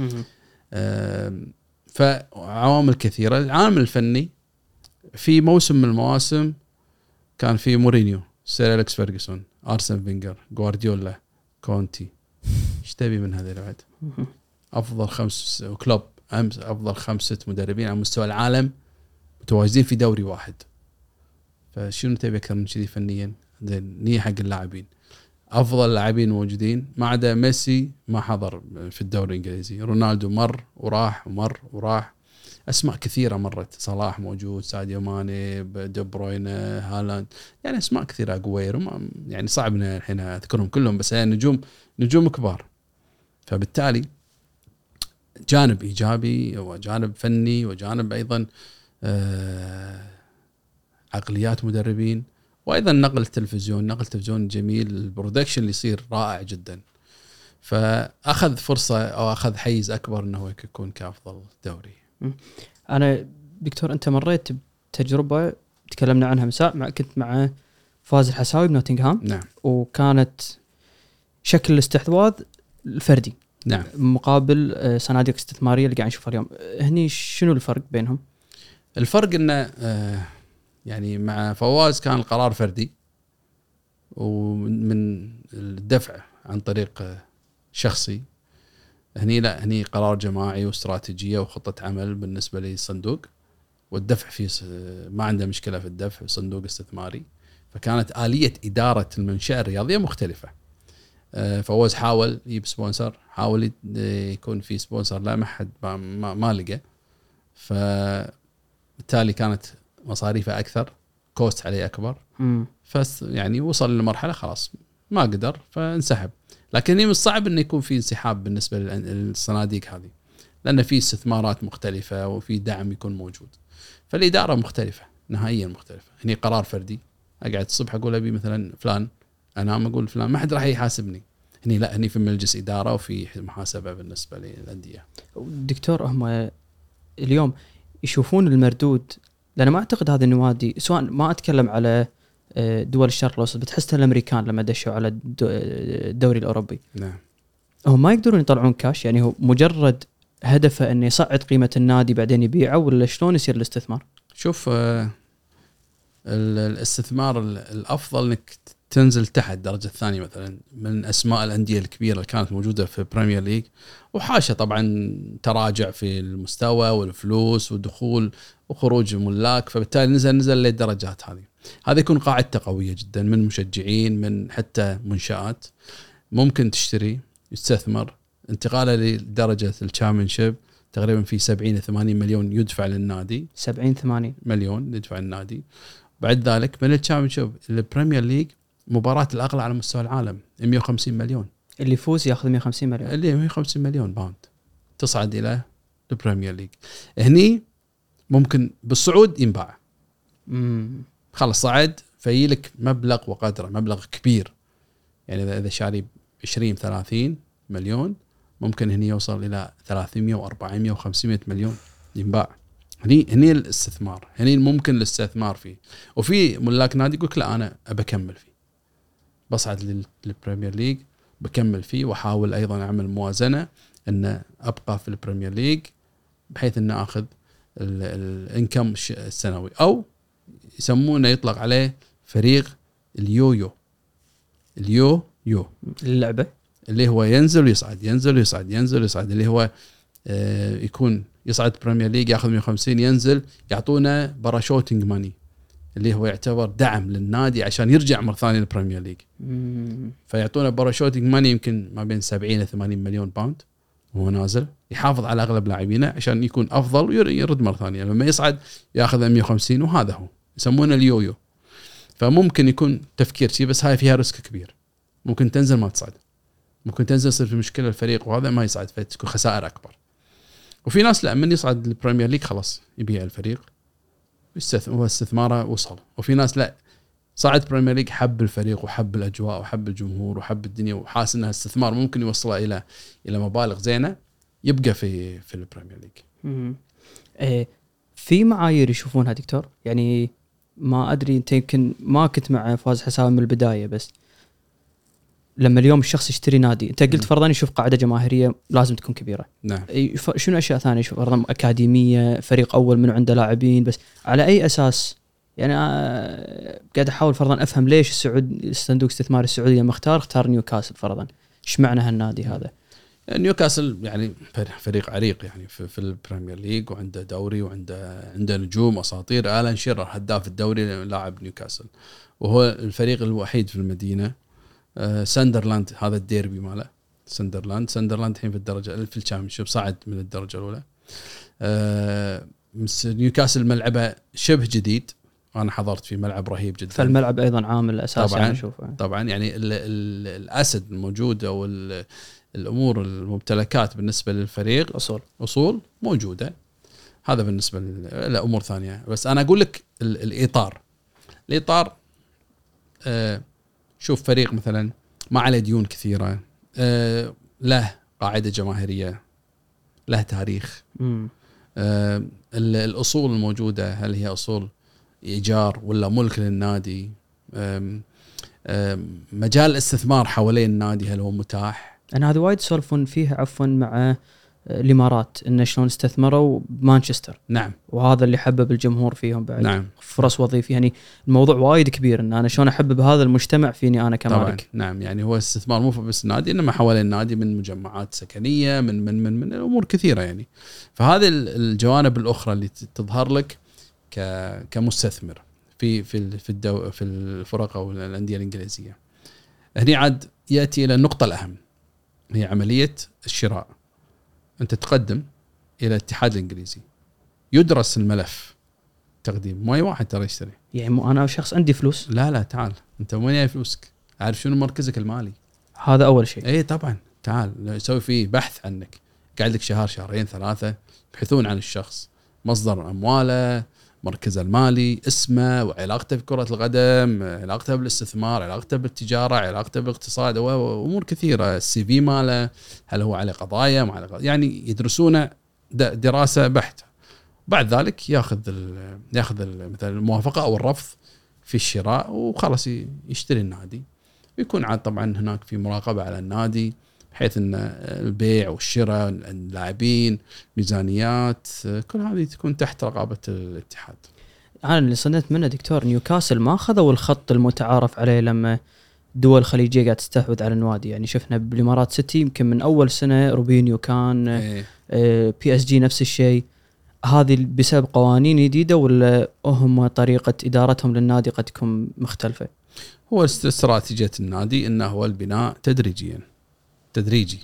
فعوامل كثيرة. العامل الفني، في موسم من المواسم كان في مورينيو، سير أليكس فيرغسون، أرسن فينجر، غوارديولا، كونتي، ايش تبي من هذه العد؟ افضل 5 كلوب، افضل 5 مدربين على مستوى العالم متواجدين في دوري واحد. فشنو تبي اكثر من كذي فنيا؟ نية حق اللاعبين، افضل لاعبين موجودين، ما عدا ميسي ما حضر في الدوري الانجليزي، رونالدو مر وراح، اسماء كثيره مرت، صلاح موجود، ساديو ماني، دي بروين، هالاند، يعني اسماء كثيره، اغويرو، يعني صعب الحين اذكرهم كلهم، بس يعني نجوم كبار. فبالتالي جانب ايجابي وجانب فني وجانب ايضا عقليات مدربين، وايضا نقل التلفزيون جميل، البرودكشن اللي يصير رائع جدا. فاخذ فرصه او اخذ حيز اكبر انه يكون كافضل دوري. انا دكتور انت مريت بتجربه تكلمنا عنها مساء كنت مع فواز الحساوي بنوتنغهام. نعم. وكانت شكل الاستحواذ الفردي. نعم. مقابل صناديق استثماريه اللي قاعد نشوفها اليوم. هني شنو الفرق بينهم؟ الفرق انه يعني مع فواز كان القرار فردي، ومن الدفع عن طريق شخصي. هني لا، هني قرار جماعي واستراتيجيه وخطه عمل بالنسبه للصندوق، والدفع فيه ما عنده مشكله في الدفع، صندوق استثماري. فكانت آلية إدارة المنشأة الرياضية مختلفة. فواز حاول يجيب سبونسر، حاول يكون في سبونسر، لا ما حد ما لقى، فبالتالي كانت مصاريفه أكثر، كوست عليه أكبر. يعني وصل لمرحلة خلاص ما قدر فانسحب. لكن هي من الصعب أنه يكون في انسحاب بالنسبة للصناديق هذه، لأن في استثمارات مختلفة وفي دعم يكون موجود، فالإدارة مختلفة نهائيا مختلفة. هني قرار فردي، أقعد الصبح أقول أبي مثلا فلان، أنا أقول فلان، ما حد راح يحاسبني. هني لا، هني في مجلس إدارة وفي محاسبة بالنسبة للأندية. دكتور هم اليوم يشوفون المردود، لأن ما أعتقد هذه النوادي، سواء ما أتكلم على دول الشرق الأوسط، بتحسها الأمريكان لما دشوا على الدوري الأوروبي. نعم. هم ما يقدرون يطلعون كاش، يعني هو مجرد هدفه أن يصعد قيمة النادي بعدين يبيعه، ولا شلون يصير الاستثمار؟ شوف الاستثمار الأفضل أنك تنزل تحت درجة الثانية مثلا من أسماء الأندية الكبيرة اللي كانت موجودة في بريمير ليج، وحاشة طبعا تراجع في المستوى والفلوس ودخول وخروج ملاك، فبالتالي نزل للدرجات هذه. هذا يكون قاعدة قوية جدا من مشجعين، من حتى منشآت ممكن تشتري، يستثمر. انتقاله لدرجة الشامبيونشيب تقريبا في 70-80 مليون يدفع للنادي، 70-80 مليون يدفع النادي. بعد ذلك من الشامبيونشيب البريمير ليج مباراة الأغلى على مستوى العالم 150 مليون، اللي يفوز ياخذ 150 مليون، اللي 150 مليون باوند تصعد إلى البريمير ليج. هني ممكن بالصعود ينباع، خلص صعد فيلك مبلغ وقدره، مبلغ كبير. يعني إذا شاري 20-30 مليون ممكن هني يوصل إلى 300 و400 و500 مليون ينباع. هني الاستثمار، هني ممكن الاستثمار فيه. وفي ملاك نادي يقولك لا أنا أبكمل فيه، بصعد للبريمير ليج بكمل فيه، وحاول أيضا أعمل موازنة أن أبقى في البريمير ليج بحيث أن أخذ الانكم السنوي، أو يسمونه يطلق عليه فريق اليويو اللعبة اللي هو ينزل ويصعد، ينزل ويصعد، ينزل ويصعد، اللي هو يكون يصعد بريمير ليج ياخذ 150، ينزل يعطونا باراشوتنج ماني اللي هو يعتبر دعم للنادي عشان يرجع مرة ثانية للبريمير ليج. فيعطونا باراشوتنج ماني يمكن ما بين 70-80 مليون باوند، وهو نازل يحافظ على أغلب لاعبينه عشان يكون أفضل ويرد مرة ثانية. لما يصعد ياخذ 150، وهذا هو يسمونه اليويو. فممكن يكون تفكير شيء، بس هاي فيها ريسك كبير، ممكن تنزل ما تصعد، ممكن تنزل يصير في مشكلة الفريق وهذا ما يصعد، فتكون خسائر أكبر. وفي ناس لا، من يصعد البريمير ليج خلاص يبيع الفريق واستثماره وصل. وفي ناس لا، صعد بريمير ليج حب الفريق وحب الأجواء وحب الجمهور وحب الدنيا، وحاس أنها استثمار ممكن يوصله إلى مبالغ زينة، يبقى في البريمير ليج. في معايير يشوفونها دكتور، يعني ما أدري أنت يمكن ما كنت مع فواز حساوي من البداية، بس لما اليوم الشخص يشتري نادي، أنت قلت فرضاً يشوف قاعدة جماهيرية لازم تكون كبيرة. نعم. شنو أشياء ثانية يشوف؟ فرضاً أكاديمية، فريق أول منه عنده لاعبين، بس على أي أساس؟ يعني قاعد أحاول فرضاً أفهم ليش الصندوق الاستثماري السعودي لما اختار نيوكاسل فرضاً، إيش معنى هالنادي هذا؟ نيوكاسل يعني فريق عريق يعني في البريمير ليج، وعنده دوري وعنده نجوم أساطير. آلان شيرر هداف الدوري لاعب نيوكاسل، وهو الفريق الوحيد في المدينة. ساندرلاند هذا الديربي ماله، ساندرلاند الحين في الدرجة في الشامبيونشيب، صعد من الدرجة الأولى. نيوكاسل ملعبه شبه جديد، أنا حضرت في ملعب رهيب جدا، فالملعب أيضا عامل أساسي طبعا أنا أشوفه. طبعا يعني الأسد الموجود أو الامور الممتلكات بالنسبه للفريق اصول موجوده. هذا بالنسبه لامور ثانيه. بس انا اقول لك الاطار شوف فريق مثلا ما عليه ديون كثيره، له قاعده جماهيريه، له تاريخ، الاصول الموجوده هل هي اصول ايجار ولا ملك للنادي، مجال الاستثمار حوالين النادي هل هو متاح. انا هذا وايد سولفون فيها عفوا مع الامارات انه شلون استثمروا بمانشستر. نعم. وهذا اللي حبب الجمهور فيهم بعد. نعم. فرص وظيفيه، يعني الموضوع وايد كبير ان انا شلون احبب هذا المجتمع فيني انا كمالك. طبعا. نعم. يعني هو استثمار مو بس النادي انما حوالين النادي من مجمعات سكنيه من امور كثيره يعني. فهذه الجوانب الاخرى اللي تظهر لك كمستثمر في الفرق او الانديه الانجليزيه. هني عاد ياتي الى النقطه الاهم، هي عمليه الشراء. انت تقدم الى الاتحاد الانجليزي، يدرس الملف تقديم، ما اي واحد ترى يشتري. يعني مو انا شخص عندي فلوس، لا تعال انت وين جاي فلوسك، عارف شنو مركزك المالي، هذا اول شيء. اي طبعا تعال يسوي فيه بحث عنك، قاعد لك شهر شهرين ثلاثه يبحثون عن الشخص، مصدر امواله، مركزه المالي، اسمه، وعلاقته بكرة القدم، علاقته بالاستثمار، علاقته بالتجارة، علاقته بالاقتصاد، وأمور كثيرة، السي في ماله، هل هو عليه قضايا ما عليه قضايا، يعني يدرسونه دراسة بحتة. بعد ذلك ياخذ مثلا الموافقة أو الرفض في الشراء، وخلاص يشتري النادي. ويكون عاد طبعا هناك في مراقبة على النادي بحيث ان البيع والشراء، اللاعبين، ميزانيات، كل هذه تكون تحت رقابة الاتحاد. أنا اللي صدمت منه دكتور، نيوكاسل ما أخذوا الخط المتعارف عليه لما دول الخليجية قاعد تستحوذ على النوادي. يعني شفنا بالإمارات سيتي يمكن من أول سنة، روبينيو كان بي اس جي نفس الشيء. هذه بسبب قوانين جديدة ولا هم طريقة إدارتهم للنادي قد تكون مختلفة؟ هو استراتيجية النادي إنه هو البناء تدريجي.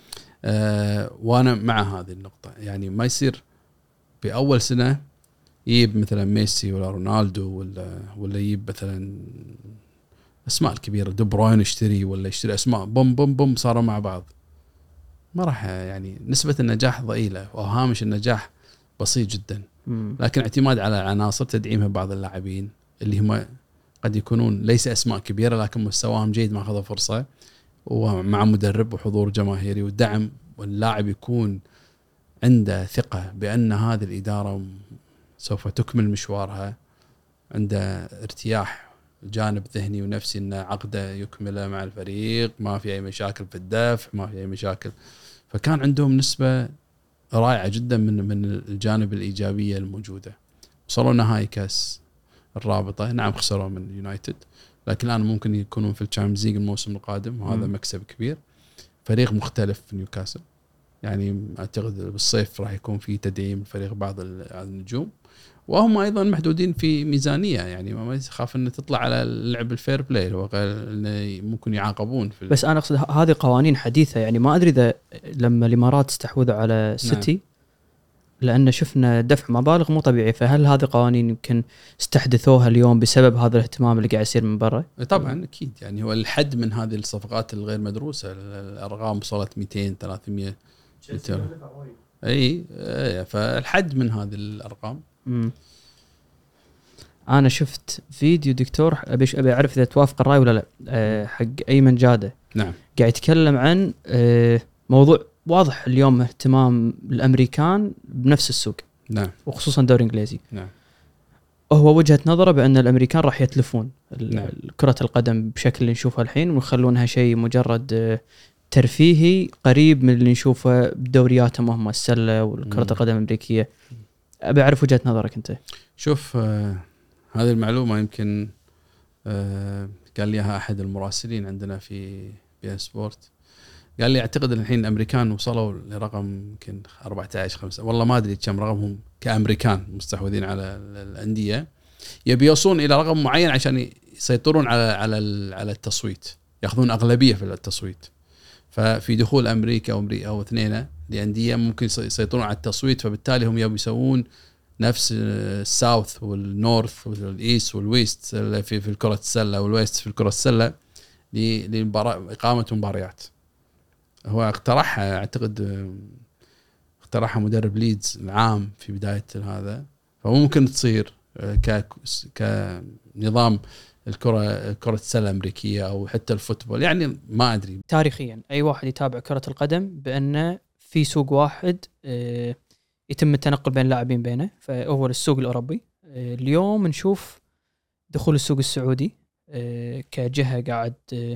وانا مع هذه النقطه، يعني ما يصير باول سنه يجيب مثلا ميسي ولا رونالدو ولا يجيب مثلا اسماء الكبيره، دي بروين يشتري ولا يشتري اسماء بوم صاروا مع بعض، ما راح يعني نسبه النجاح ضئيله وهامش النجاح بسيط جدا. لكن اعتماد على عناصر تدعيمها بعض اللاعبين اللي هم قد يكونون ليس اسماء كبيره لكن مستواهم جيد ما اخذوا فرصه، ومع مدرب وحضور جماهيري ودعم، واللاعب يكون عنده ثقة بأن هذه الإدارة سوف تكمل مشوارها، عنده ارتياح جانب ذهني ونفسي أن عقده يكمله مع الفريق، ما في أي مشاكل في الدفع، ما في أي مشاكل. فكان عندهم نسبة رائعة جدا من الجانب الإيجابية الموجودة. وصلوا نهائي كاس الرابطة، نعم خسروا من يونايتد، لكن الآن ممكن يكونون في الشامبيونز ليج الموسم القادم، وهذا مكسب كبير. فريق مختلف في نيوكاسل، يعني أعتقد بالصيف راح يكون في تدعيم فريق بعض النجوم، وهم أيضا محدودين في ميزانية، يعني ما يخاف أن تطلع على اللعب الفير بلاي، ممكن يعاقبون في بس أنا أقصد هذه قوانين حديثة، يعني ما أدري إذا لما الإمارات استحوذوا على سيتي، نعم. لأن شفنا دفع مبالغ مو طبيعي، فهل هذه قوانين يمكن استحدثوها اليوم بسبب هذا الاهتمام اللي قاعد يصير من برا؟ طبعا أكيد، يعني هو الحد من هذه الصفقات الغير مدروسة، الأرقام وصلت 200 300 أي فالحد من هذه الأرقام. أنا شفت فيديو دكتور أبي أعرف إذا توافق الرأي ولا لا، حق أيمن جادة، نعم، قاعد يتكلم عن موضوع واضح اليوم اهتمام الأمريكان بنفس السوق، نعم، وخصوصا دوري إنجليزي. نعم. هو وجهة نظره بأن الأمريكان راح يتلفون نعم. كرة القدم بشكل اللي نشوفها الحين، ويخلونها شيء مجرد ترفيهي قريب من اللي نشوفه بدورياتهم هم السلة والكرة القدم الأمريكية. أبي أعرف وجهة نظرك أنت. شوف، هذه المعلومة يمكن قال لي أحد المراسلين عندنا في بي ان سبورت، قال لي اعتقد الحين الامريكان وصلوا لرقم يمكن 14-5، والله ما ادري كم رقمهم كامريكان مستحوذين على الانديه، يبي يوصلون الى رقم معين عشان يسيطرون على التصويت، ياخذون اغلبيه في التصويت. ففي دخول امريكا او اثنين لانديه ممكن يسيطرون على التصويت، فبالتالي هم يبي يسوون نفس الساوث والنورث والايست والويست في الكره السله، والويست في الكره السله، لإقامة مباريات. هو اقترحها اعتقد، اقترحها مدرب ليدز العام في بدايه هذا، فممكن تصير كنظام كرة السلة الأمريكية أو حتى الفوتبول، يعني ما أدري. تاريخيا أي واحد يتابع كرة القدم بأن في سوق واحد يتم التنقل بين اللاعبين بينه، فهو السوق الأوروبي. اليوم نشوف دخول السوق السعودي كجهة قاعد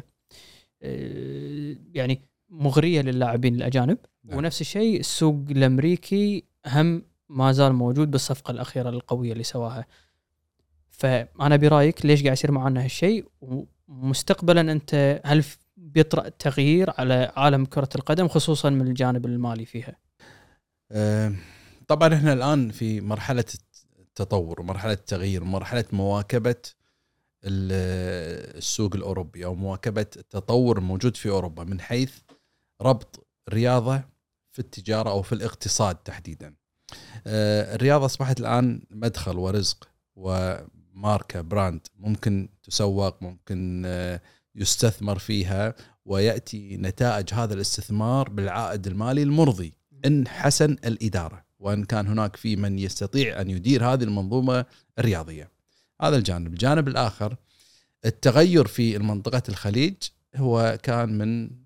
يعني مغرية للاعبين الأجانب. نعم. ونفس الشيء السوق الأمريكي هم ما زال موجود بالصفقة الأخيرة القوية اللي سواها. فأنا برأيك ليش قاعد يصير معنا هالشيء، ومستقبلا أنت هل بيطرأ تغيير على عالم كرة القدم خصوصا من الجانب المالي فيها؟ طبعا احنا الآن في مرحلة التطور ومرحلة التغيير ومرحلة مواكبة السوق الأوروبي أو مواكبة التطور الموجود في أوروبا من حيث ربط الرياضة في التجارة أو في الاقتصاد تحديدا. الرياضة أصبحت الآن مدخل ورزق وماركة براند ممكن تسوق، ممكن يستثمر فيها ويأتي نتائج هذا الاستثمار بالعائد المالي المرضي إن حسن الإدارة، وإن كان هناك في من يستطيع أن يدير هذه المنظومة الرياضية. هذا الجانب الآخر التغير في منطقة الخليج هو كان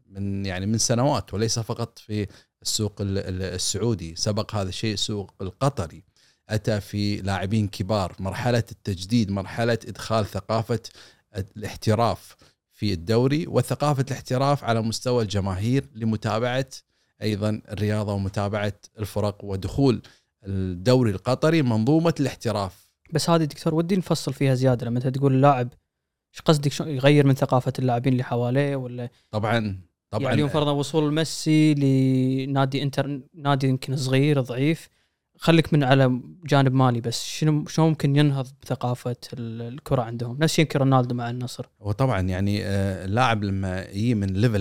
من سنوات، وليس فقط في السوق السعودي، سبق هذا الشيء السوق القطري، أتى في لاعبين كبار، مرحلة التجديد، مرحلة إدخال ثقافة الاحتراف في الدوري وثقافة الاحتراف على مستوى الجماهير لمتابعة أيضا الرياضة ومتابعة الفرق، ودخول الدوري القطري منظومة الاحتراف. بس هذه دكتور ودي نفصل فيها زيادة. لما تقول اللاعب ايش قصدك؟ يغير من ثقافة اللاعبين اللي حواليه ولا؟ طبعا يعني اليوم فرضا وصول ميسي لنادي نادي يمكن صغير ضعيف، خليك من على جانب مالي، بس شنو ممكن ينهض بثقافة الكرة عندهم؟ نفس الشيء رونالدو مع النصر. وطبعا يعني اللاعب لما يجي من ليفل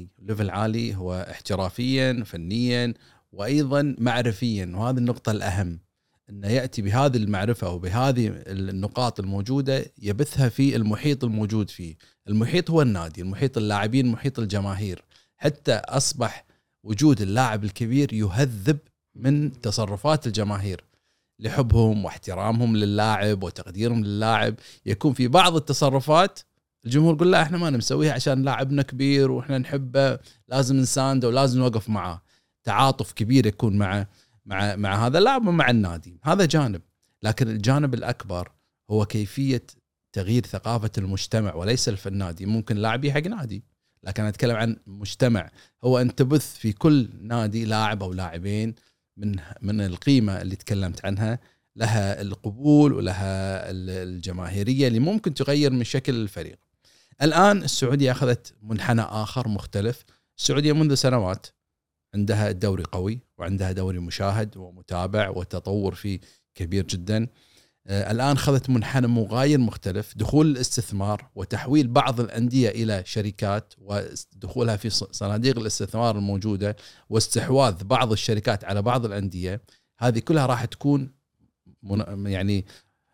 عالي هو احترافيا فنيا وأيضا معرفيا، وهذه النقطة الأهم، أنه يأتي بهذه المعرفة وبهذه النقاط الموجودة يبثها في المحيط الموجود فيه. المحيط هو النادي، المحيط اللاعبين، محيط الجماهير، حتى أصبح وجود اللاعب الكبير يهذب من تصرفات الجماهير لحبهم واحترامهم للاعب وتقديرهم للاعب. يكون في بعض التصرفات الجمهور يقول لا احنا ما نسويها عشان لاعبنا كبير واحنا نحبه، لازم نسانده ولازم نوقف معه. تعاطف كبير يكون مع هذا اللاعب ومع النادي، هذا جانب. لكن الجانب الأكبر هو كيفية تغيير ثقافة المجتمع، وليس في النادي. ممكن لاعبي حق نادي، لكن أنا أتكلم عن مجتمع، هو أن تبث في كل نادي لاعب أو لاعبين من القيمة اللي تكلمت عنها، لها القبول ولها الجماهيرية اللي ممكن تغير من شكل الفريق. الآن السعودية أخذت منحنى آخر مختلف. السعودية منذ سنوات عندها دوري قوي وعندها دوري مشاهد ومتابع وتطور فيه كبير جدا. الآن خذت منحنى مغاير مختلف، دخول الاستثمار وتحويل بعض الأندية إلى شركات ودخولها في صناديق الاستثمار الموجودة واستحواذ بعض الشركات على بعض الأندية. هذه كلها راح تكون يعني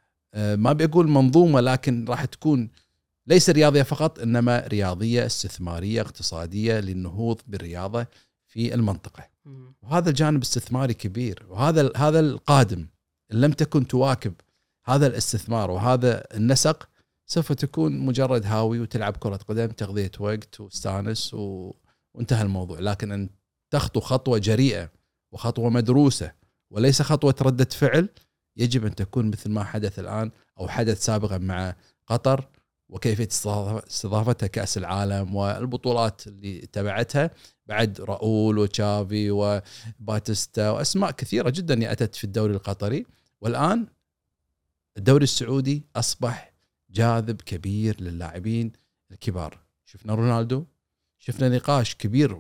ما بيقول منظومة، لكن راح تكون ليس رياضية فقط، إنما رياضية استثمارية اقتصادية للنهوض بالرياضة في المنطقة. وهذا الجانب استثماري كبير، وهذا القادم إن لم تكن تواكب هذا الاستثمار وهذا النسق سوف تكون مجرد هاوي وتلعب كرة قدم تقضية وقت واستانس وانتهى الموضوع. لكن أن تخطو خطوة جريئة وخطوة مدروسة وليس خطوة ردة فعل، يجب أن تكون مثل ما حدث الآن أو حدث سابقا مع قطر وكيفية استضافتها كأس العالم والبطولات اللي تبعتها بعد راؤول وتشافي وباتيستا وأسماء كثيرة جدا أتت في الدوري القطري. والآن الدوري السعودي أصبح جاذب كبير للاعبين الكبار. شفنا رونالدو، شفنا نقاش كبير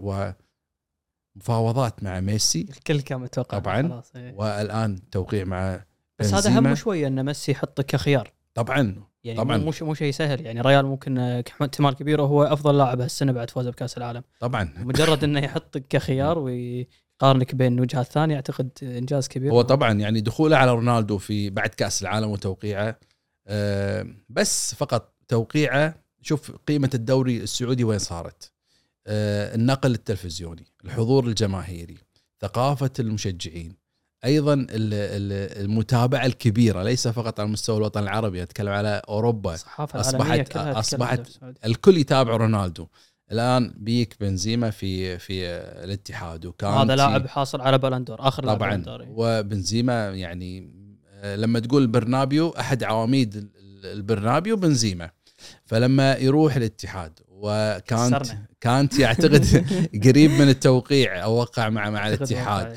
ومفاوضات مع ميسي، الكل كان متوقع طبعا، والآن توقيع مع بس هذا هم شوية أن ميسي يحطه كخيار. طبعا يعني طبعاً مو شيء سهل. يعني ريال ممكن احتمال كبير وهو أفضل لاعب هالسنة بعد فوزه بكأس العالم. طبعا مجرد أنه يحطك كخيار ويقارنك بين وجهات ثانية أعتقد إنجاز كبير. هو طبعا يعني دخوله على رونالدو في بعد كأس العالم وتوقيعه، بس فقط توقيعه، شوف قيمة الدوري السعودي وين صارت. النقل التلفزيوني، الحضور الجماهيري، ثقافة المشجعين، أيضا المتابعة الكبيرة ليس فقط على مستوى الوطن العربي، أتكلم على أوروبا. أصبحت الكل يتابع رونالدو. الآن بيك بنزيما في الاتحاد، وكان هذا لاعب حاصل على بلندور آخر لاعب طبعا بلندور. وبنزيما يعني لما تقول برنابيو أحد عواميد البرنابيو بنزيما، فلما يروح الاتحاد وكانت يعتقد قريب من التوقيع أو وقع مع الاتحاد.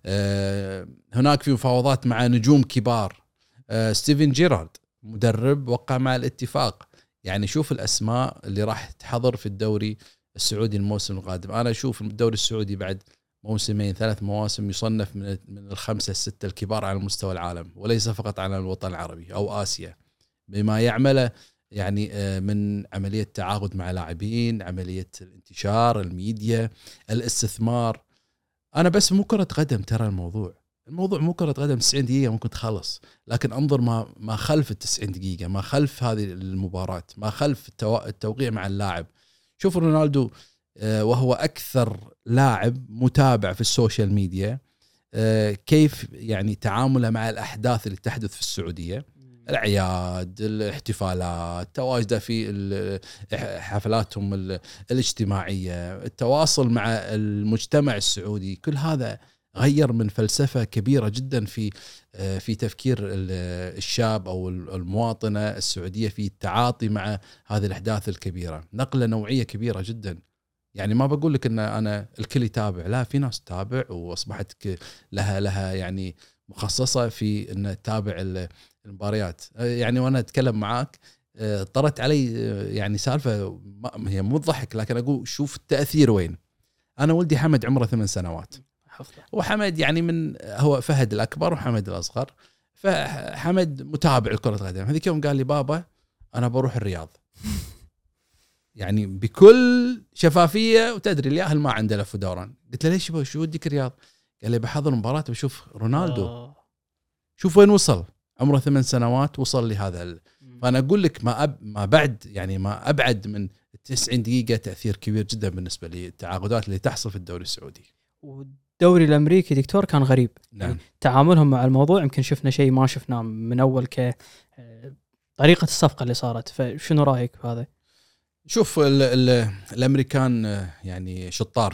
هناك في مفاوضات مع نجوم كبار. ستيفن جيرارد مدرب وقع مع الاتفاق. يعني شوف الأسماء اللي راح تحضر في الدوري السعودي الموسم القادم. أنا أشوف الدوري السعودي بعد موسمين 3 مواسم يصنف من 5-6 الكبار على مستوى العالم، وليس فقط على الوطن العربي أو آسيا، بما يعمله يعني من عملية تعاقد مع لاعبين، عملية الانتشار، الميديا، الاستثمار. أنا بس مو كرة قدم، ترى الموضوع مو كرة قدم 90 دقيقة ممكن تخلص، لكن انظر ما خلف 90 دقيقة، ما خلف هذه المباراة، ما خلف التوقيع مع اللاعب. شوف رونالدو وهو أكثر لاعب متابع في السوشيال ميديا، كيف يعني تعامله مع الأحداث اللي تحدث في السعودية، الأعياد، الاحتفالات، تواجده في حفلاتهم الاجتماعية، التواصل مع المجتمع السعودي. كل هذا غير من فلسفة كبيرة جدا في تفكير الشاب أو المواطنة السعودية في التعاطي مع هذه الأحداث الكبيرة. نقلة نوعية كبيرة جدا. يعني ما بقول لك إن أنا الكل يتابع، لا، في ناس تتابع وأصبحت لها يعني مخصصة في إن تتابع المباريات. يعني وأنا أتكلم معاك طرت علي يعني سالفة هي مو ضحك، لكن أقول شوف التأثير وين. أنا ولدي حمد عمره 8 سنوات، وحمد يعني من هو فهد الأكبر وحمد الأصغر، فحمد متابع لكرة القدم. هذيك يوم قال لي بابا أنا بروح الرياض، يعني بكل شفافية، وتدري الياهل ما عنده لف ودوران. قلت له ليش شو ودك الرياض؟ قال لي بحضر مباراة بشوف رونالدو. شوف وين وصل، عمره 8 سنوات وصل لهذا فأنا أقول لك ما بعد يعني ما أبعد من 90 دقيقة تأثير كبير جدا بالنسبة للتعاقدات اللي تحصل في الدوري السعودي. والدوري الأمريكي دكتور كان غريب. نعم. يعني تعاملهم مع الموضوع يمكن شفنا شيء ما شفناه من أول، طريقة الصفقة اللي صارت. فشنو رأيك بهذا؟ شوف الامريكان يعني شطار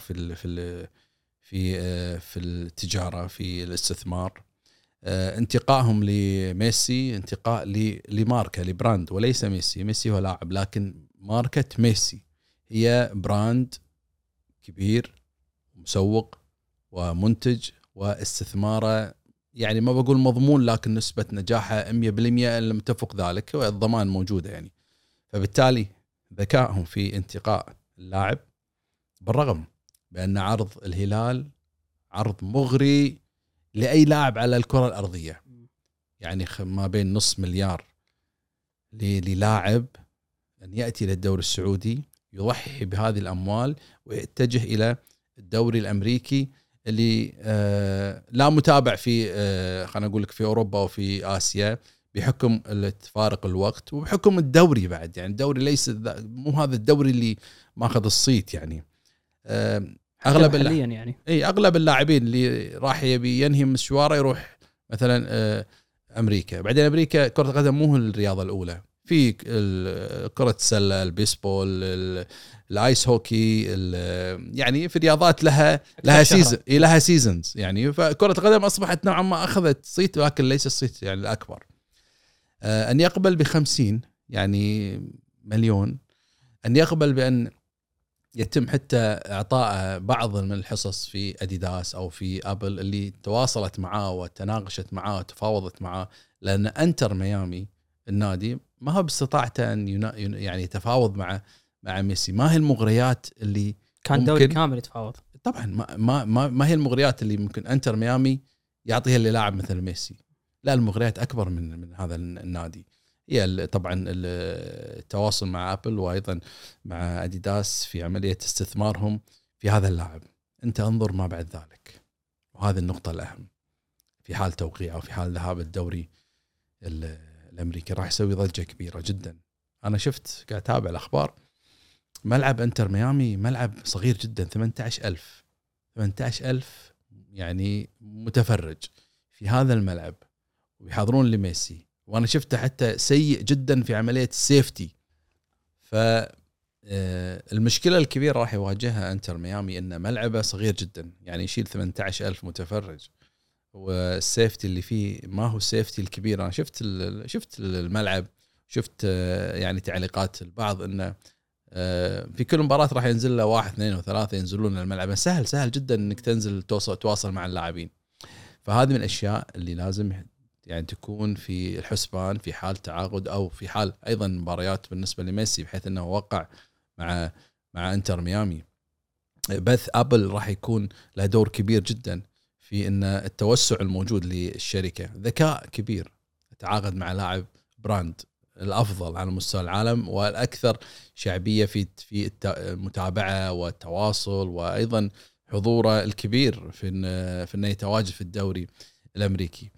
في التجاره، في الاستثمار. انتقائهم لميسي انتقاء لماركه، لبراند، وليس ميسي هو لاعب، لكن ماركه ميسي هي براند كبير، مسوق ومنتج، واستثماره يعني ما بقول مضمون، لكن نسبه نجاحه 100% ان لم تفق ذلك، والضمان موجوده يعني. فبالتالي ذكائهم في انتقاء اللاعب، بالرغم بأن عرض الهلال عرض مغري لأي لاعب على الكرة الأرضية، يعني ما بين $500,000 للاعب أن يأتي للدوري السعودي، يضحي بهذه الأموال ويتجه إلى الدوري الأمريكي اللي لا متابع في خلينا نقول لك في أوروبا وفي آسيا، بحكم فارق الوقت وبحكم الدوري بعد. يعني الدوري ليس مو هذا الدوري اللي ماخذ الصيت يعني. اغلب يعني اغلب اللاعبين اللي راح يبي ينهي مشواره يروح مثلا امريكا. بعدين امريكا كرة القدم مو الرياضة الاولى، في كرة السلة، البيسبول، الايس هوكي، يعني في رياضات لها سيزونز يعني. فكرة القدم اصبحت نوعا ما اخذت صيت، لكن ليس الصيت يعني الاكبر. أن يقبل ب50 يعني مليون، أن يقبل بأن يتم حتى إعطاء بعض من الحصص في أديداس أو في أبل اللي تواصلت معاه وتناقشت معاه وتفاوضت معاه، لأن أنتر ميامي النادي ما هو باستطاعته أن يعني يتفاوض مع ميسي. ما هي المغريات اللي كان دوري كامل يتفاوض؟ طبعا ما هي المغريات اللي ممكن أنتر ميامي يعطيها للاعب مثل ميسي. لا، المغريات أكبر من هذا النادي. هي طبعا التواصل مع أبل وأيضا مع أديداس في عملية استثمارهم في هذا اللاعب. أنت انظر ما بعد ذلك، وهذه النقطة الأهم. في حال توقيعه وفي حال ذهاب الدوري الأمريكي راح يسوي ضجة كبيرة جدا. أنا شفت قاعد أتابع الأخبار، ملعب انتر ميامي ملعب صغير جدا، 18,000 يعني متفرج في هذا الملعب ويحضرون لميسي، وانا شفته حتى سيء جدا في عمليه السيفتي. فالمشكله الكبيره راح يواجهها انتر ميامي ان ملعبه صغير جدا، يعني يشيل 18,000 متفرج، والسيفتي اللي فيه ما هو السيفتي الكبير. انا شفت الملعب، شفت يعني تعليقات البعض انه في كل مباراة راح ينزل له 1 2 و3 ينزلون الملعب. سهل جدا انك تنزل تواصل مع اللاعبين. فهذه من الاشياء اللي لازم يعني تكون في الحسبان في حال تعاقد او في حال ايضا مباريات بالنسبة لميسي، بحيث انه وقع مع انتر ميامي. بث ابل راح يكون له دور كبير جدا في ان التوسع الموجود للشركة، ذكاء كبير، تعاقد مع لاعب براند الأفضل على مستوى العالم والأكثر شعبية في المتابعة والتواصل، وأيضا حضوره الكبير في إنه يتواجد في الدوري الأمريكي.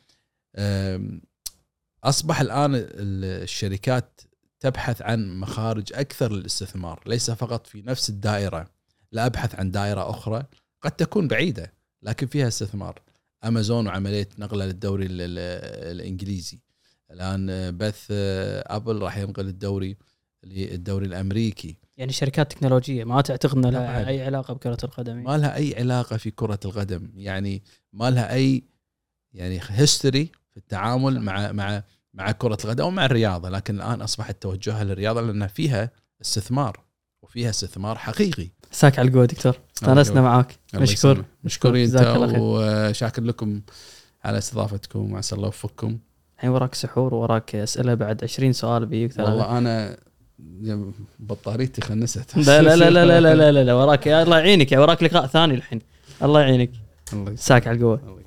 أصبح الآن الشركات تبحث عن مخارج أكثر للاستثمار، ليس فقط في نفس الدائرة، لا أبحث عن دائرة أخرى قد تكون بعيدة لكن فيها استثمار. أمازون وعملية نقلة للدوري الإنجليزي، الآن بث أبل راح ينقل الدوري للدوري الأمريكي. يعني شركات تكنولوجية ما تعتقد أن لها أي علاقة بكرة القدم؟ ما لها أي علاقة في كرة القدم، يعني ما لها أي يعني هيستوري في التعامل مع كرة القدم أو مع الرياضة، لكن الآن أصبحت توجهها للرياضة لأن فيها استثمار وفيها استثمار حقيقي. ساك على القوة دكتور، استانسنا معاك. مشكورين انت، وشاكر لكم على استضافتكم، وعسى الله يوفقكم. الحين وراك سحور وراك أسئلة بعد 20 سؤال بيك. والله أنا بطاريتي خنست. لا لا لا لا لا لا لا, لا. وراك يا الله يعينك، يا وراك لقاء ثاني الحين. الله يعينك. ساك على القوة.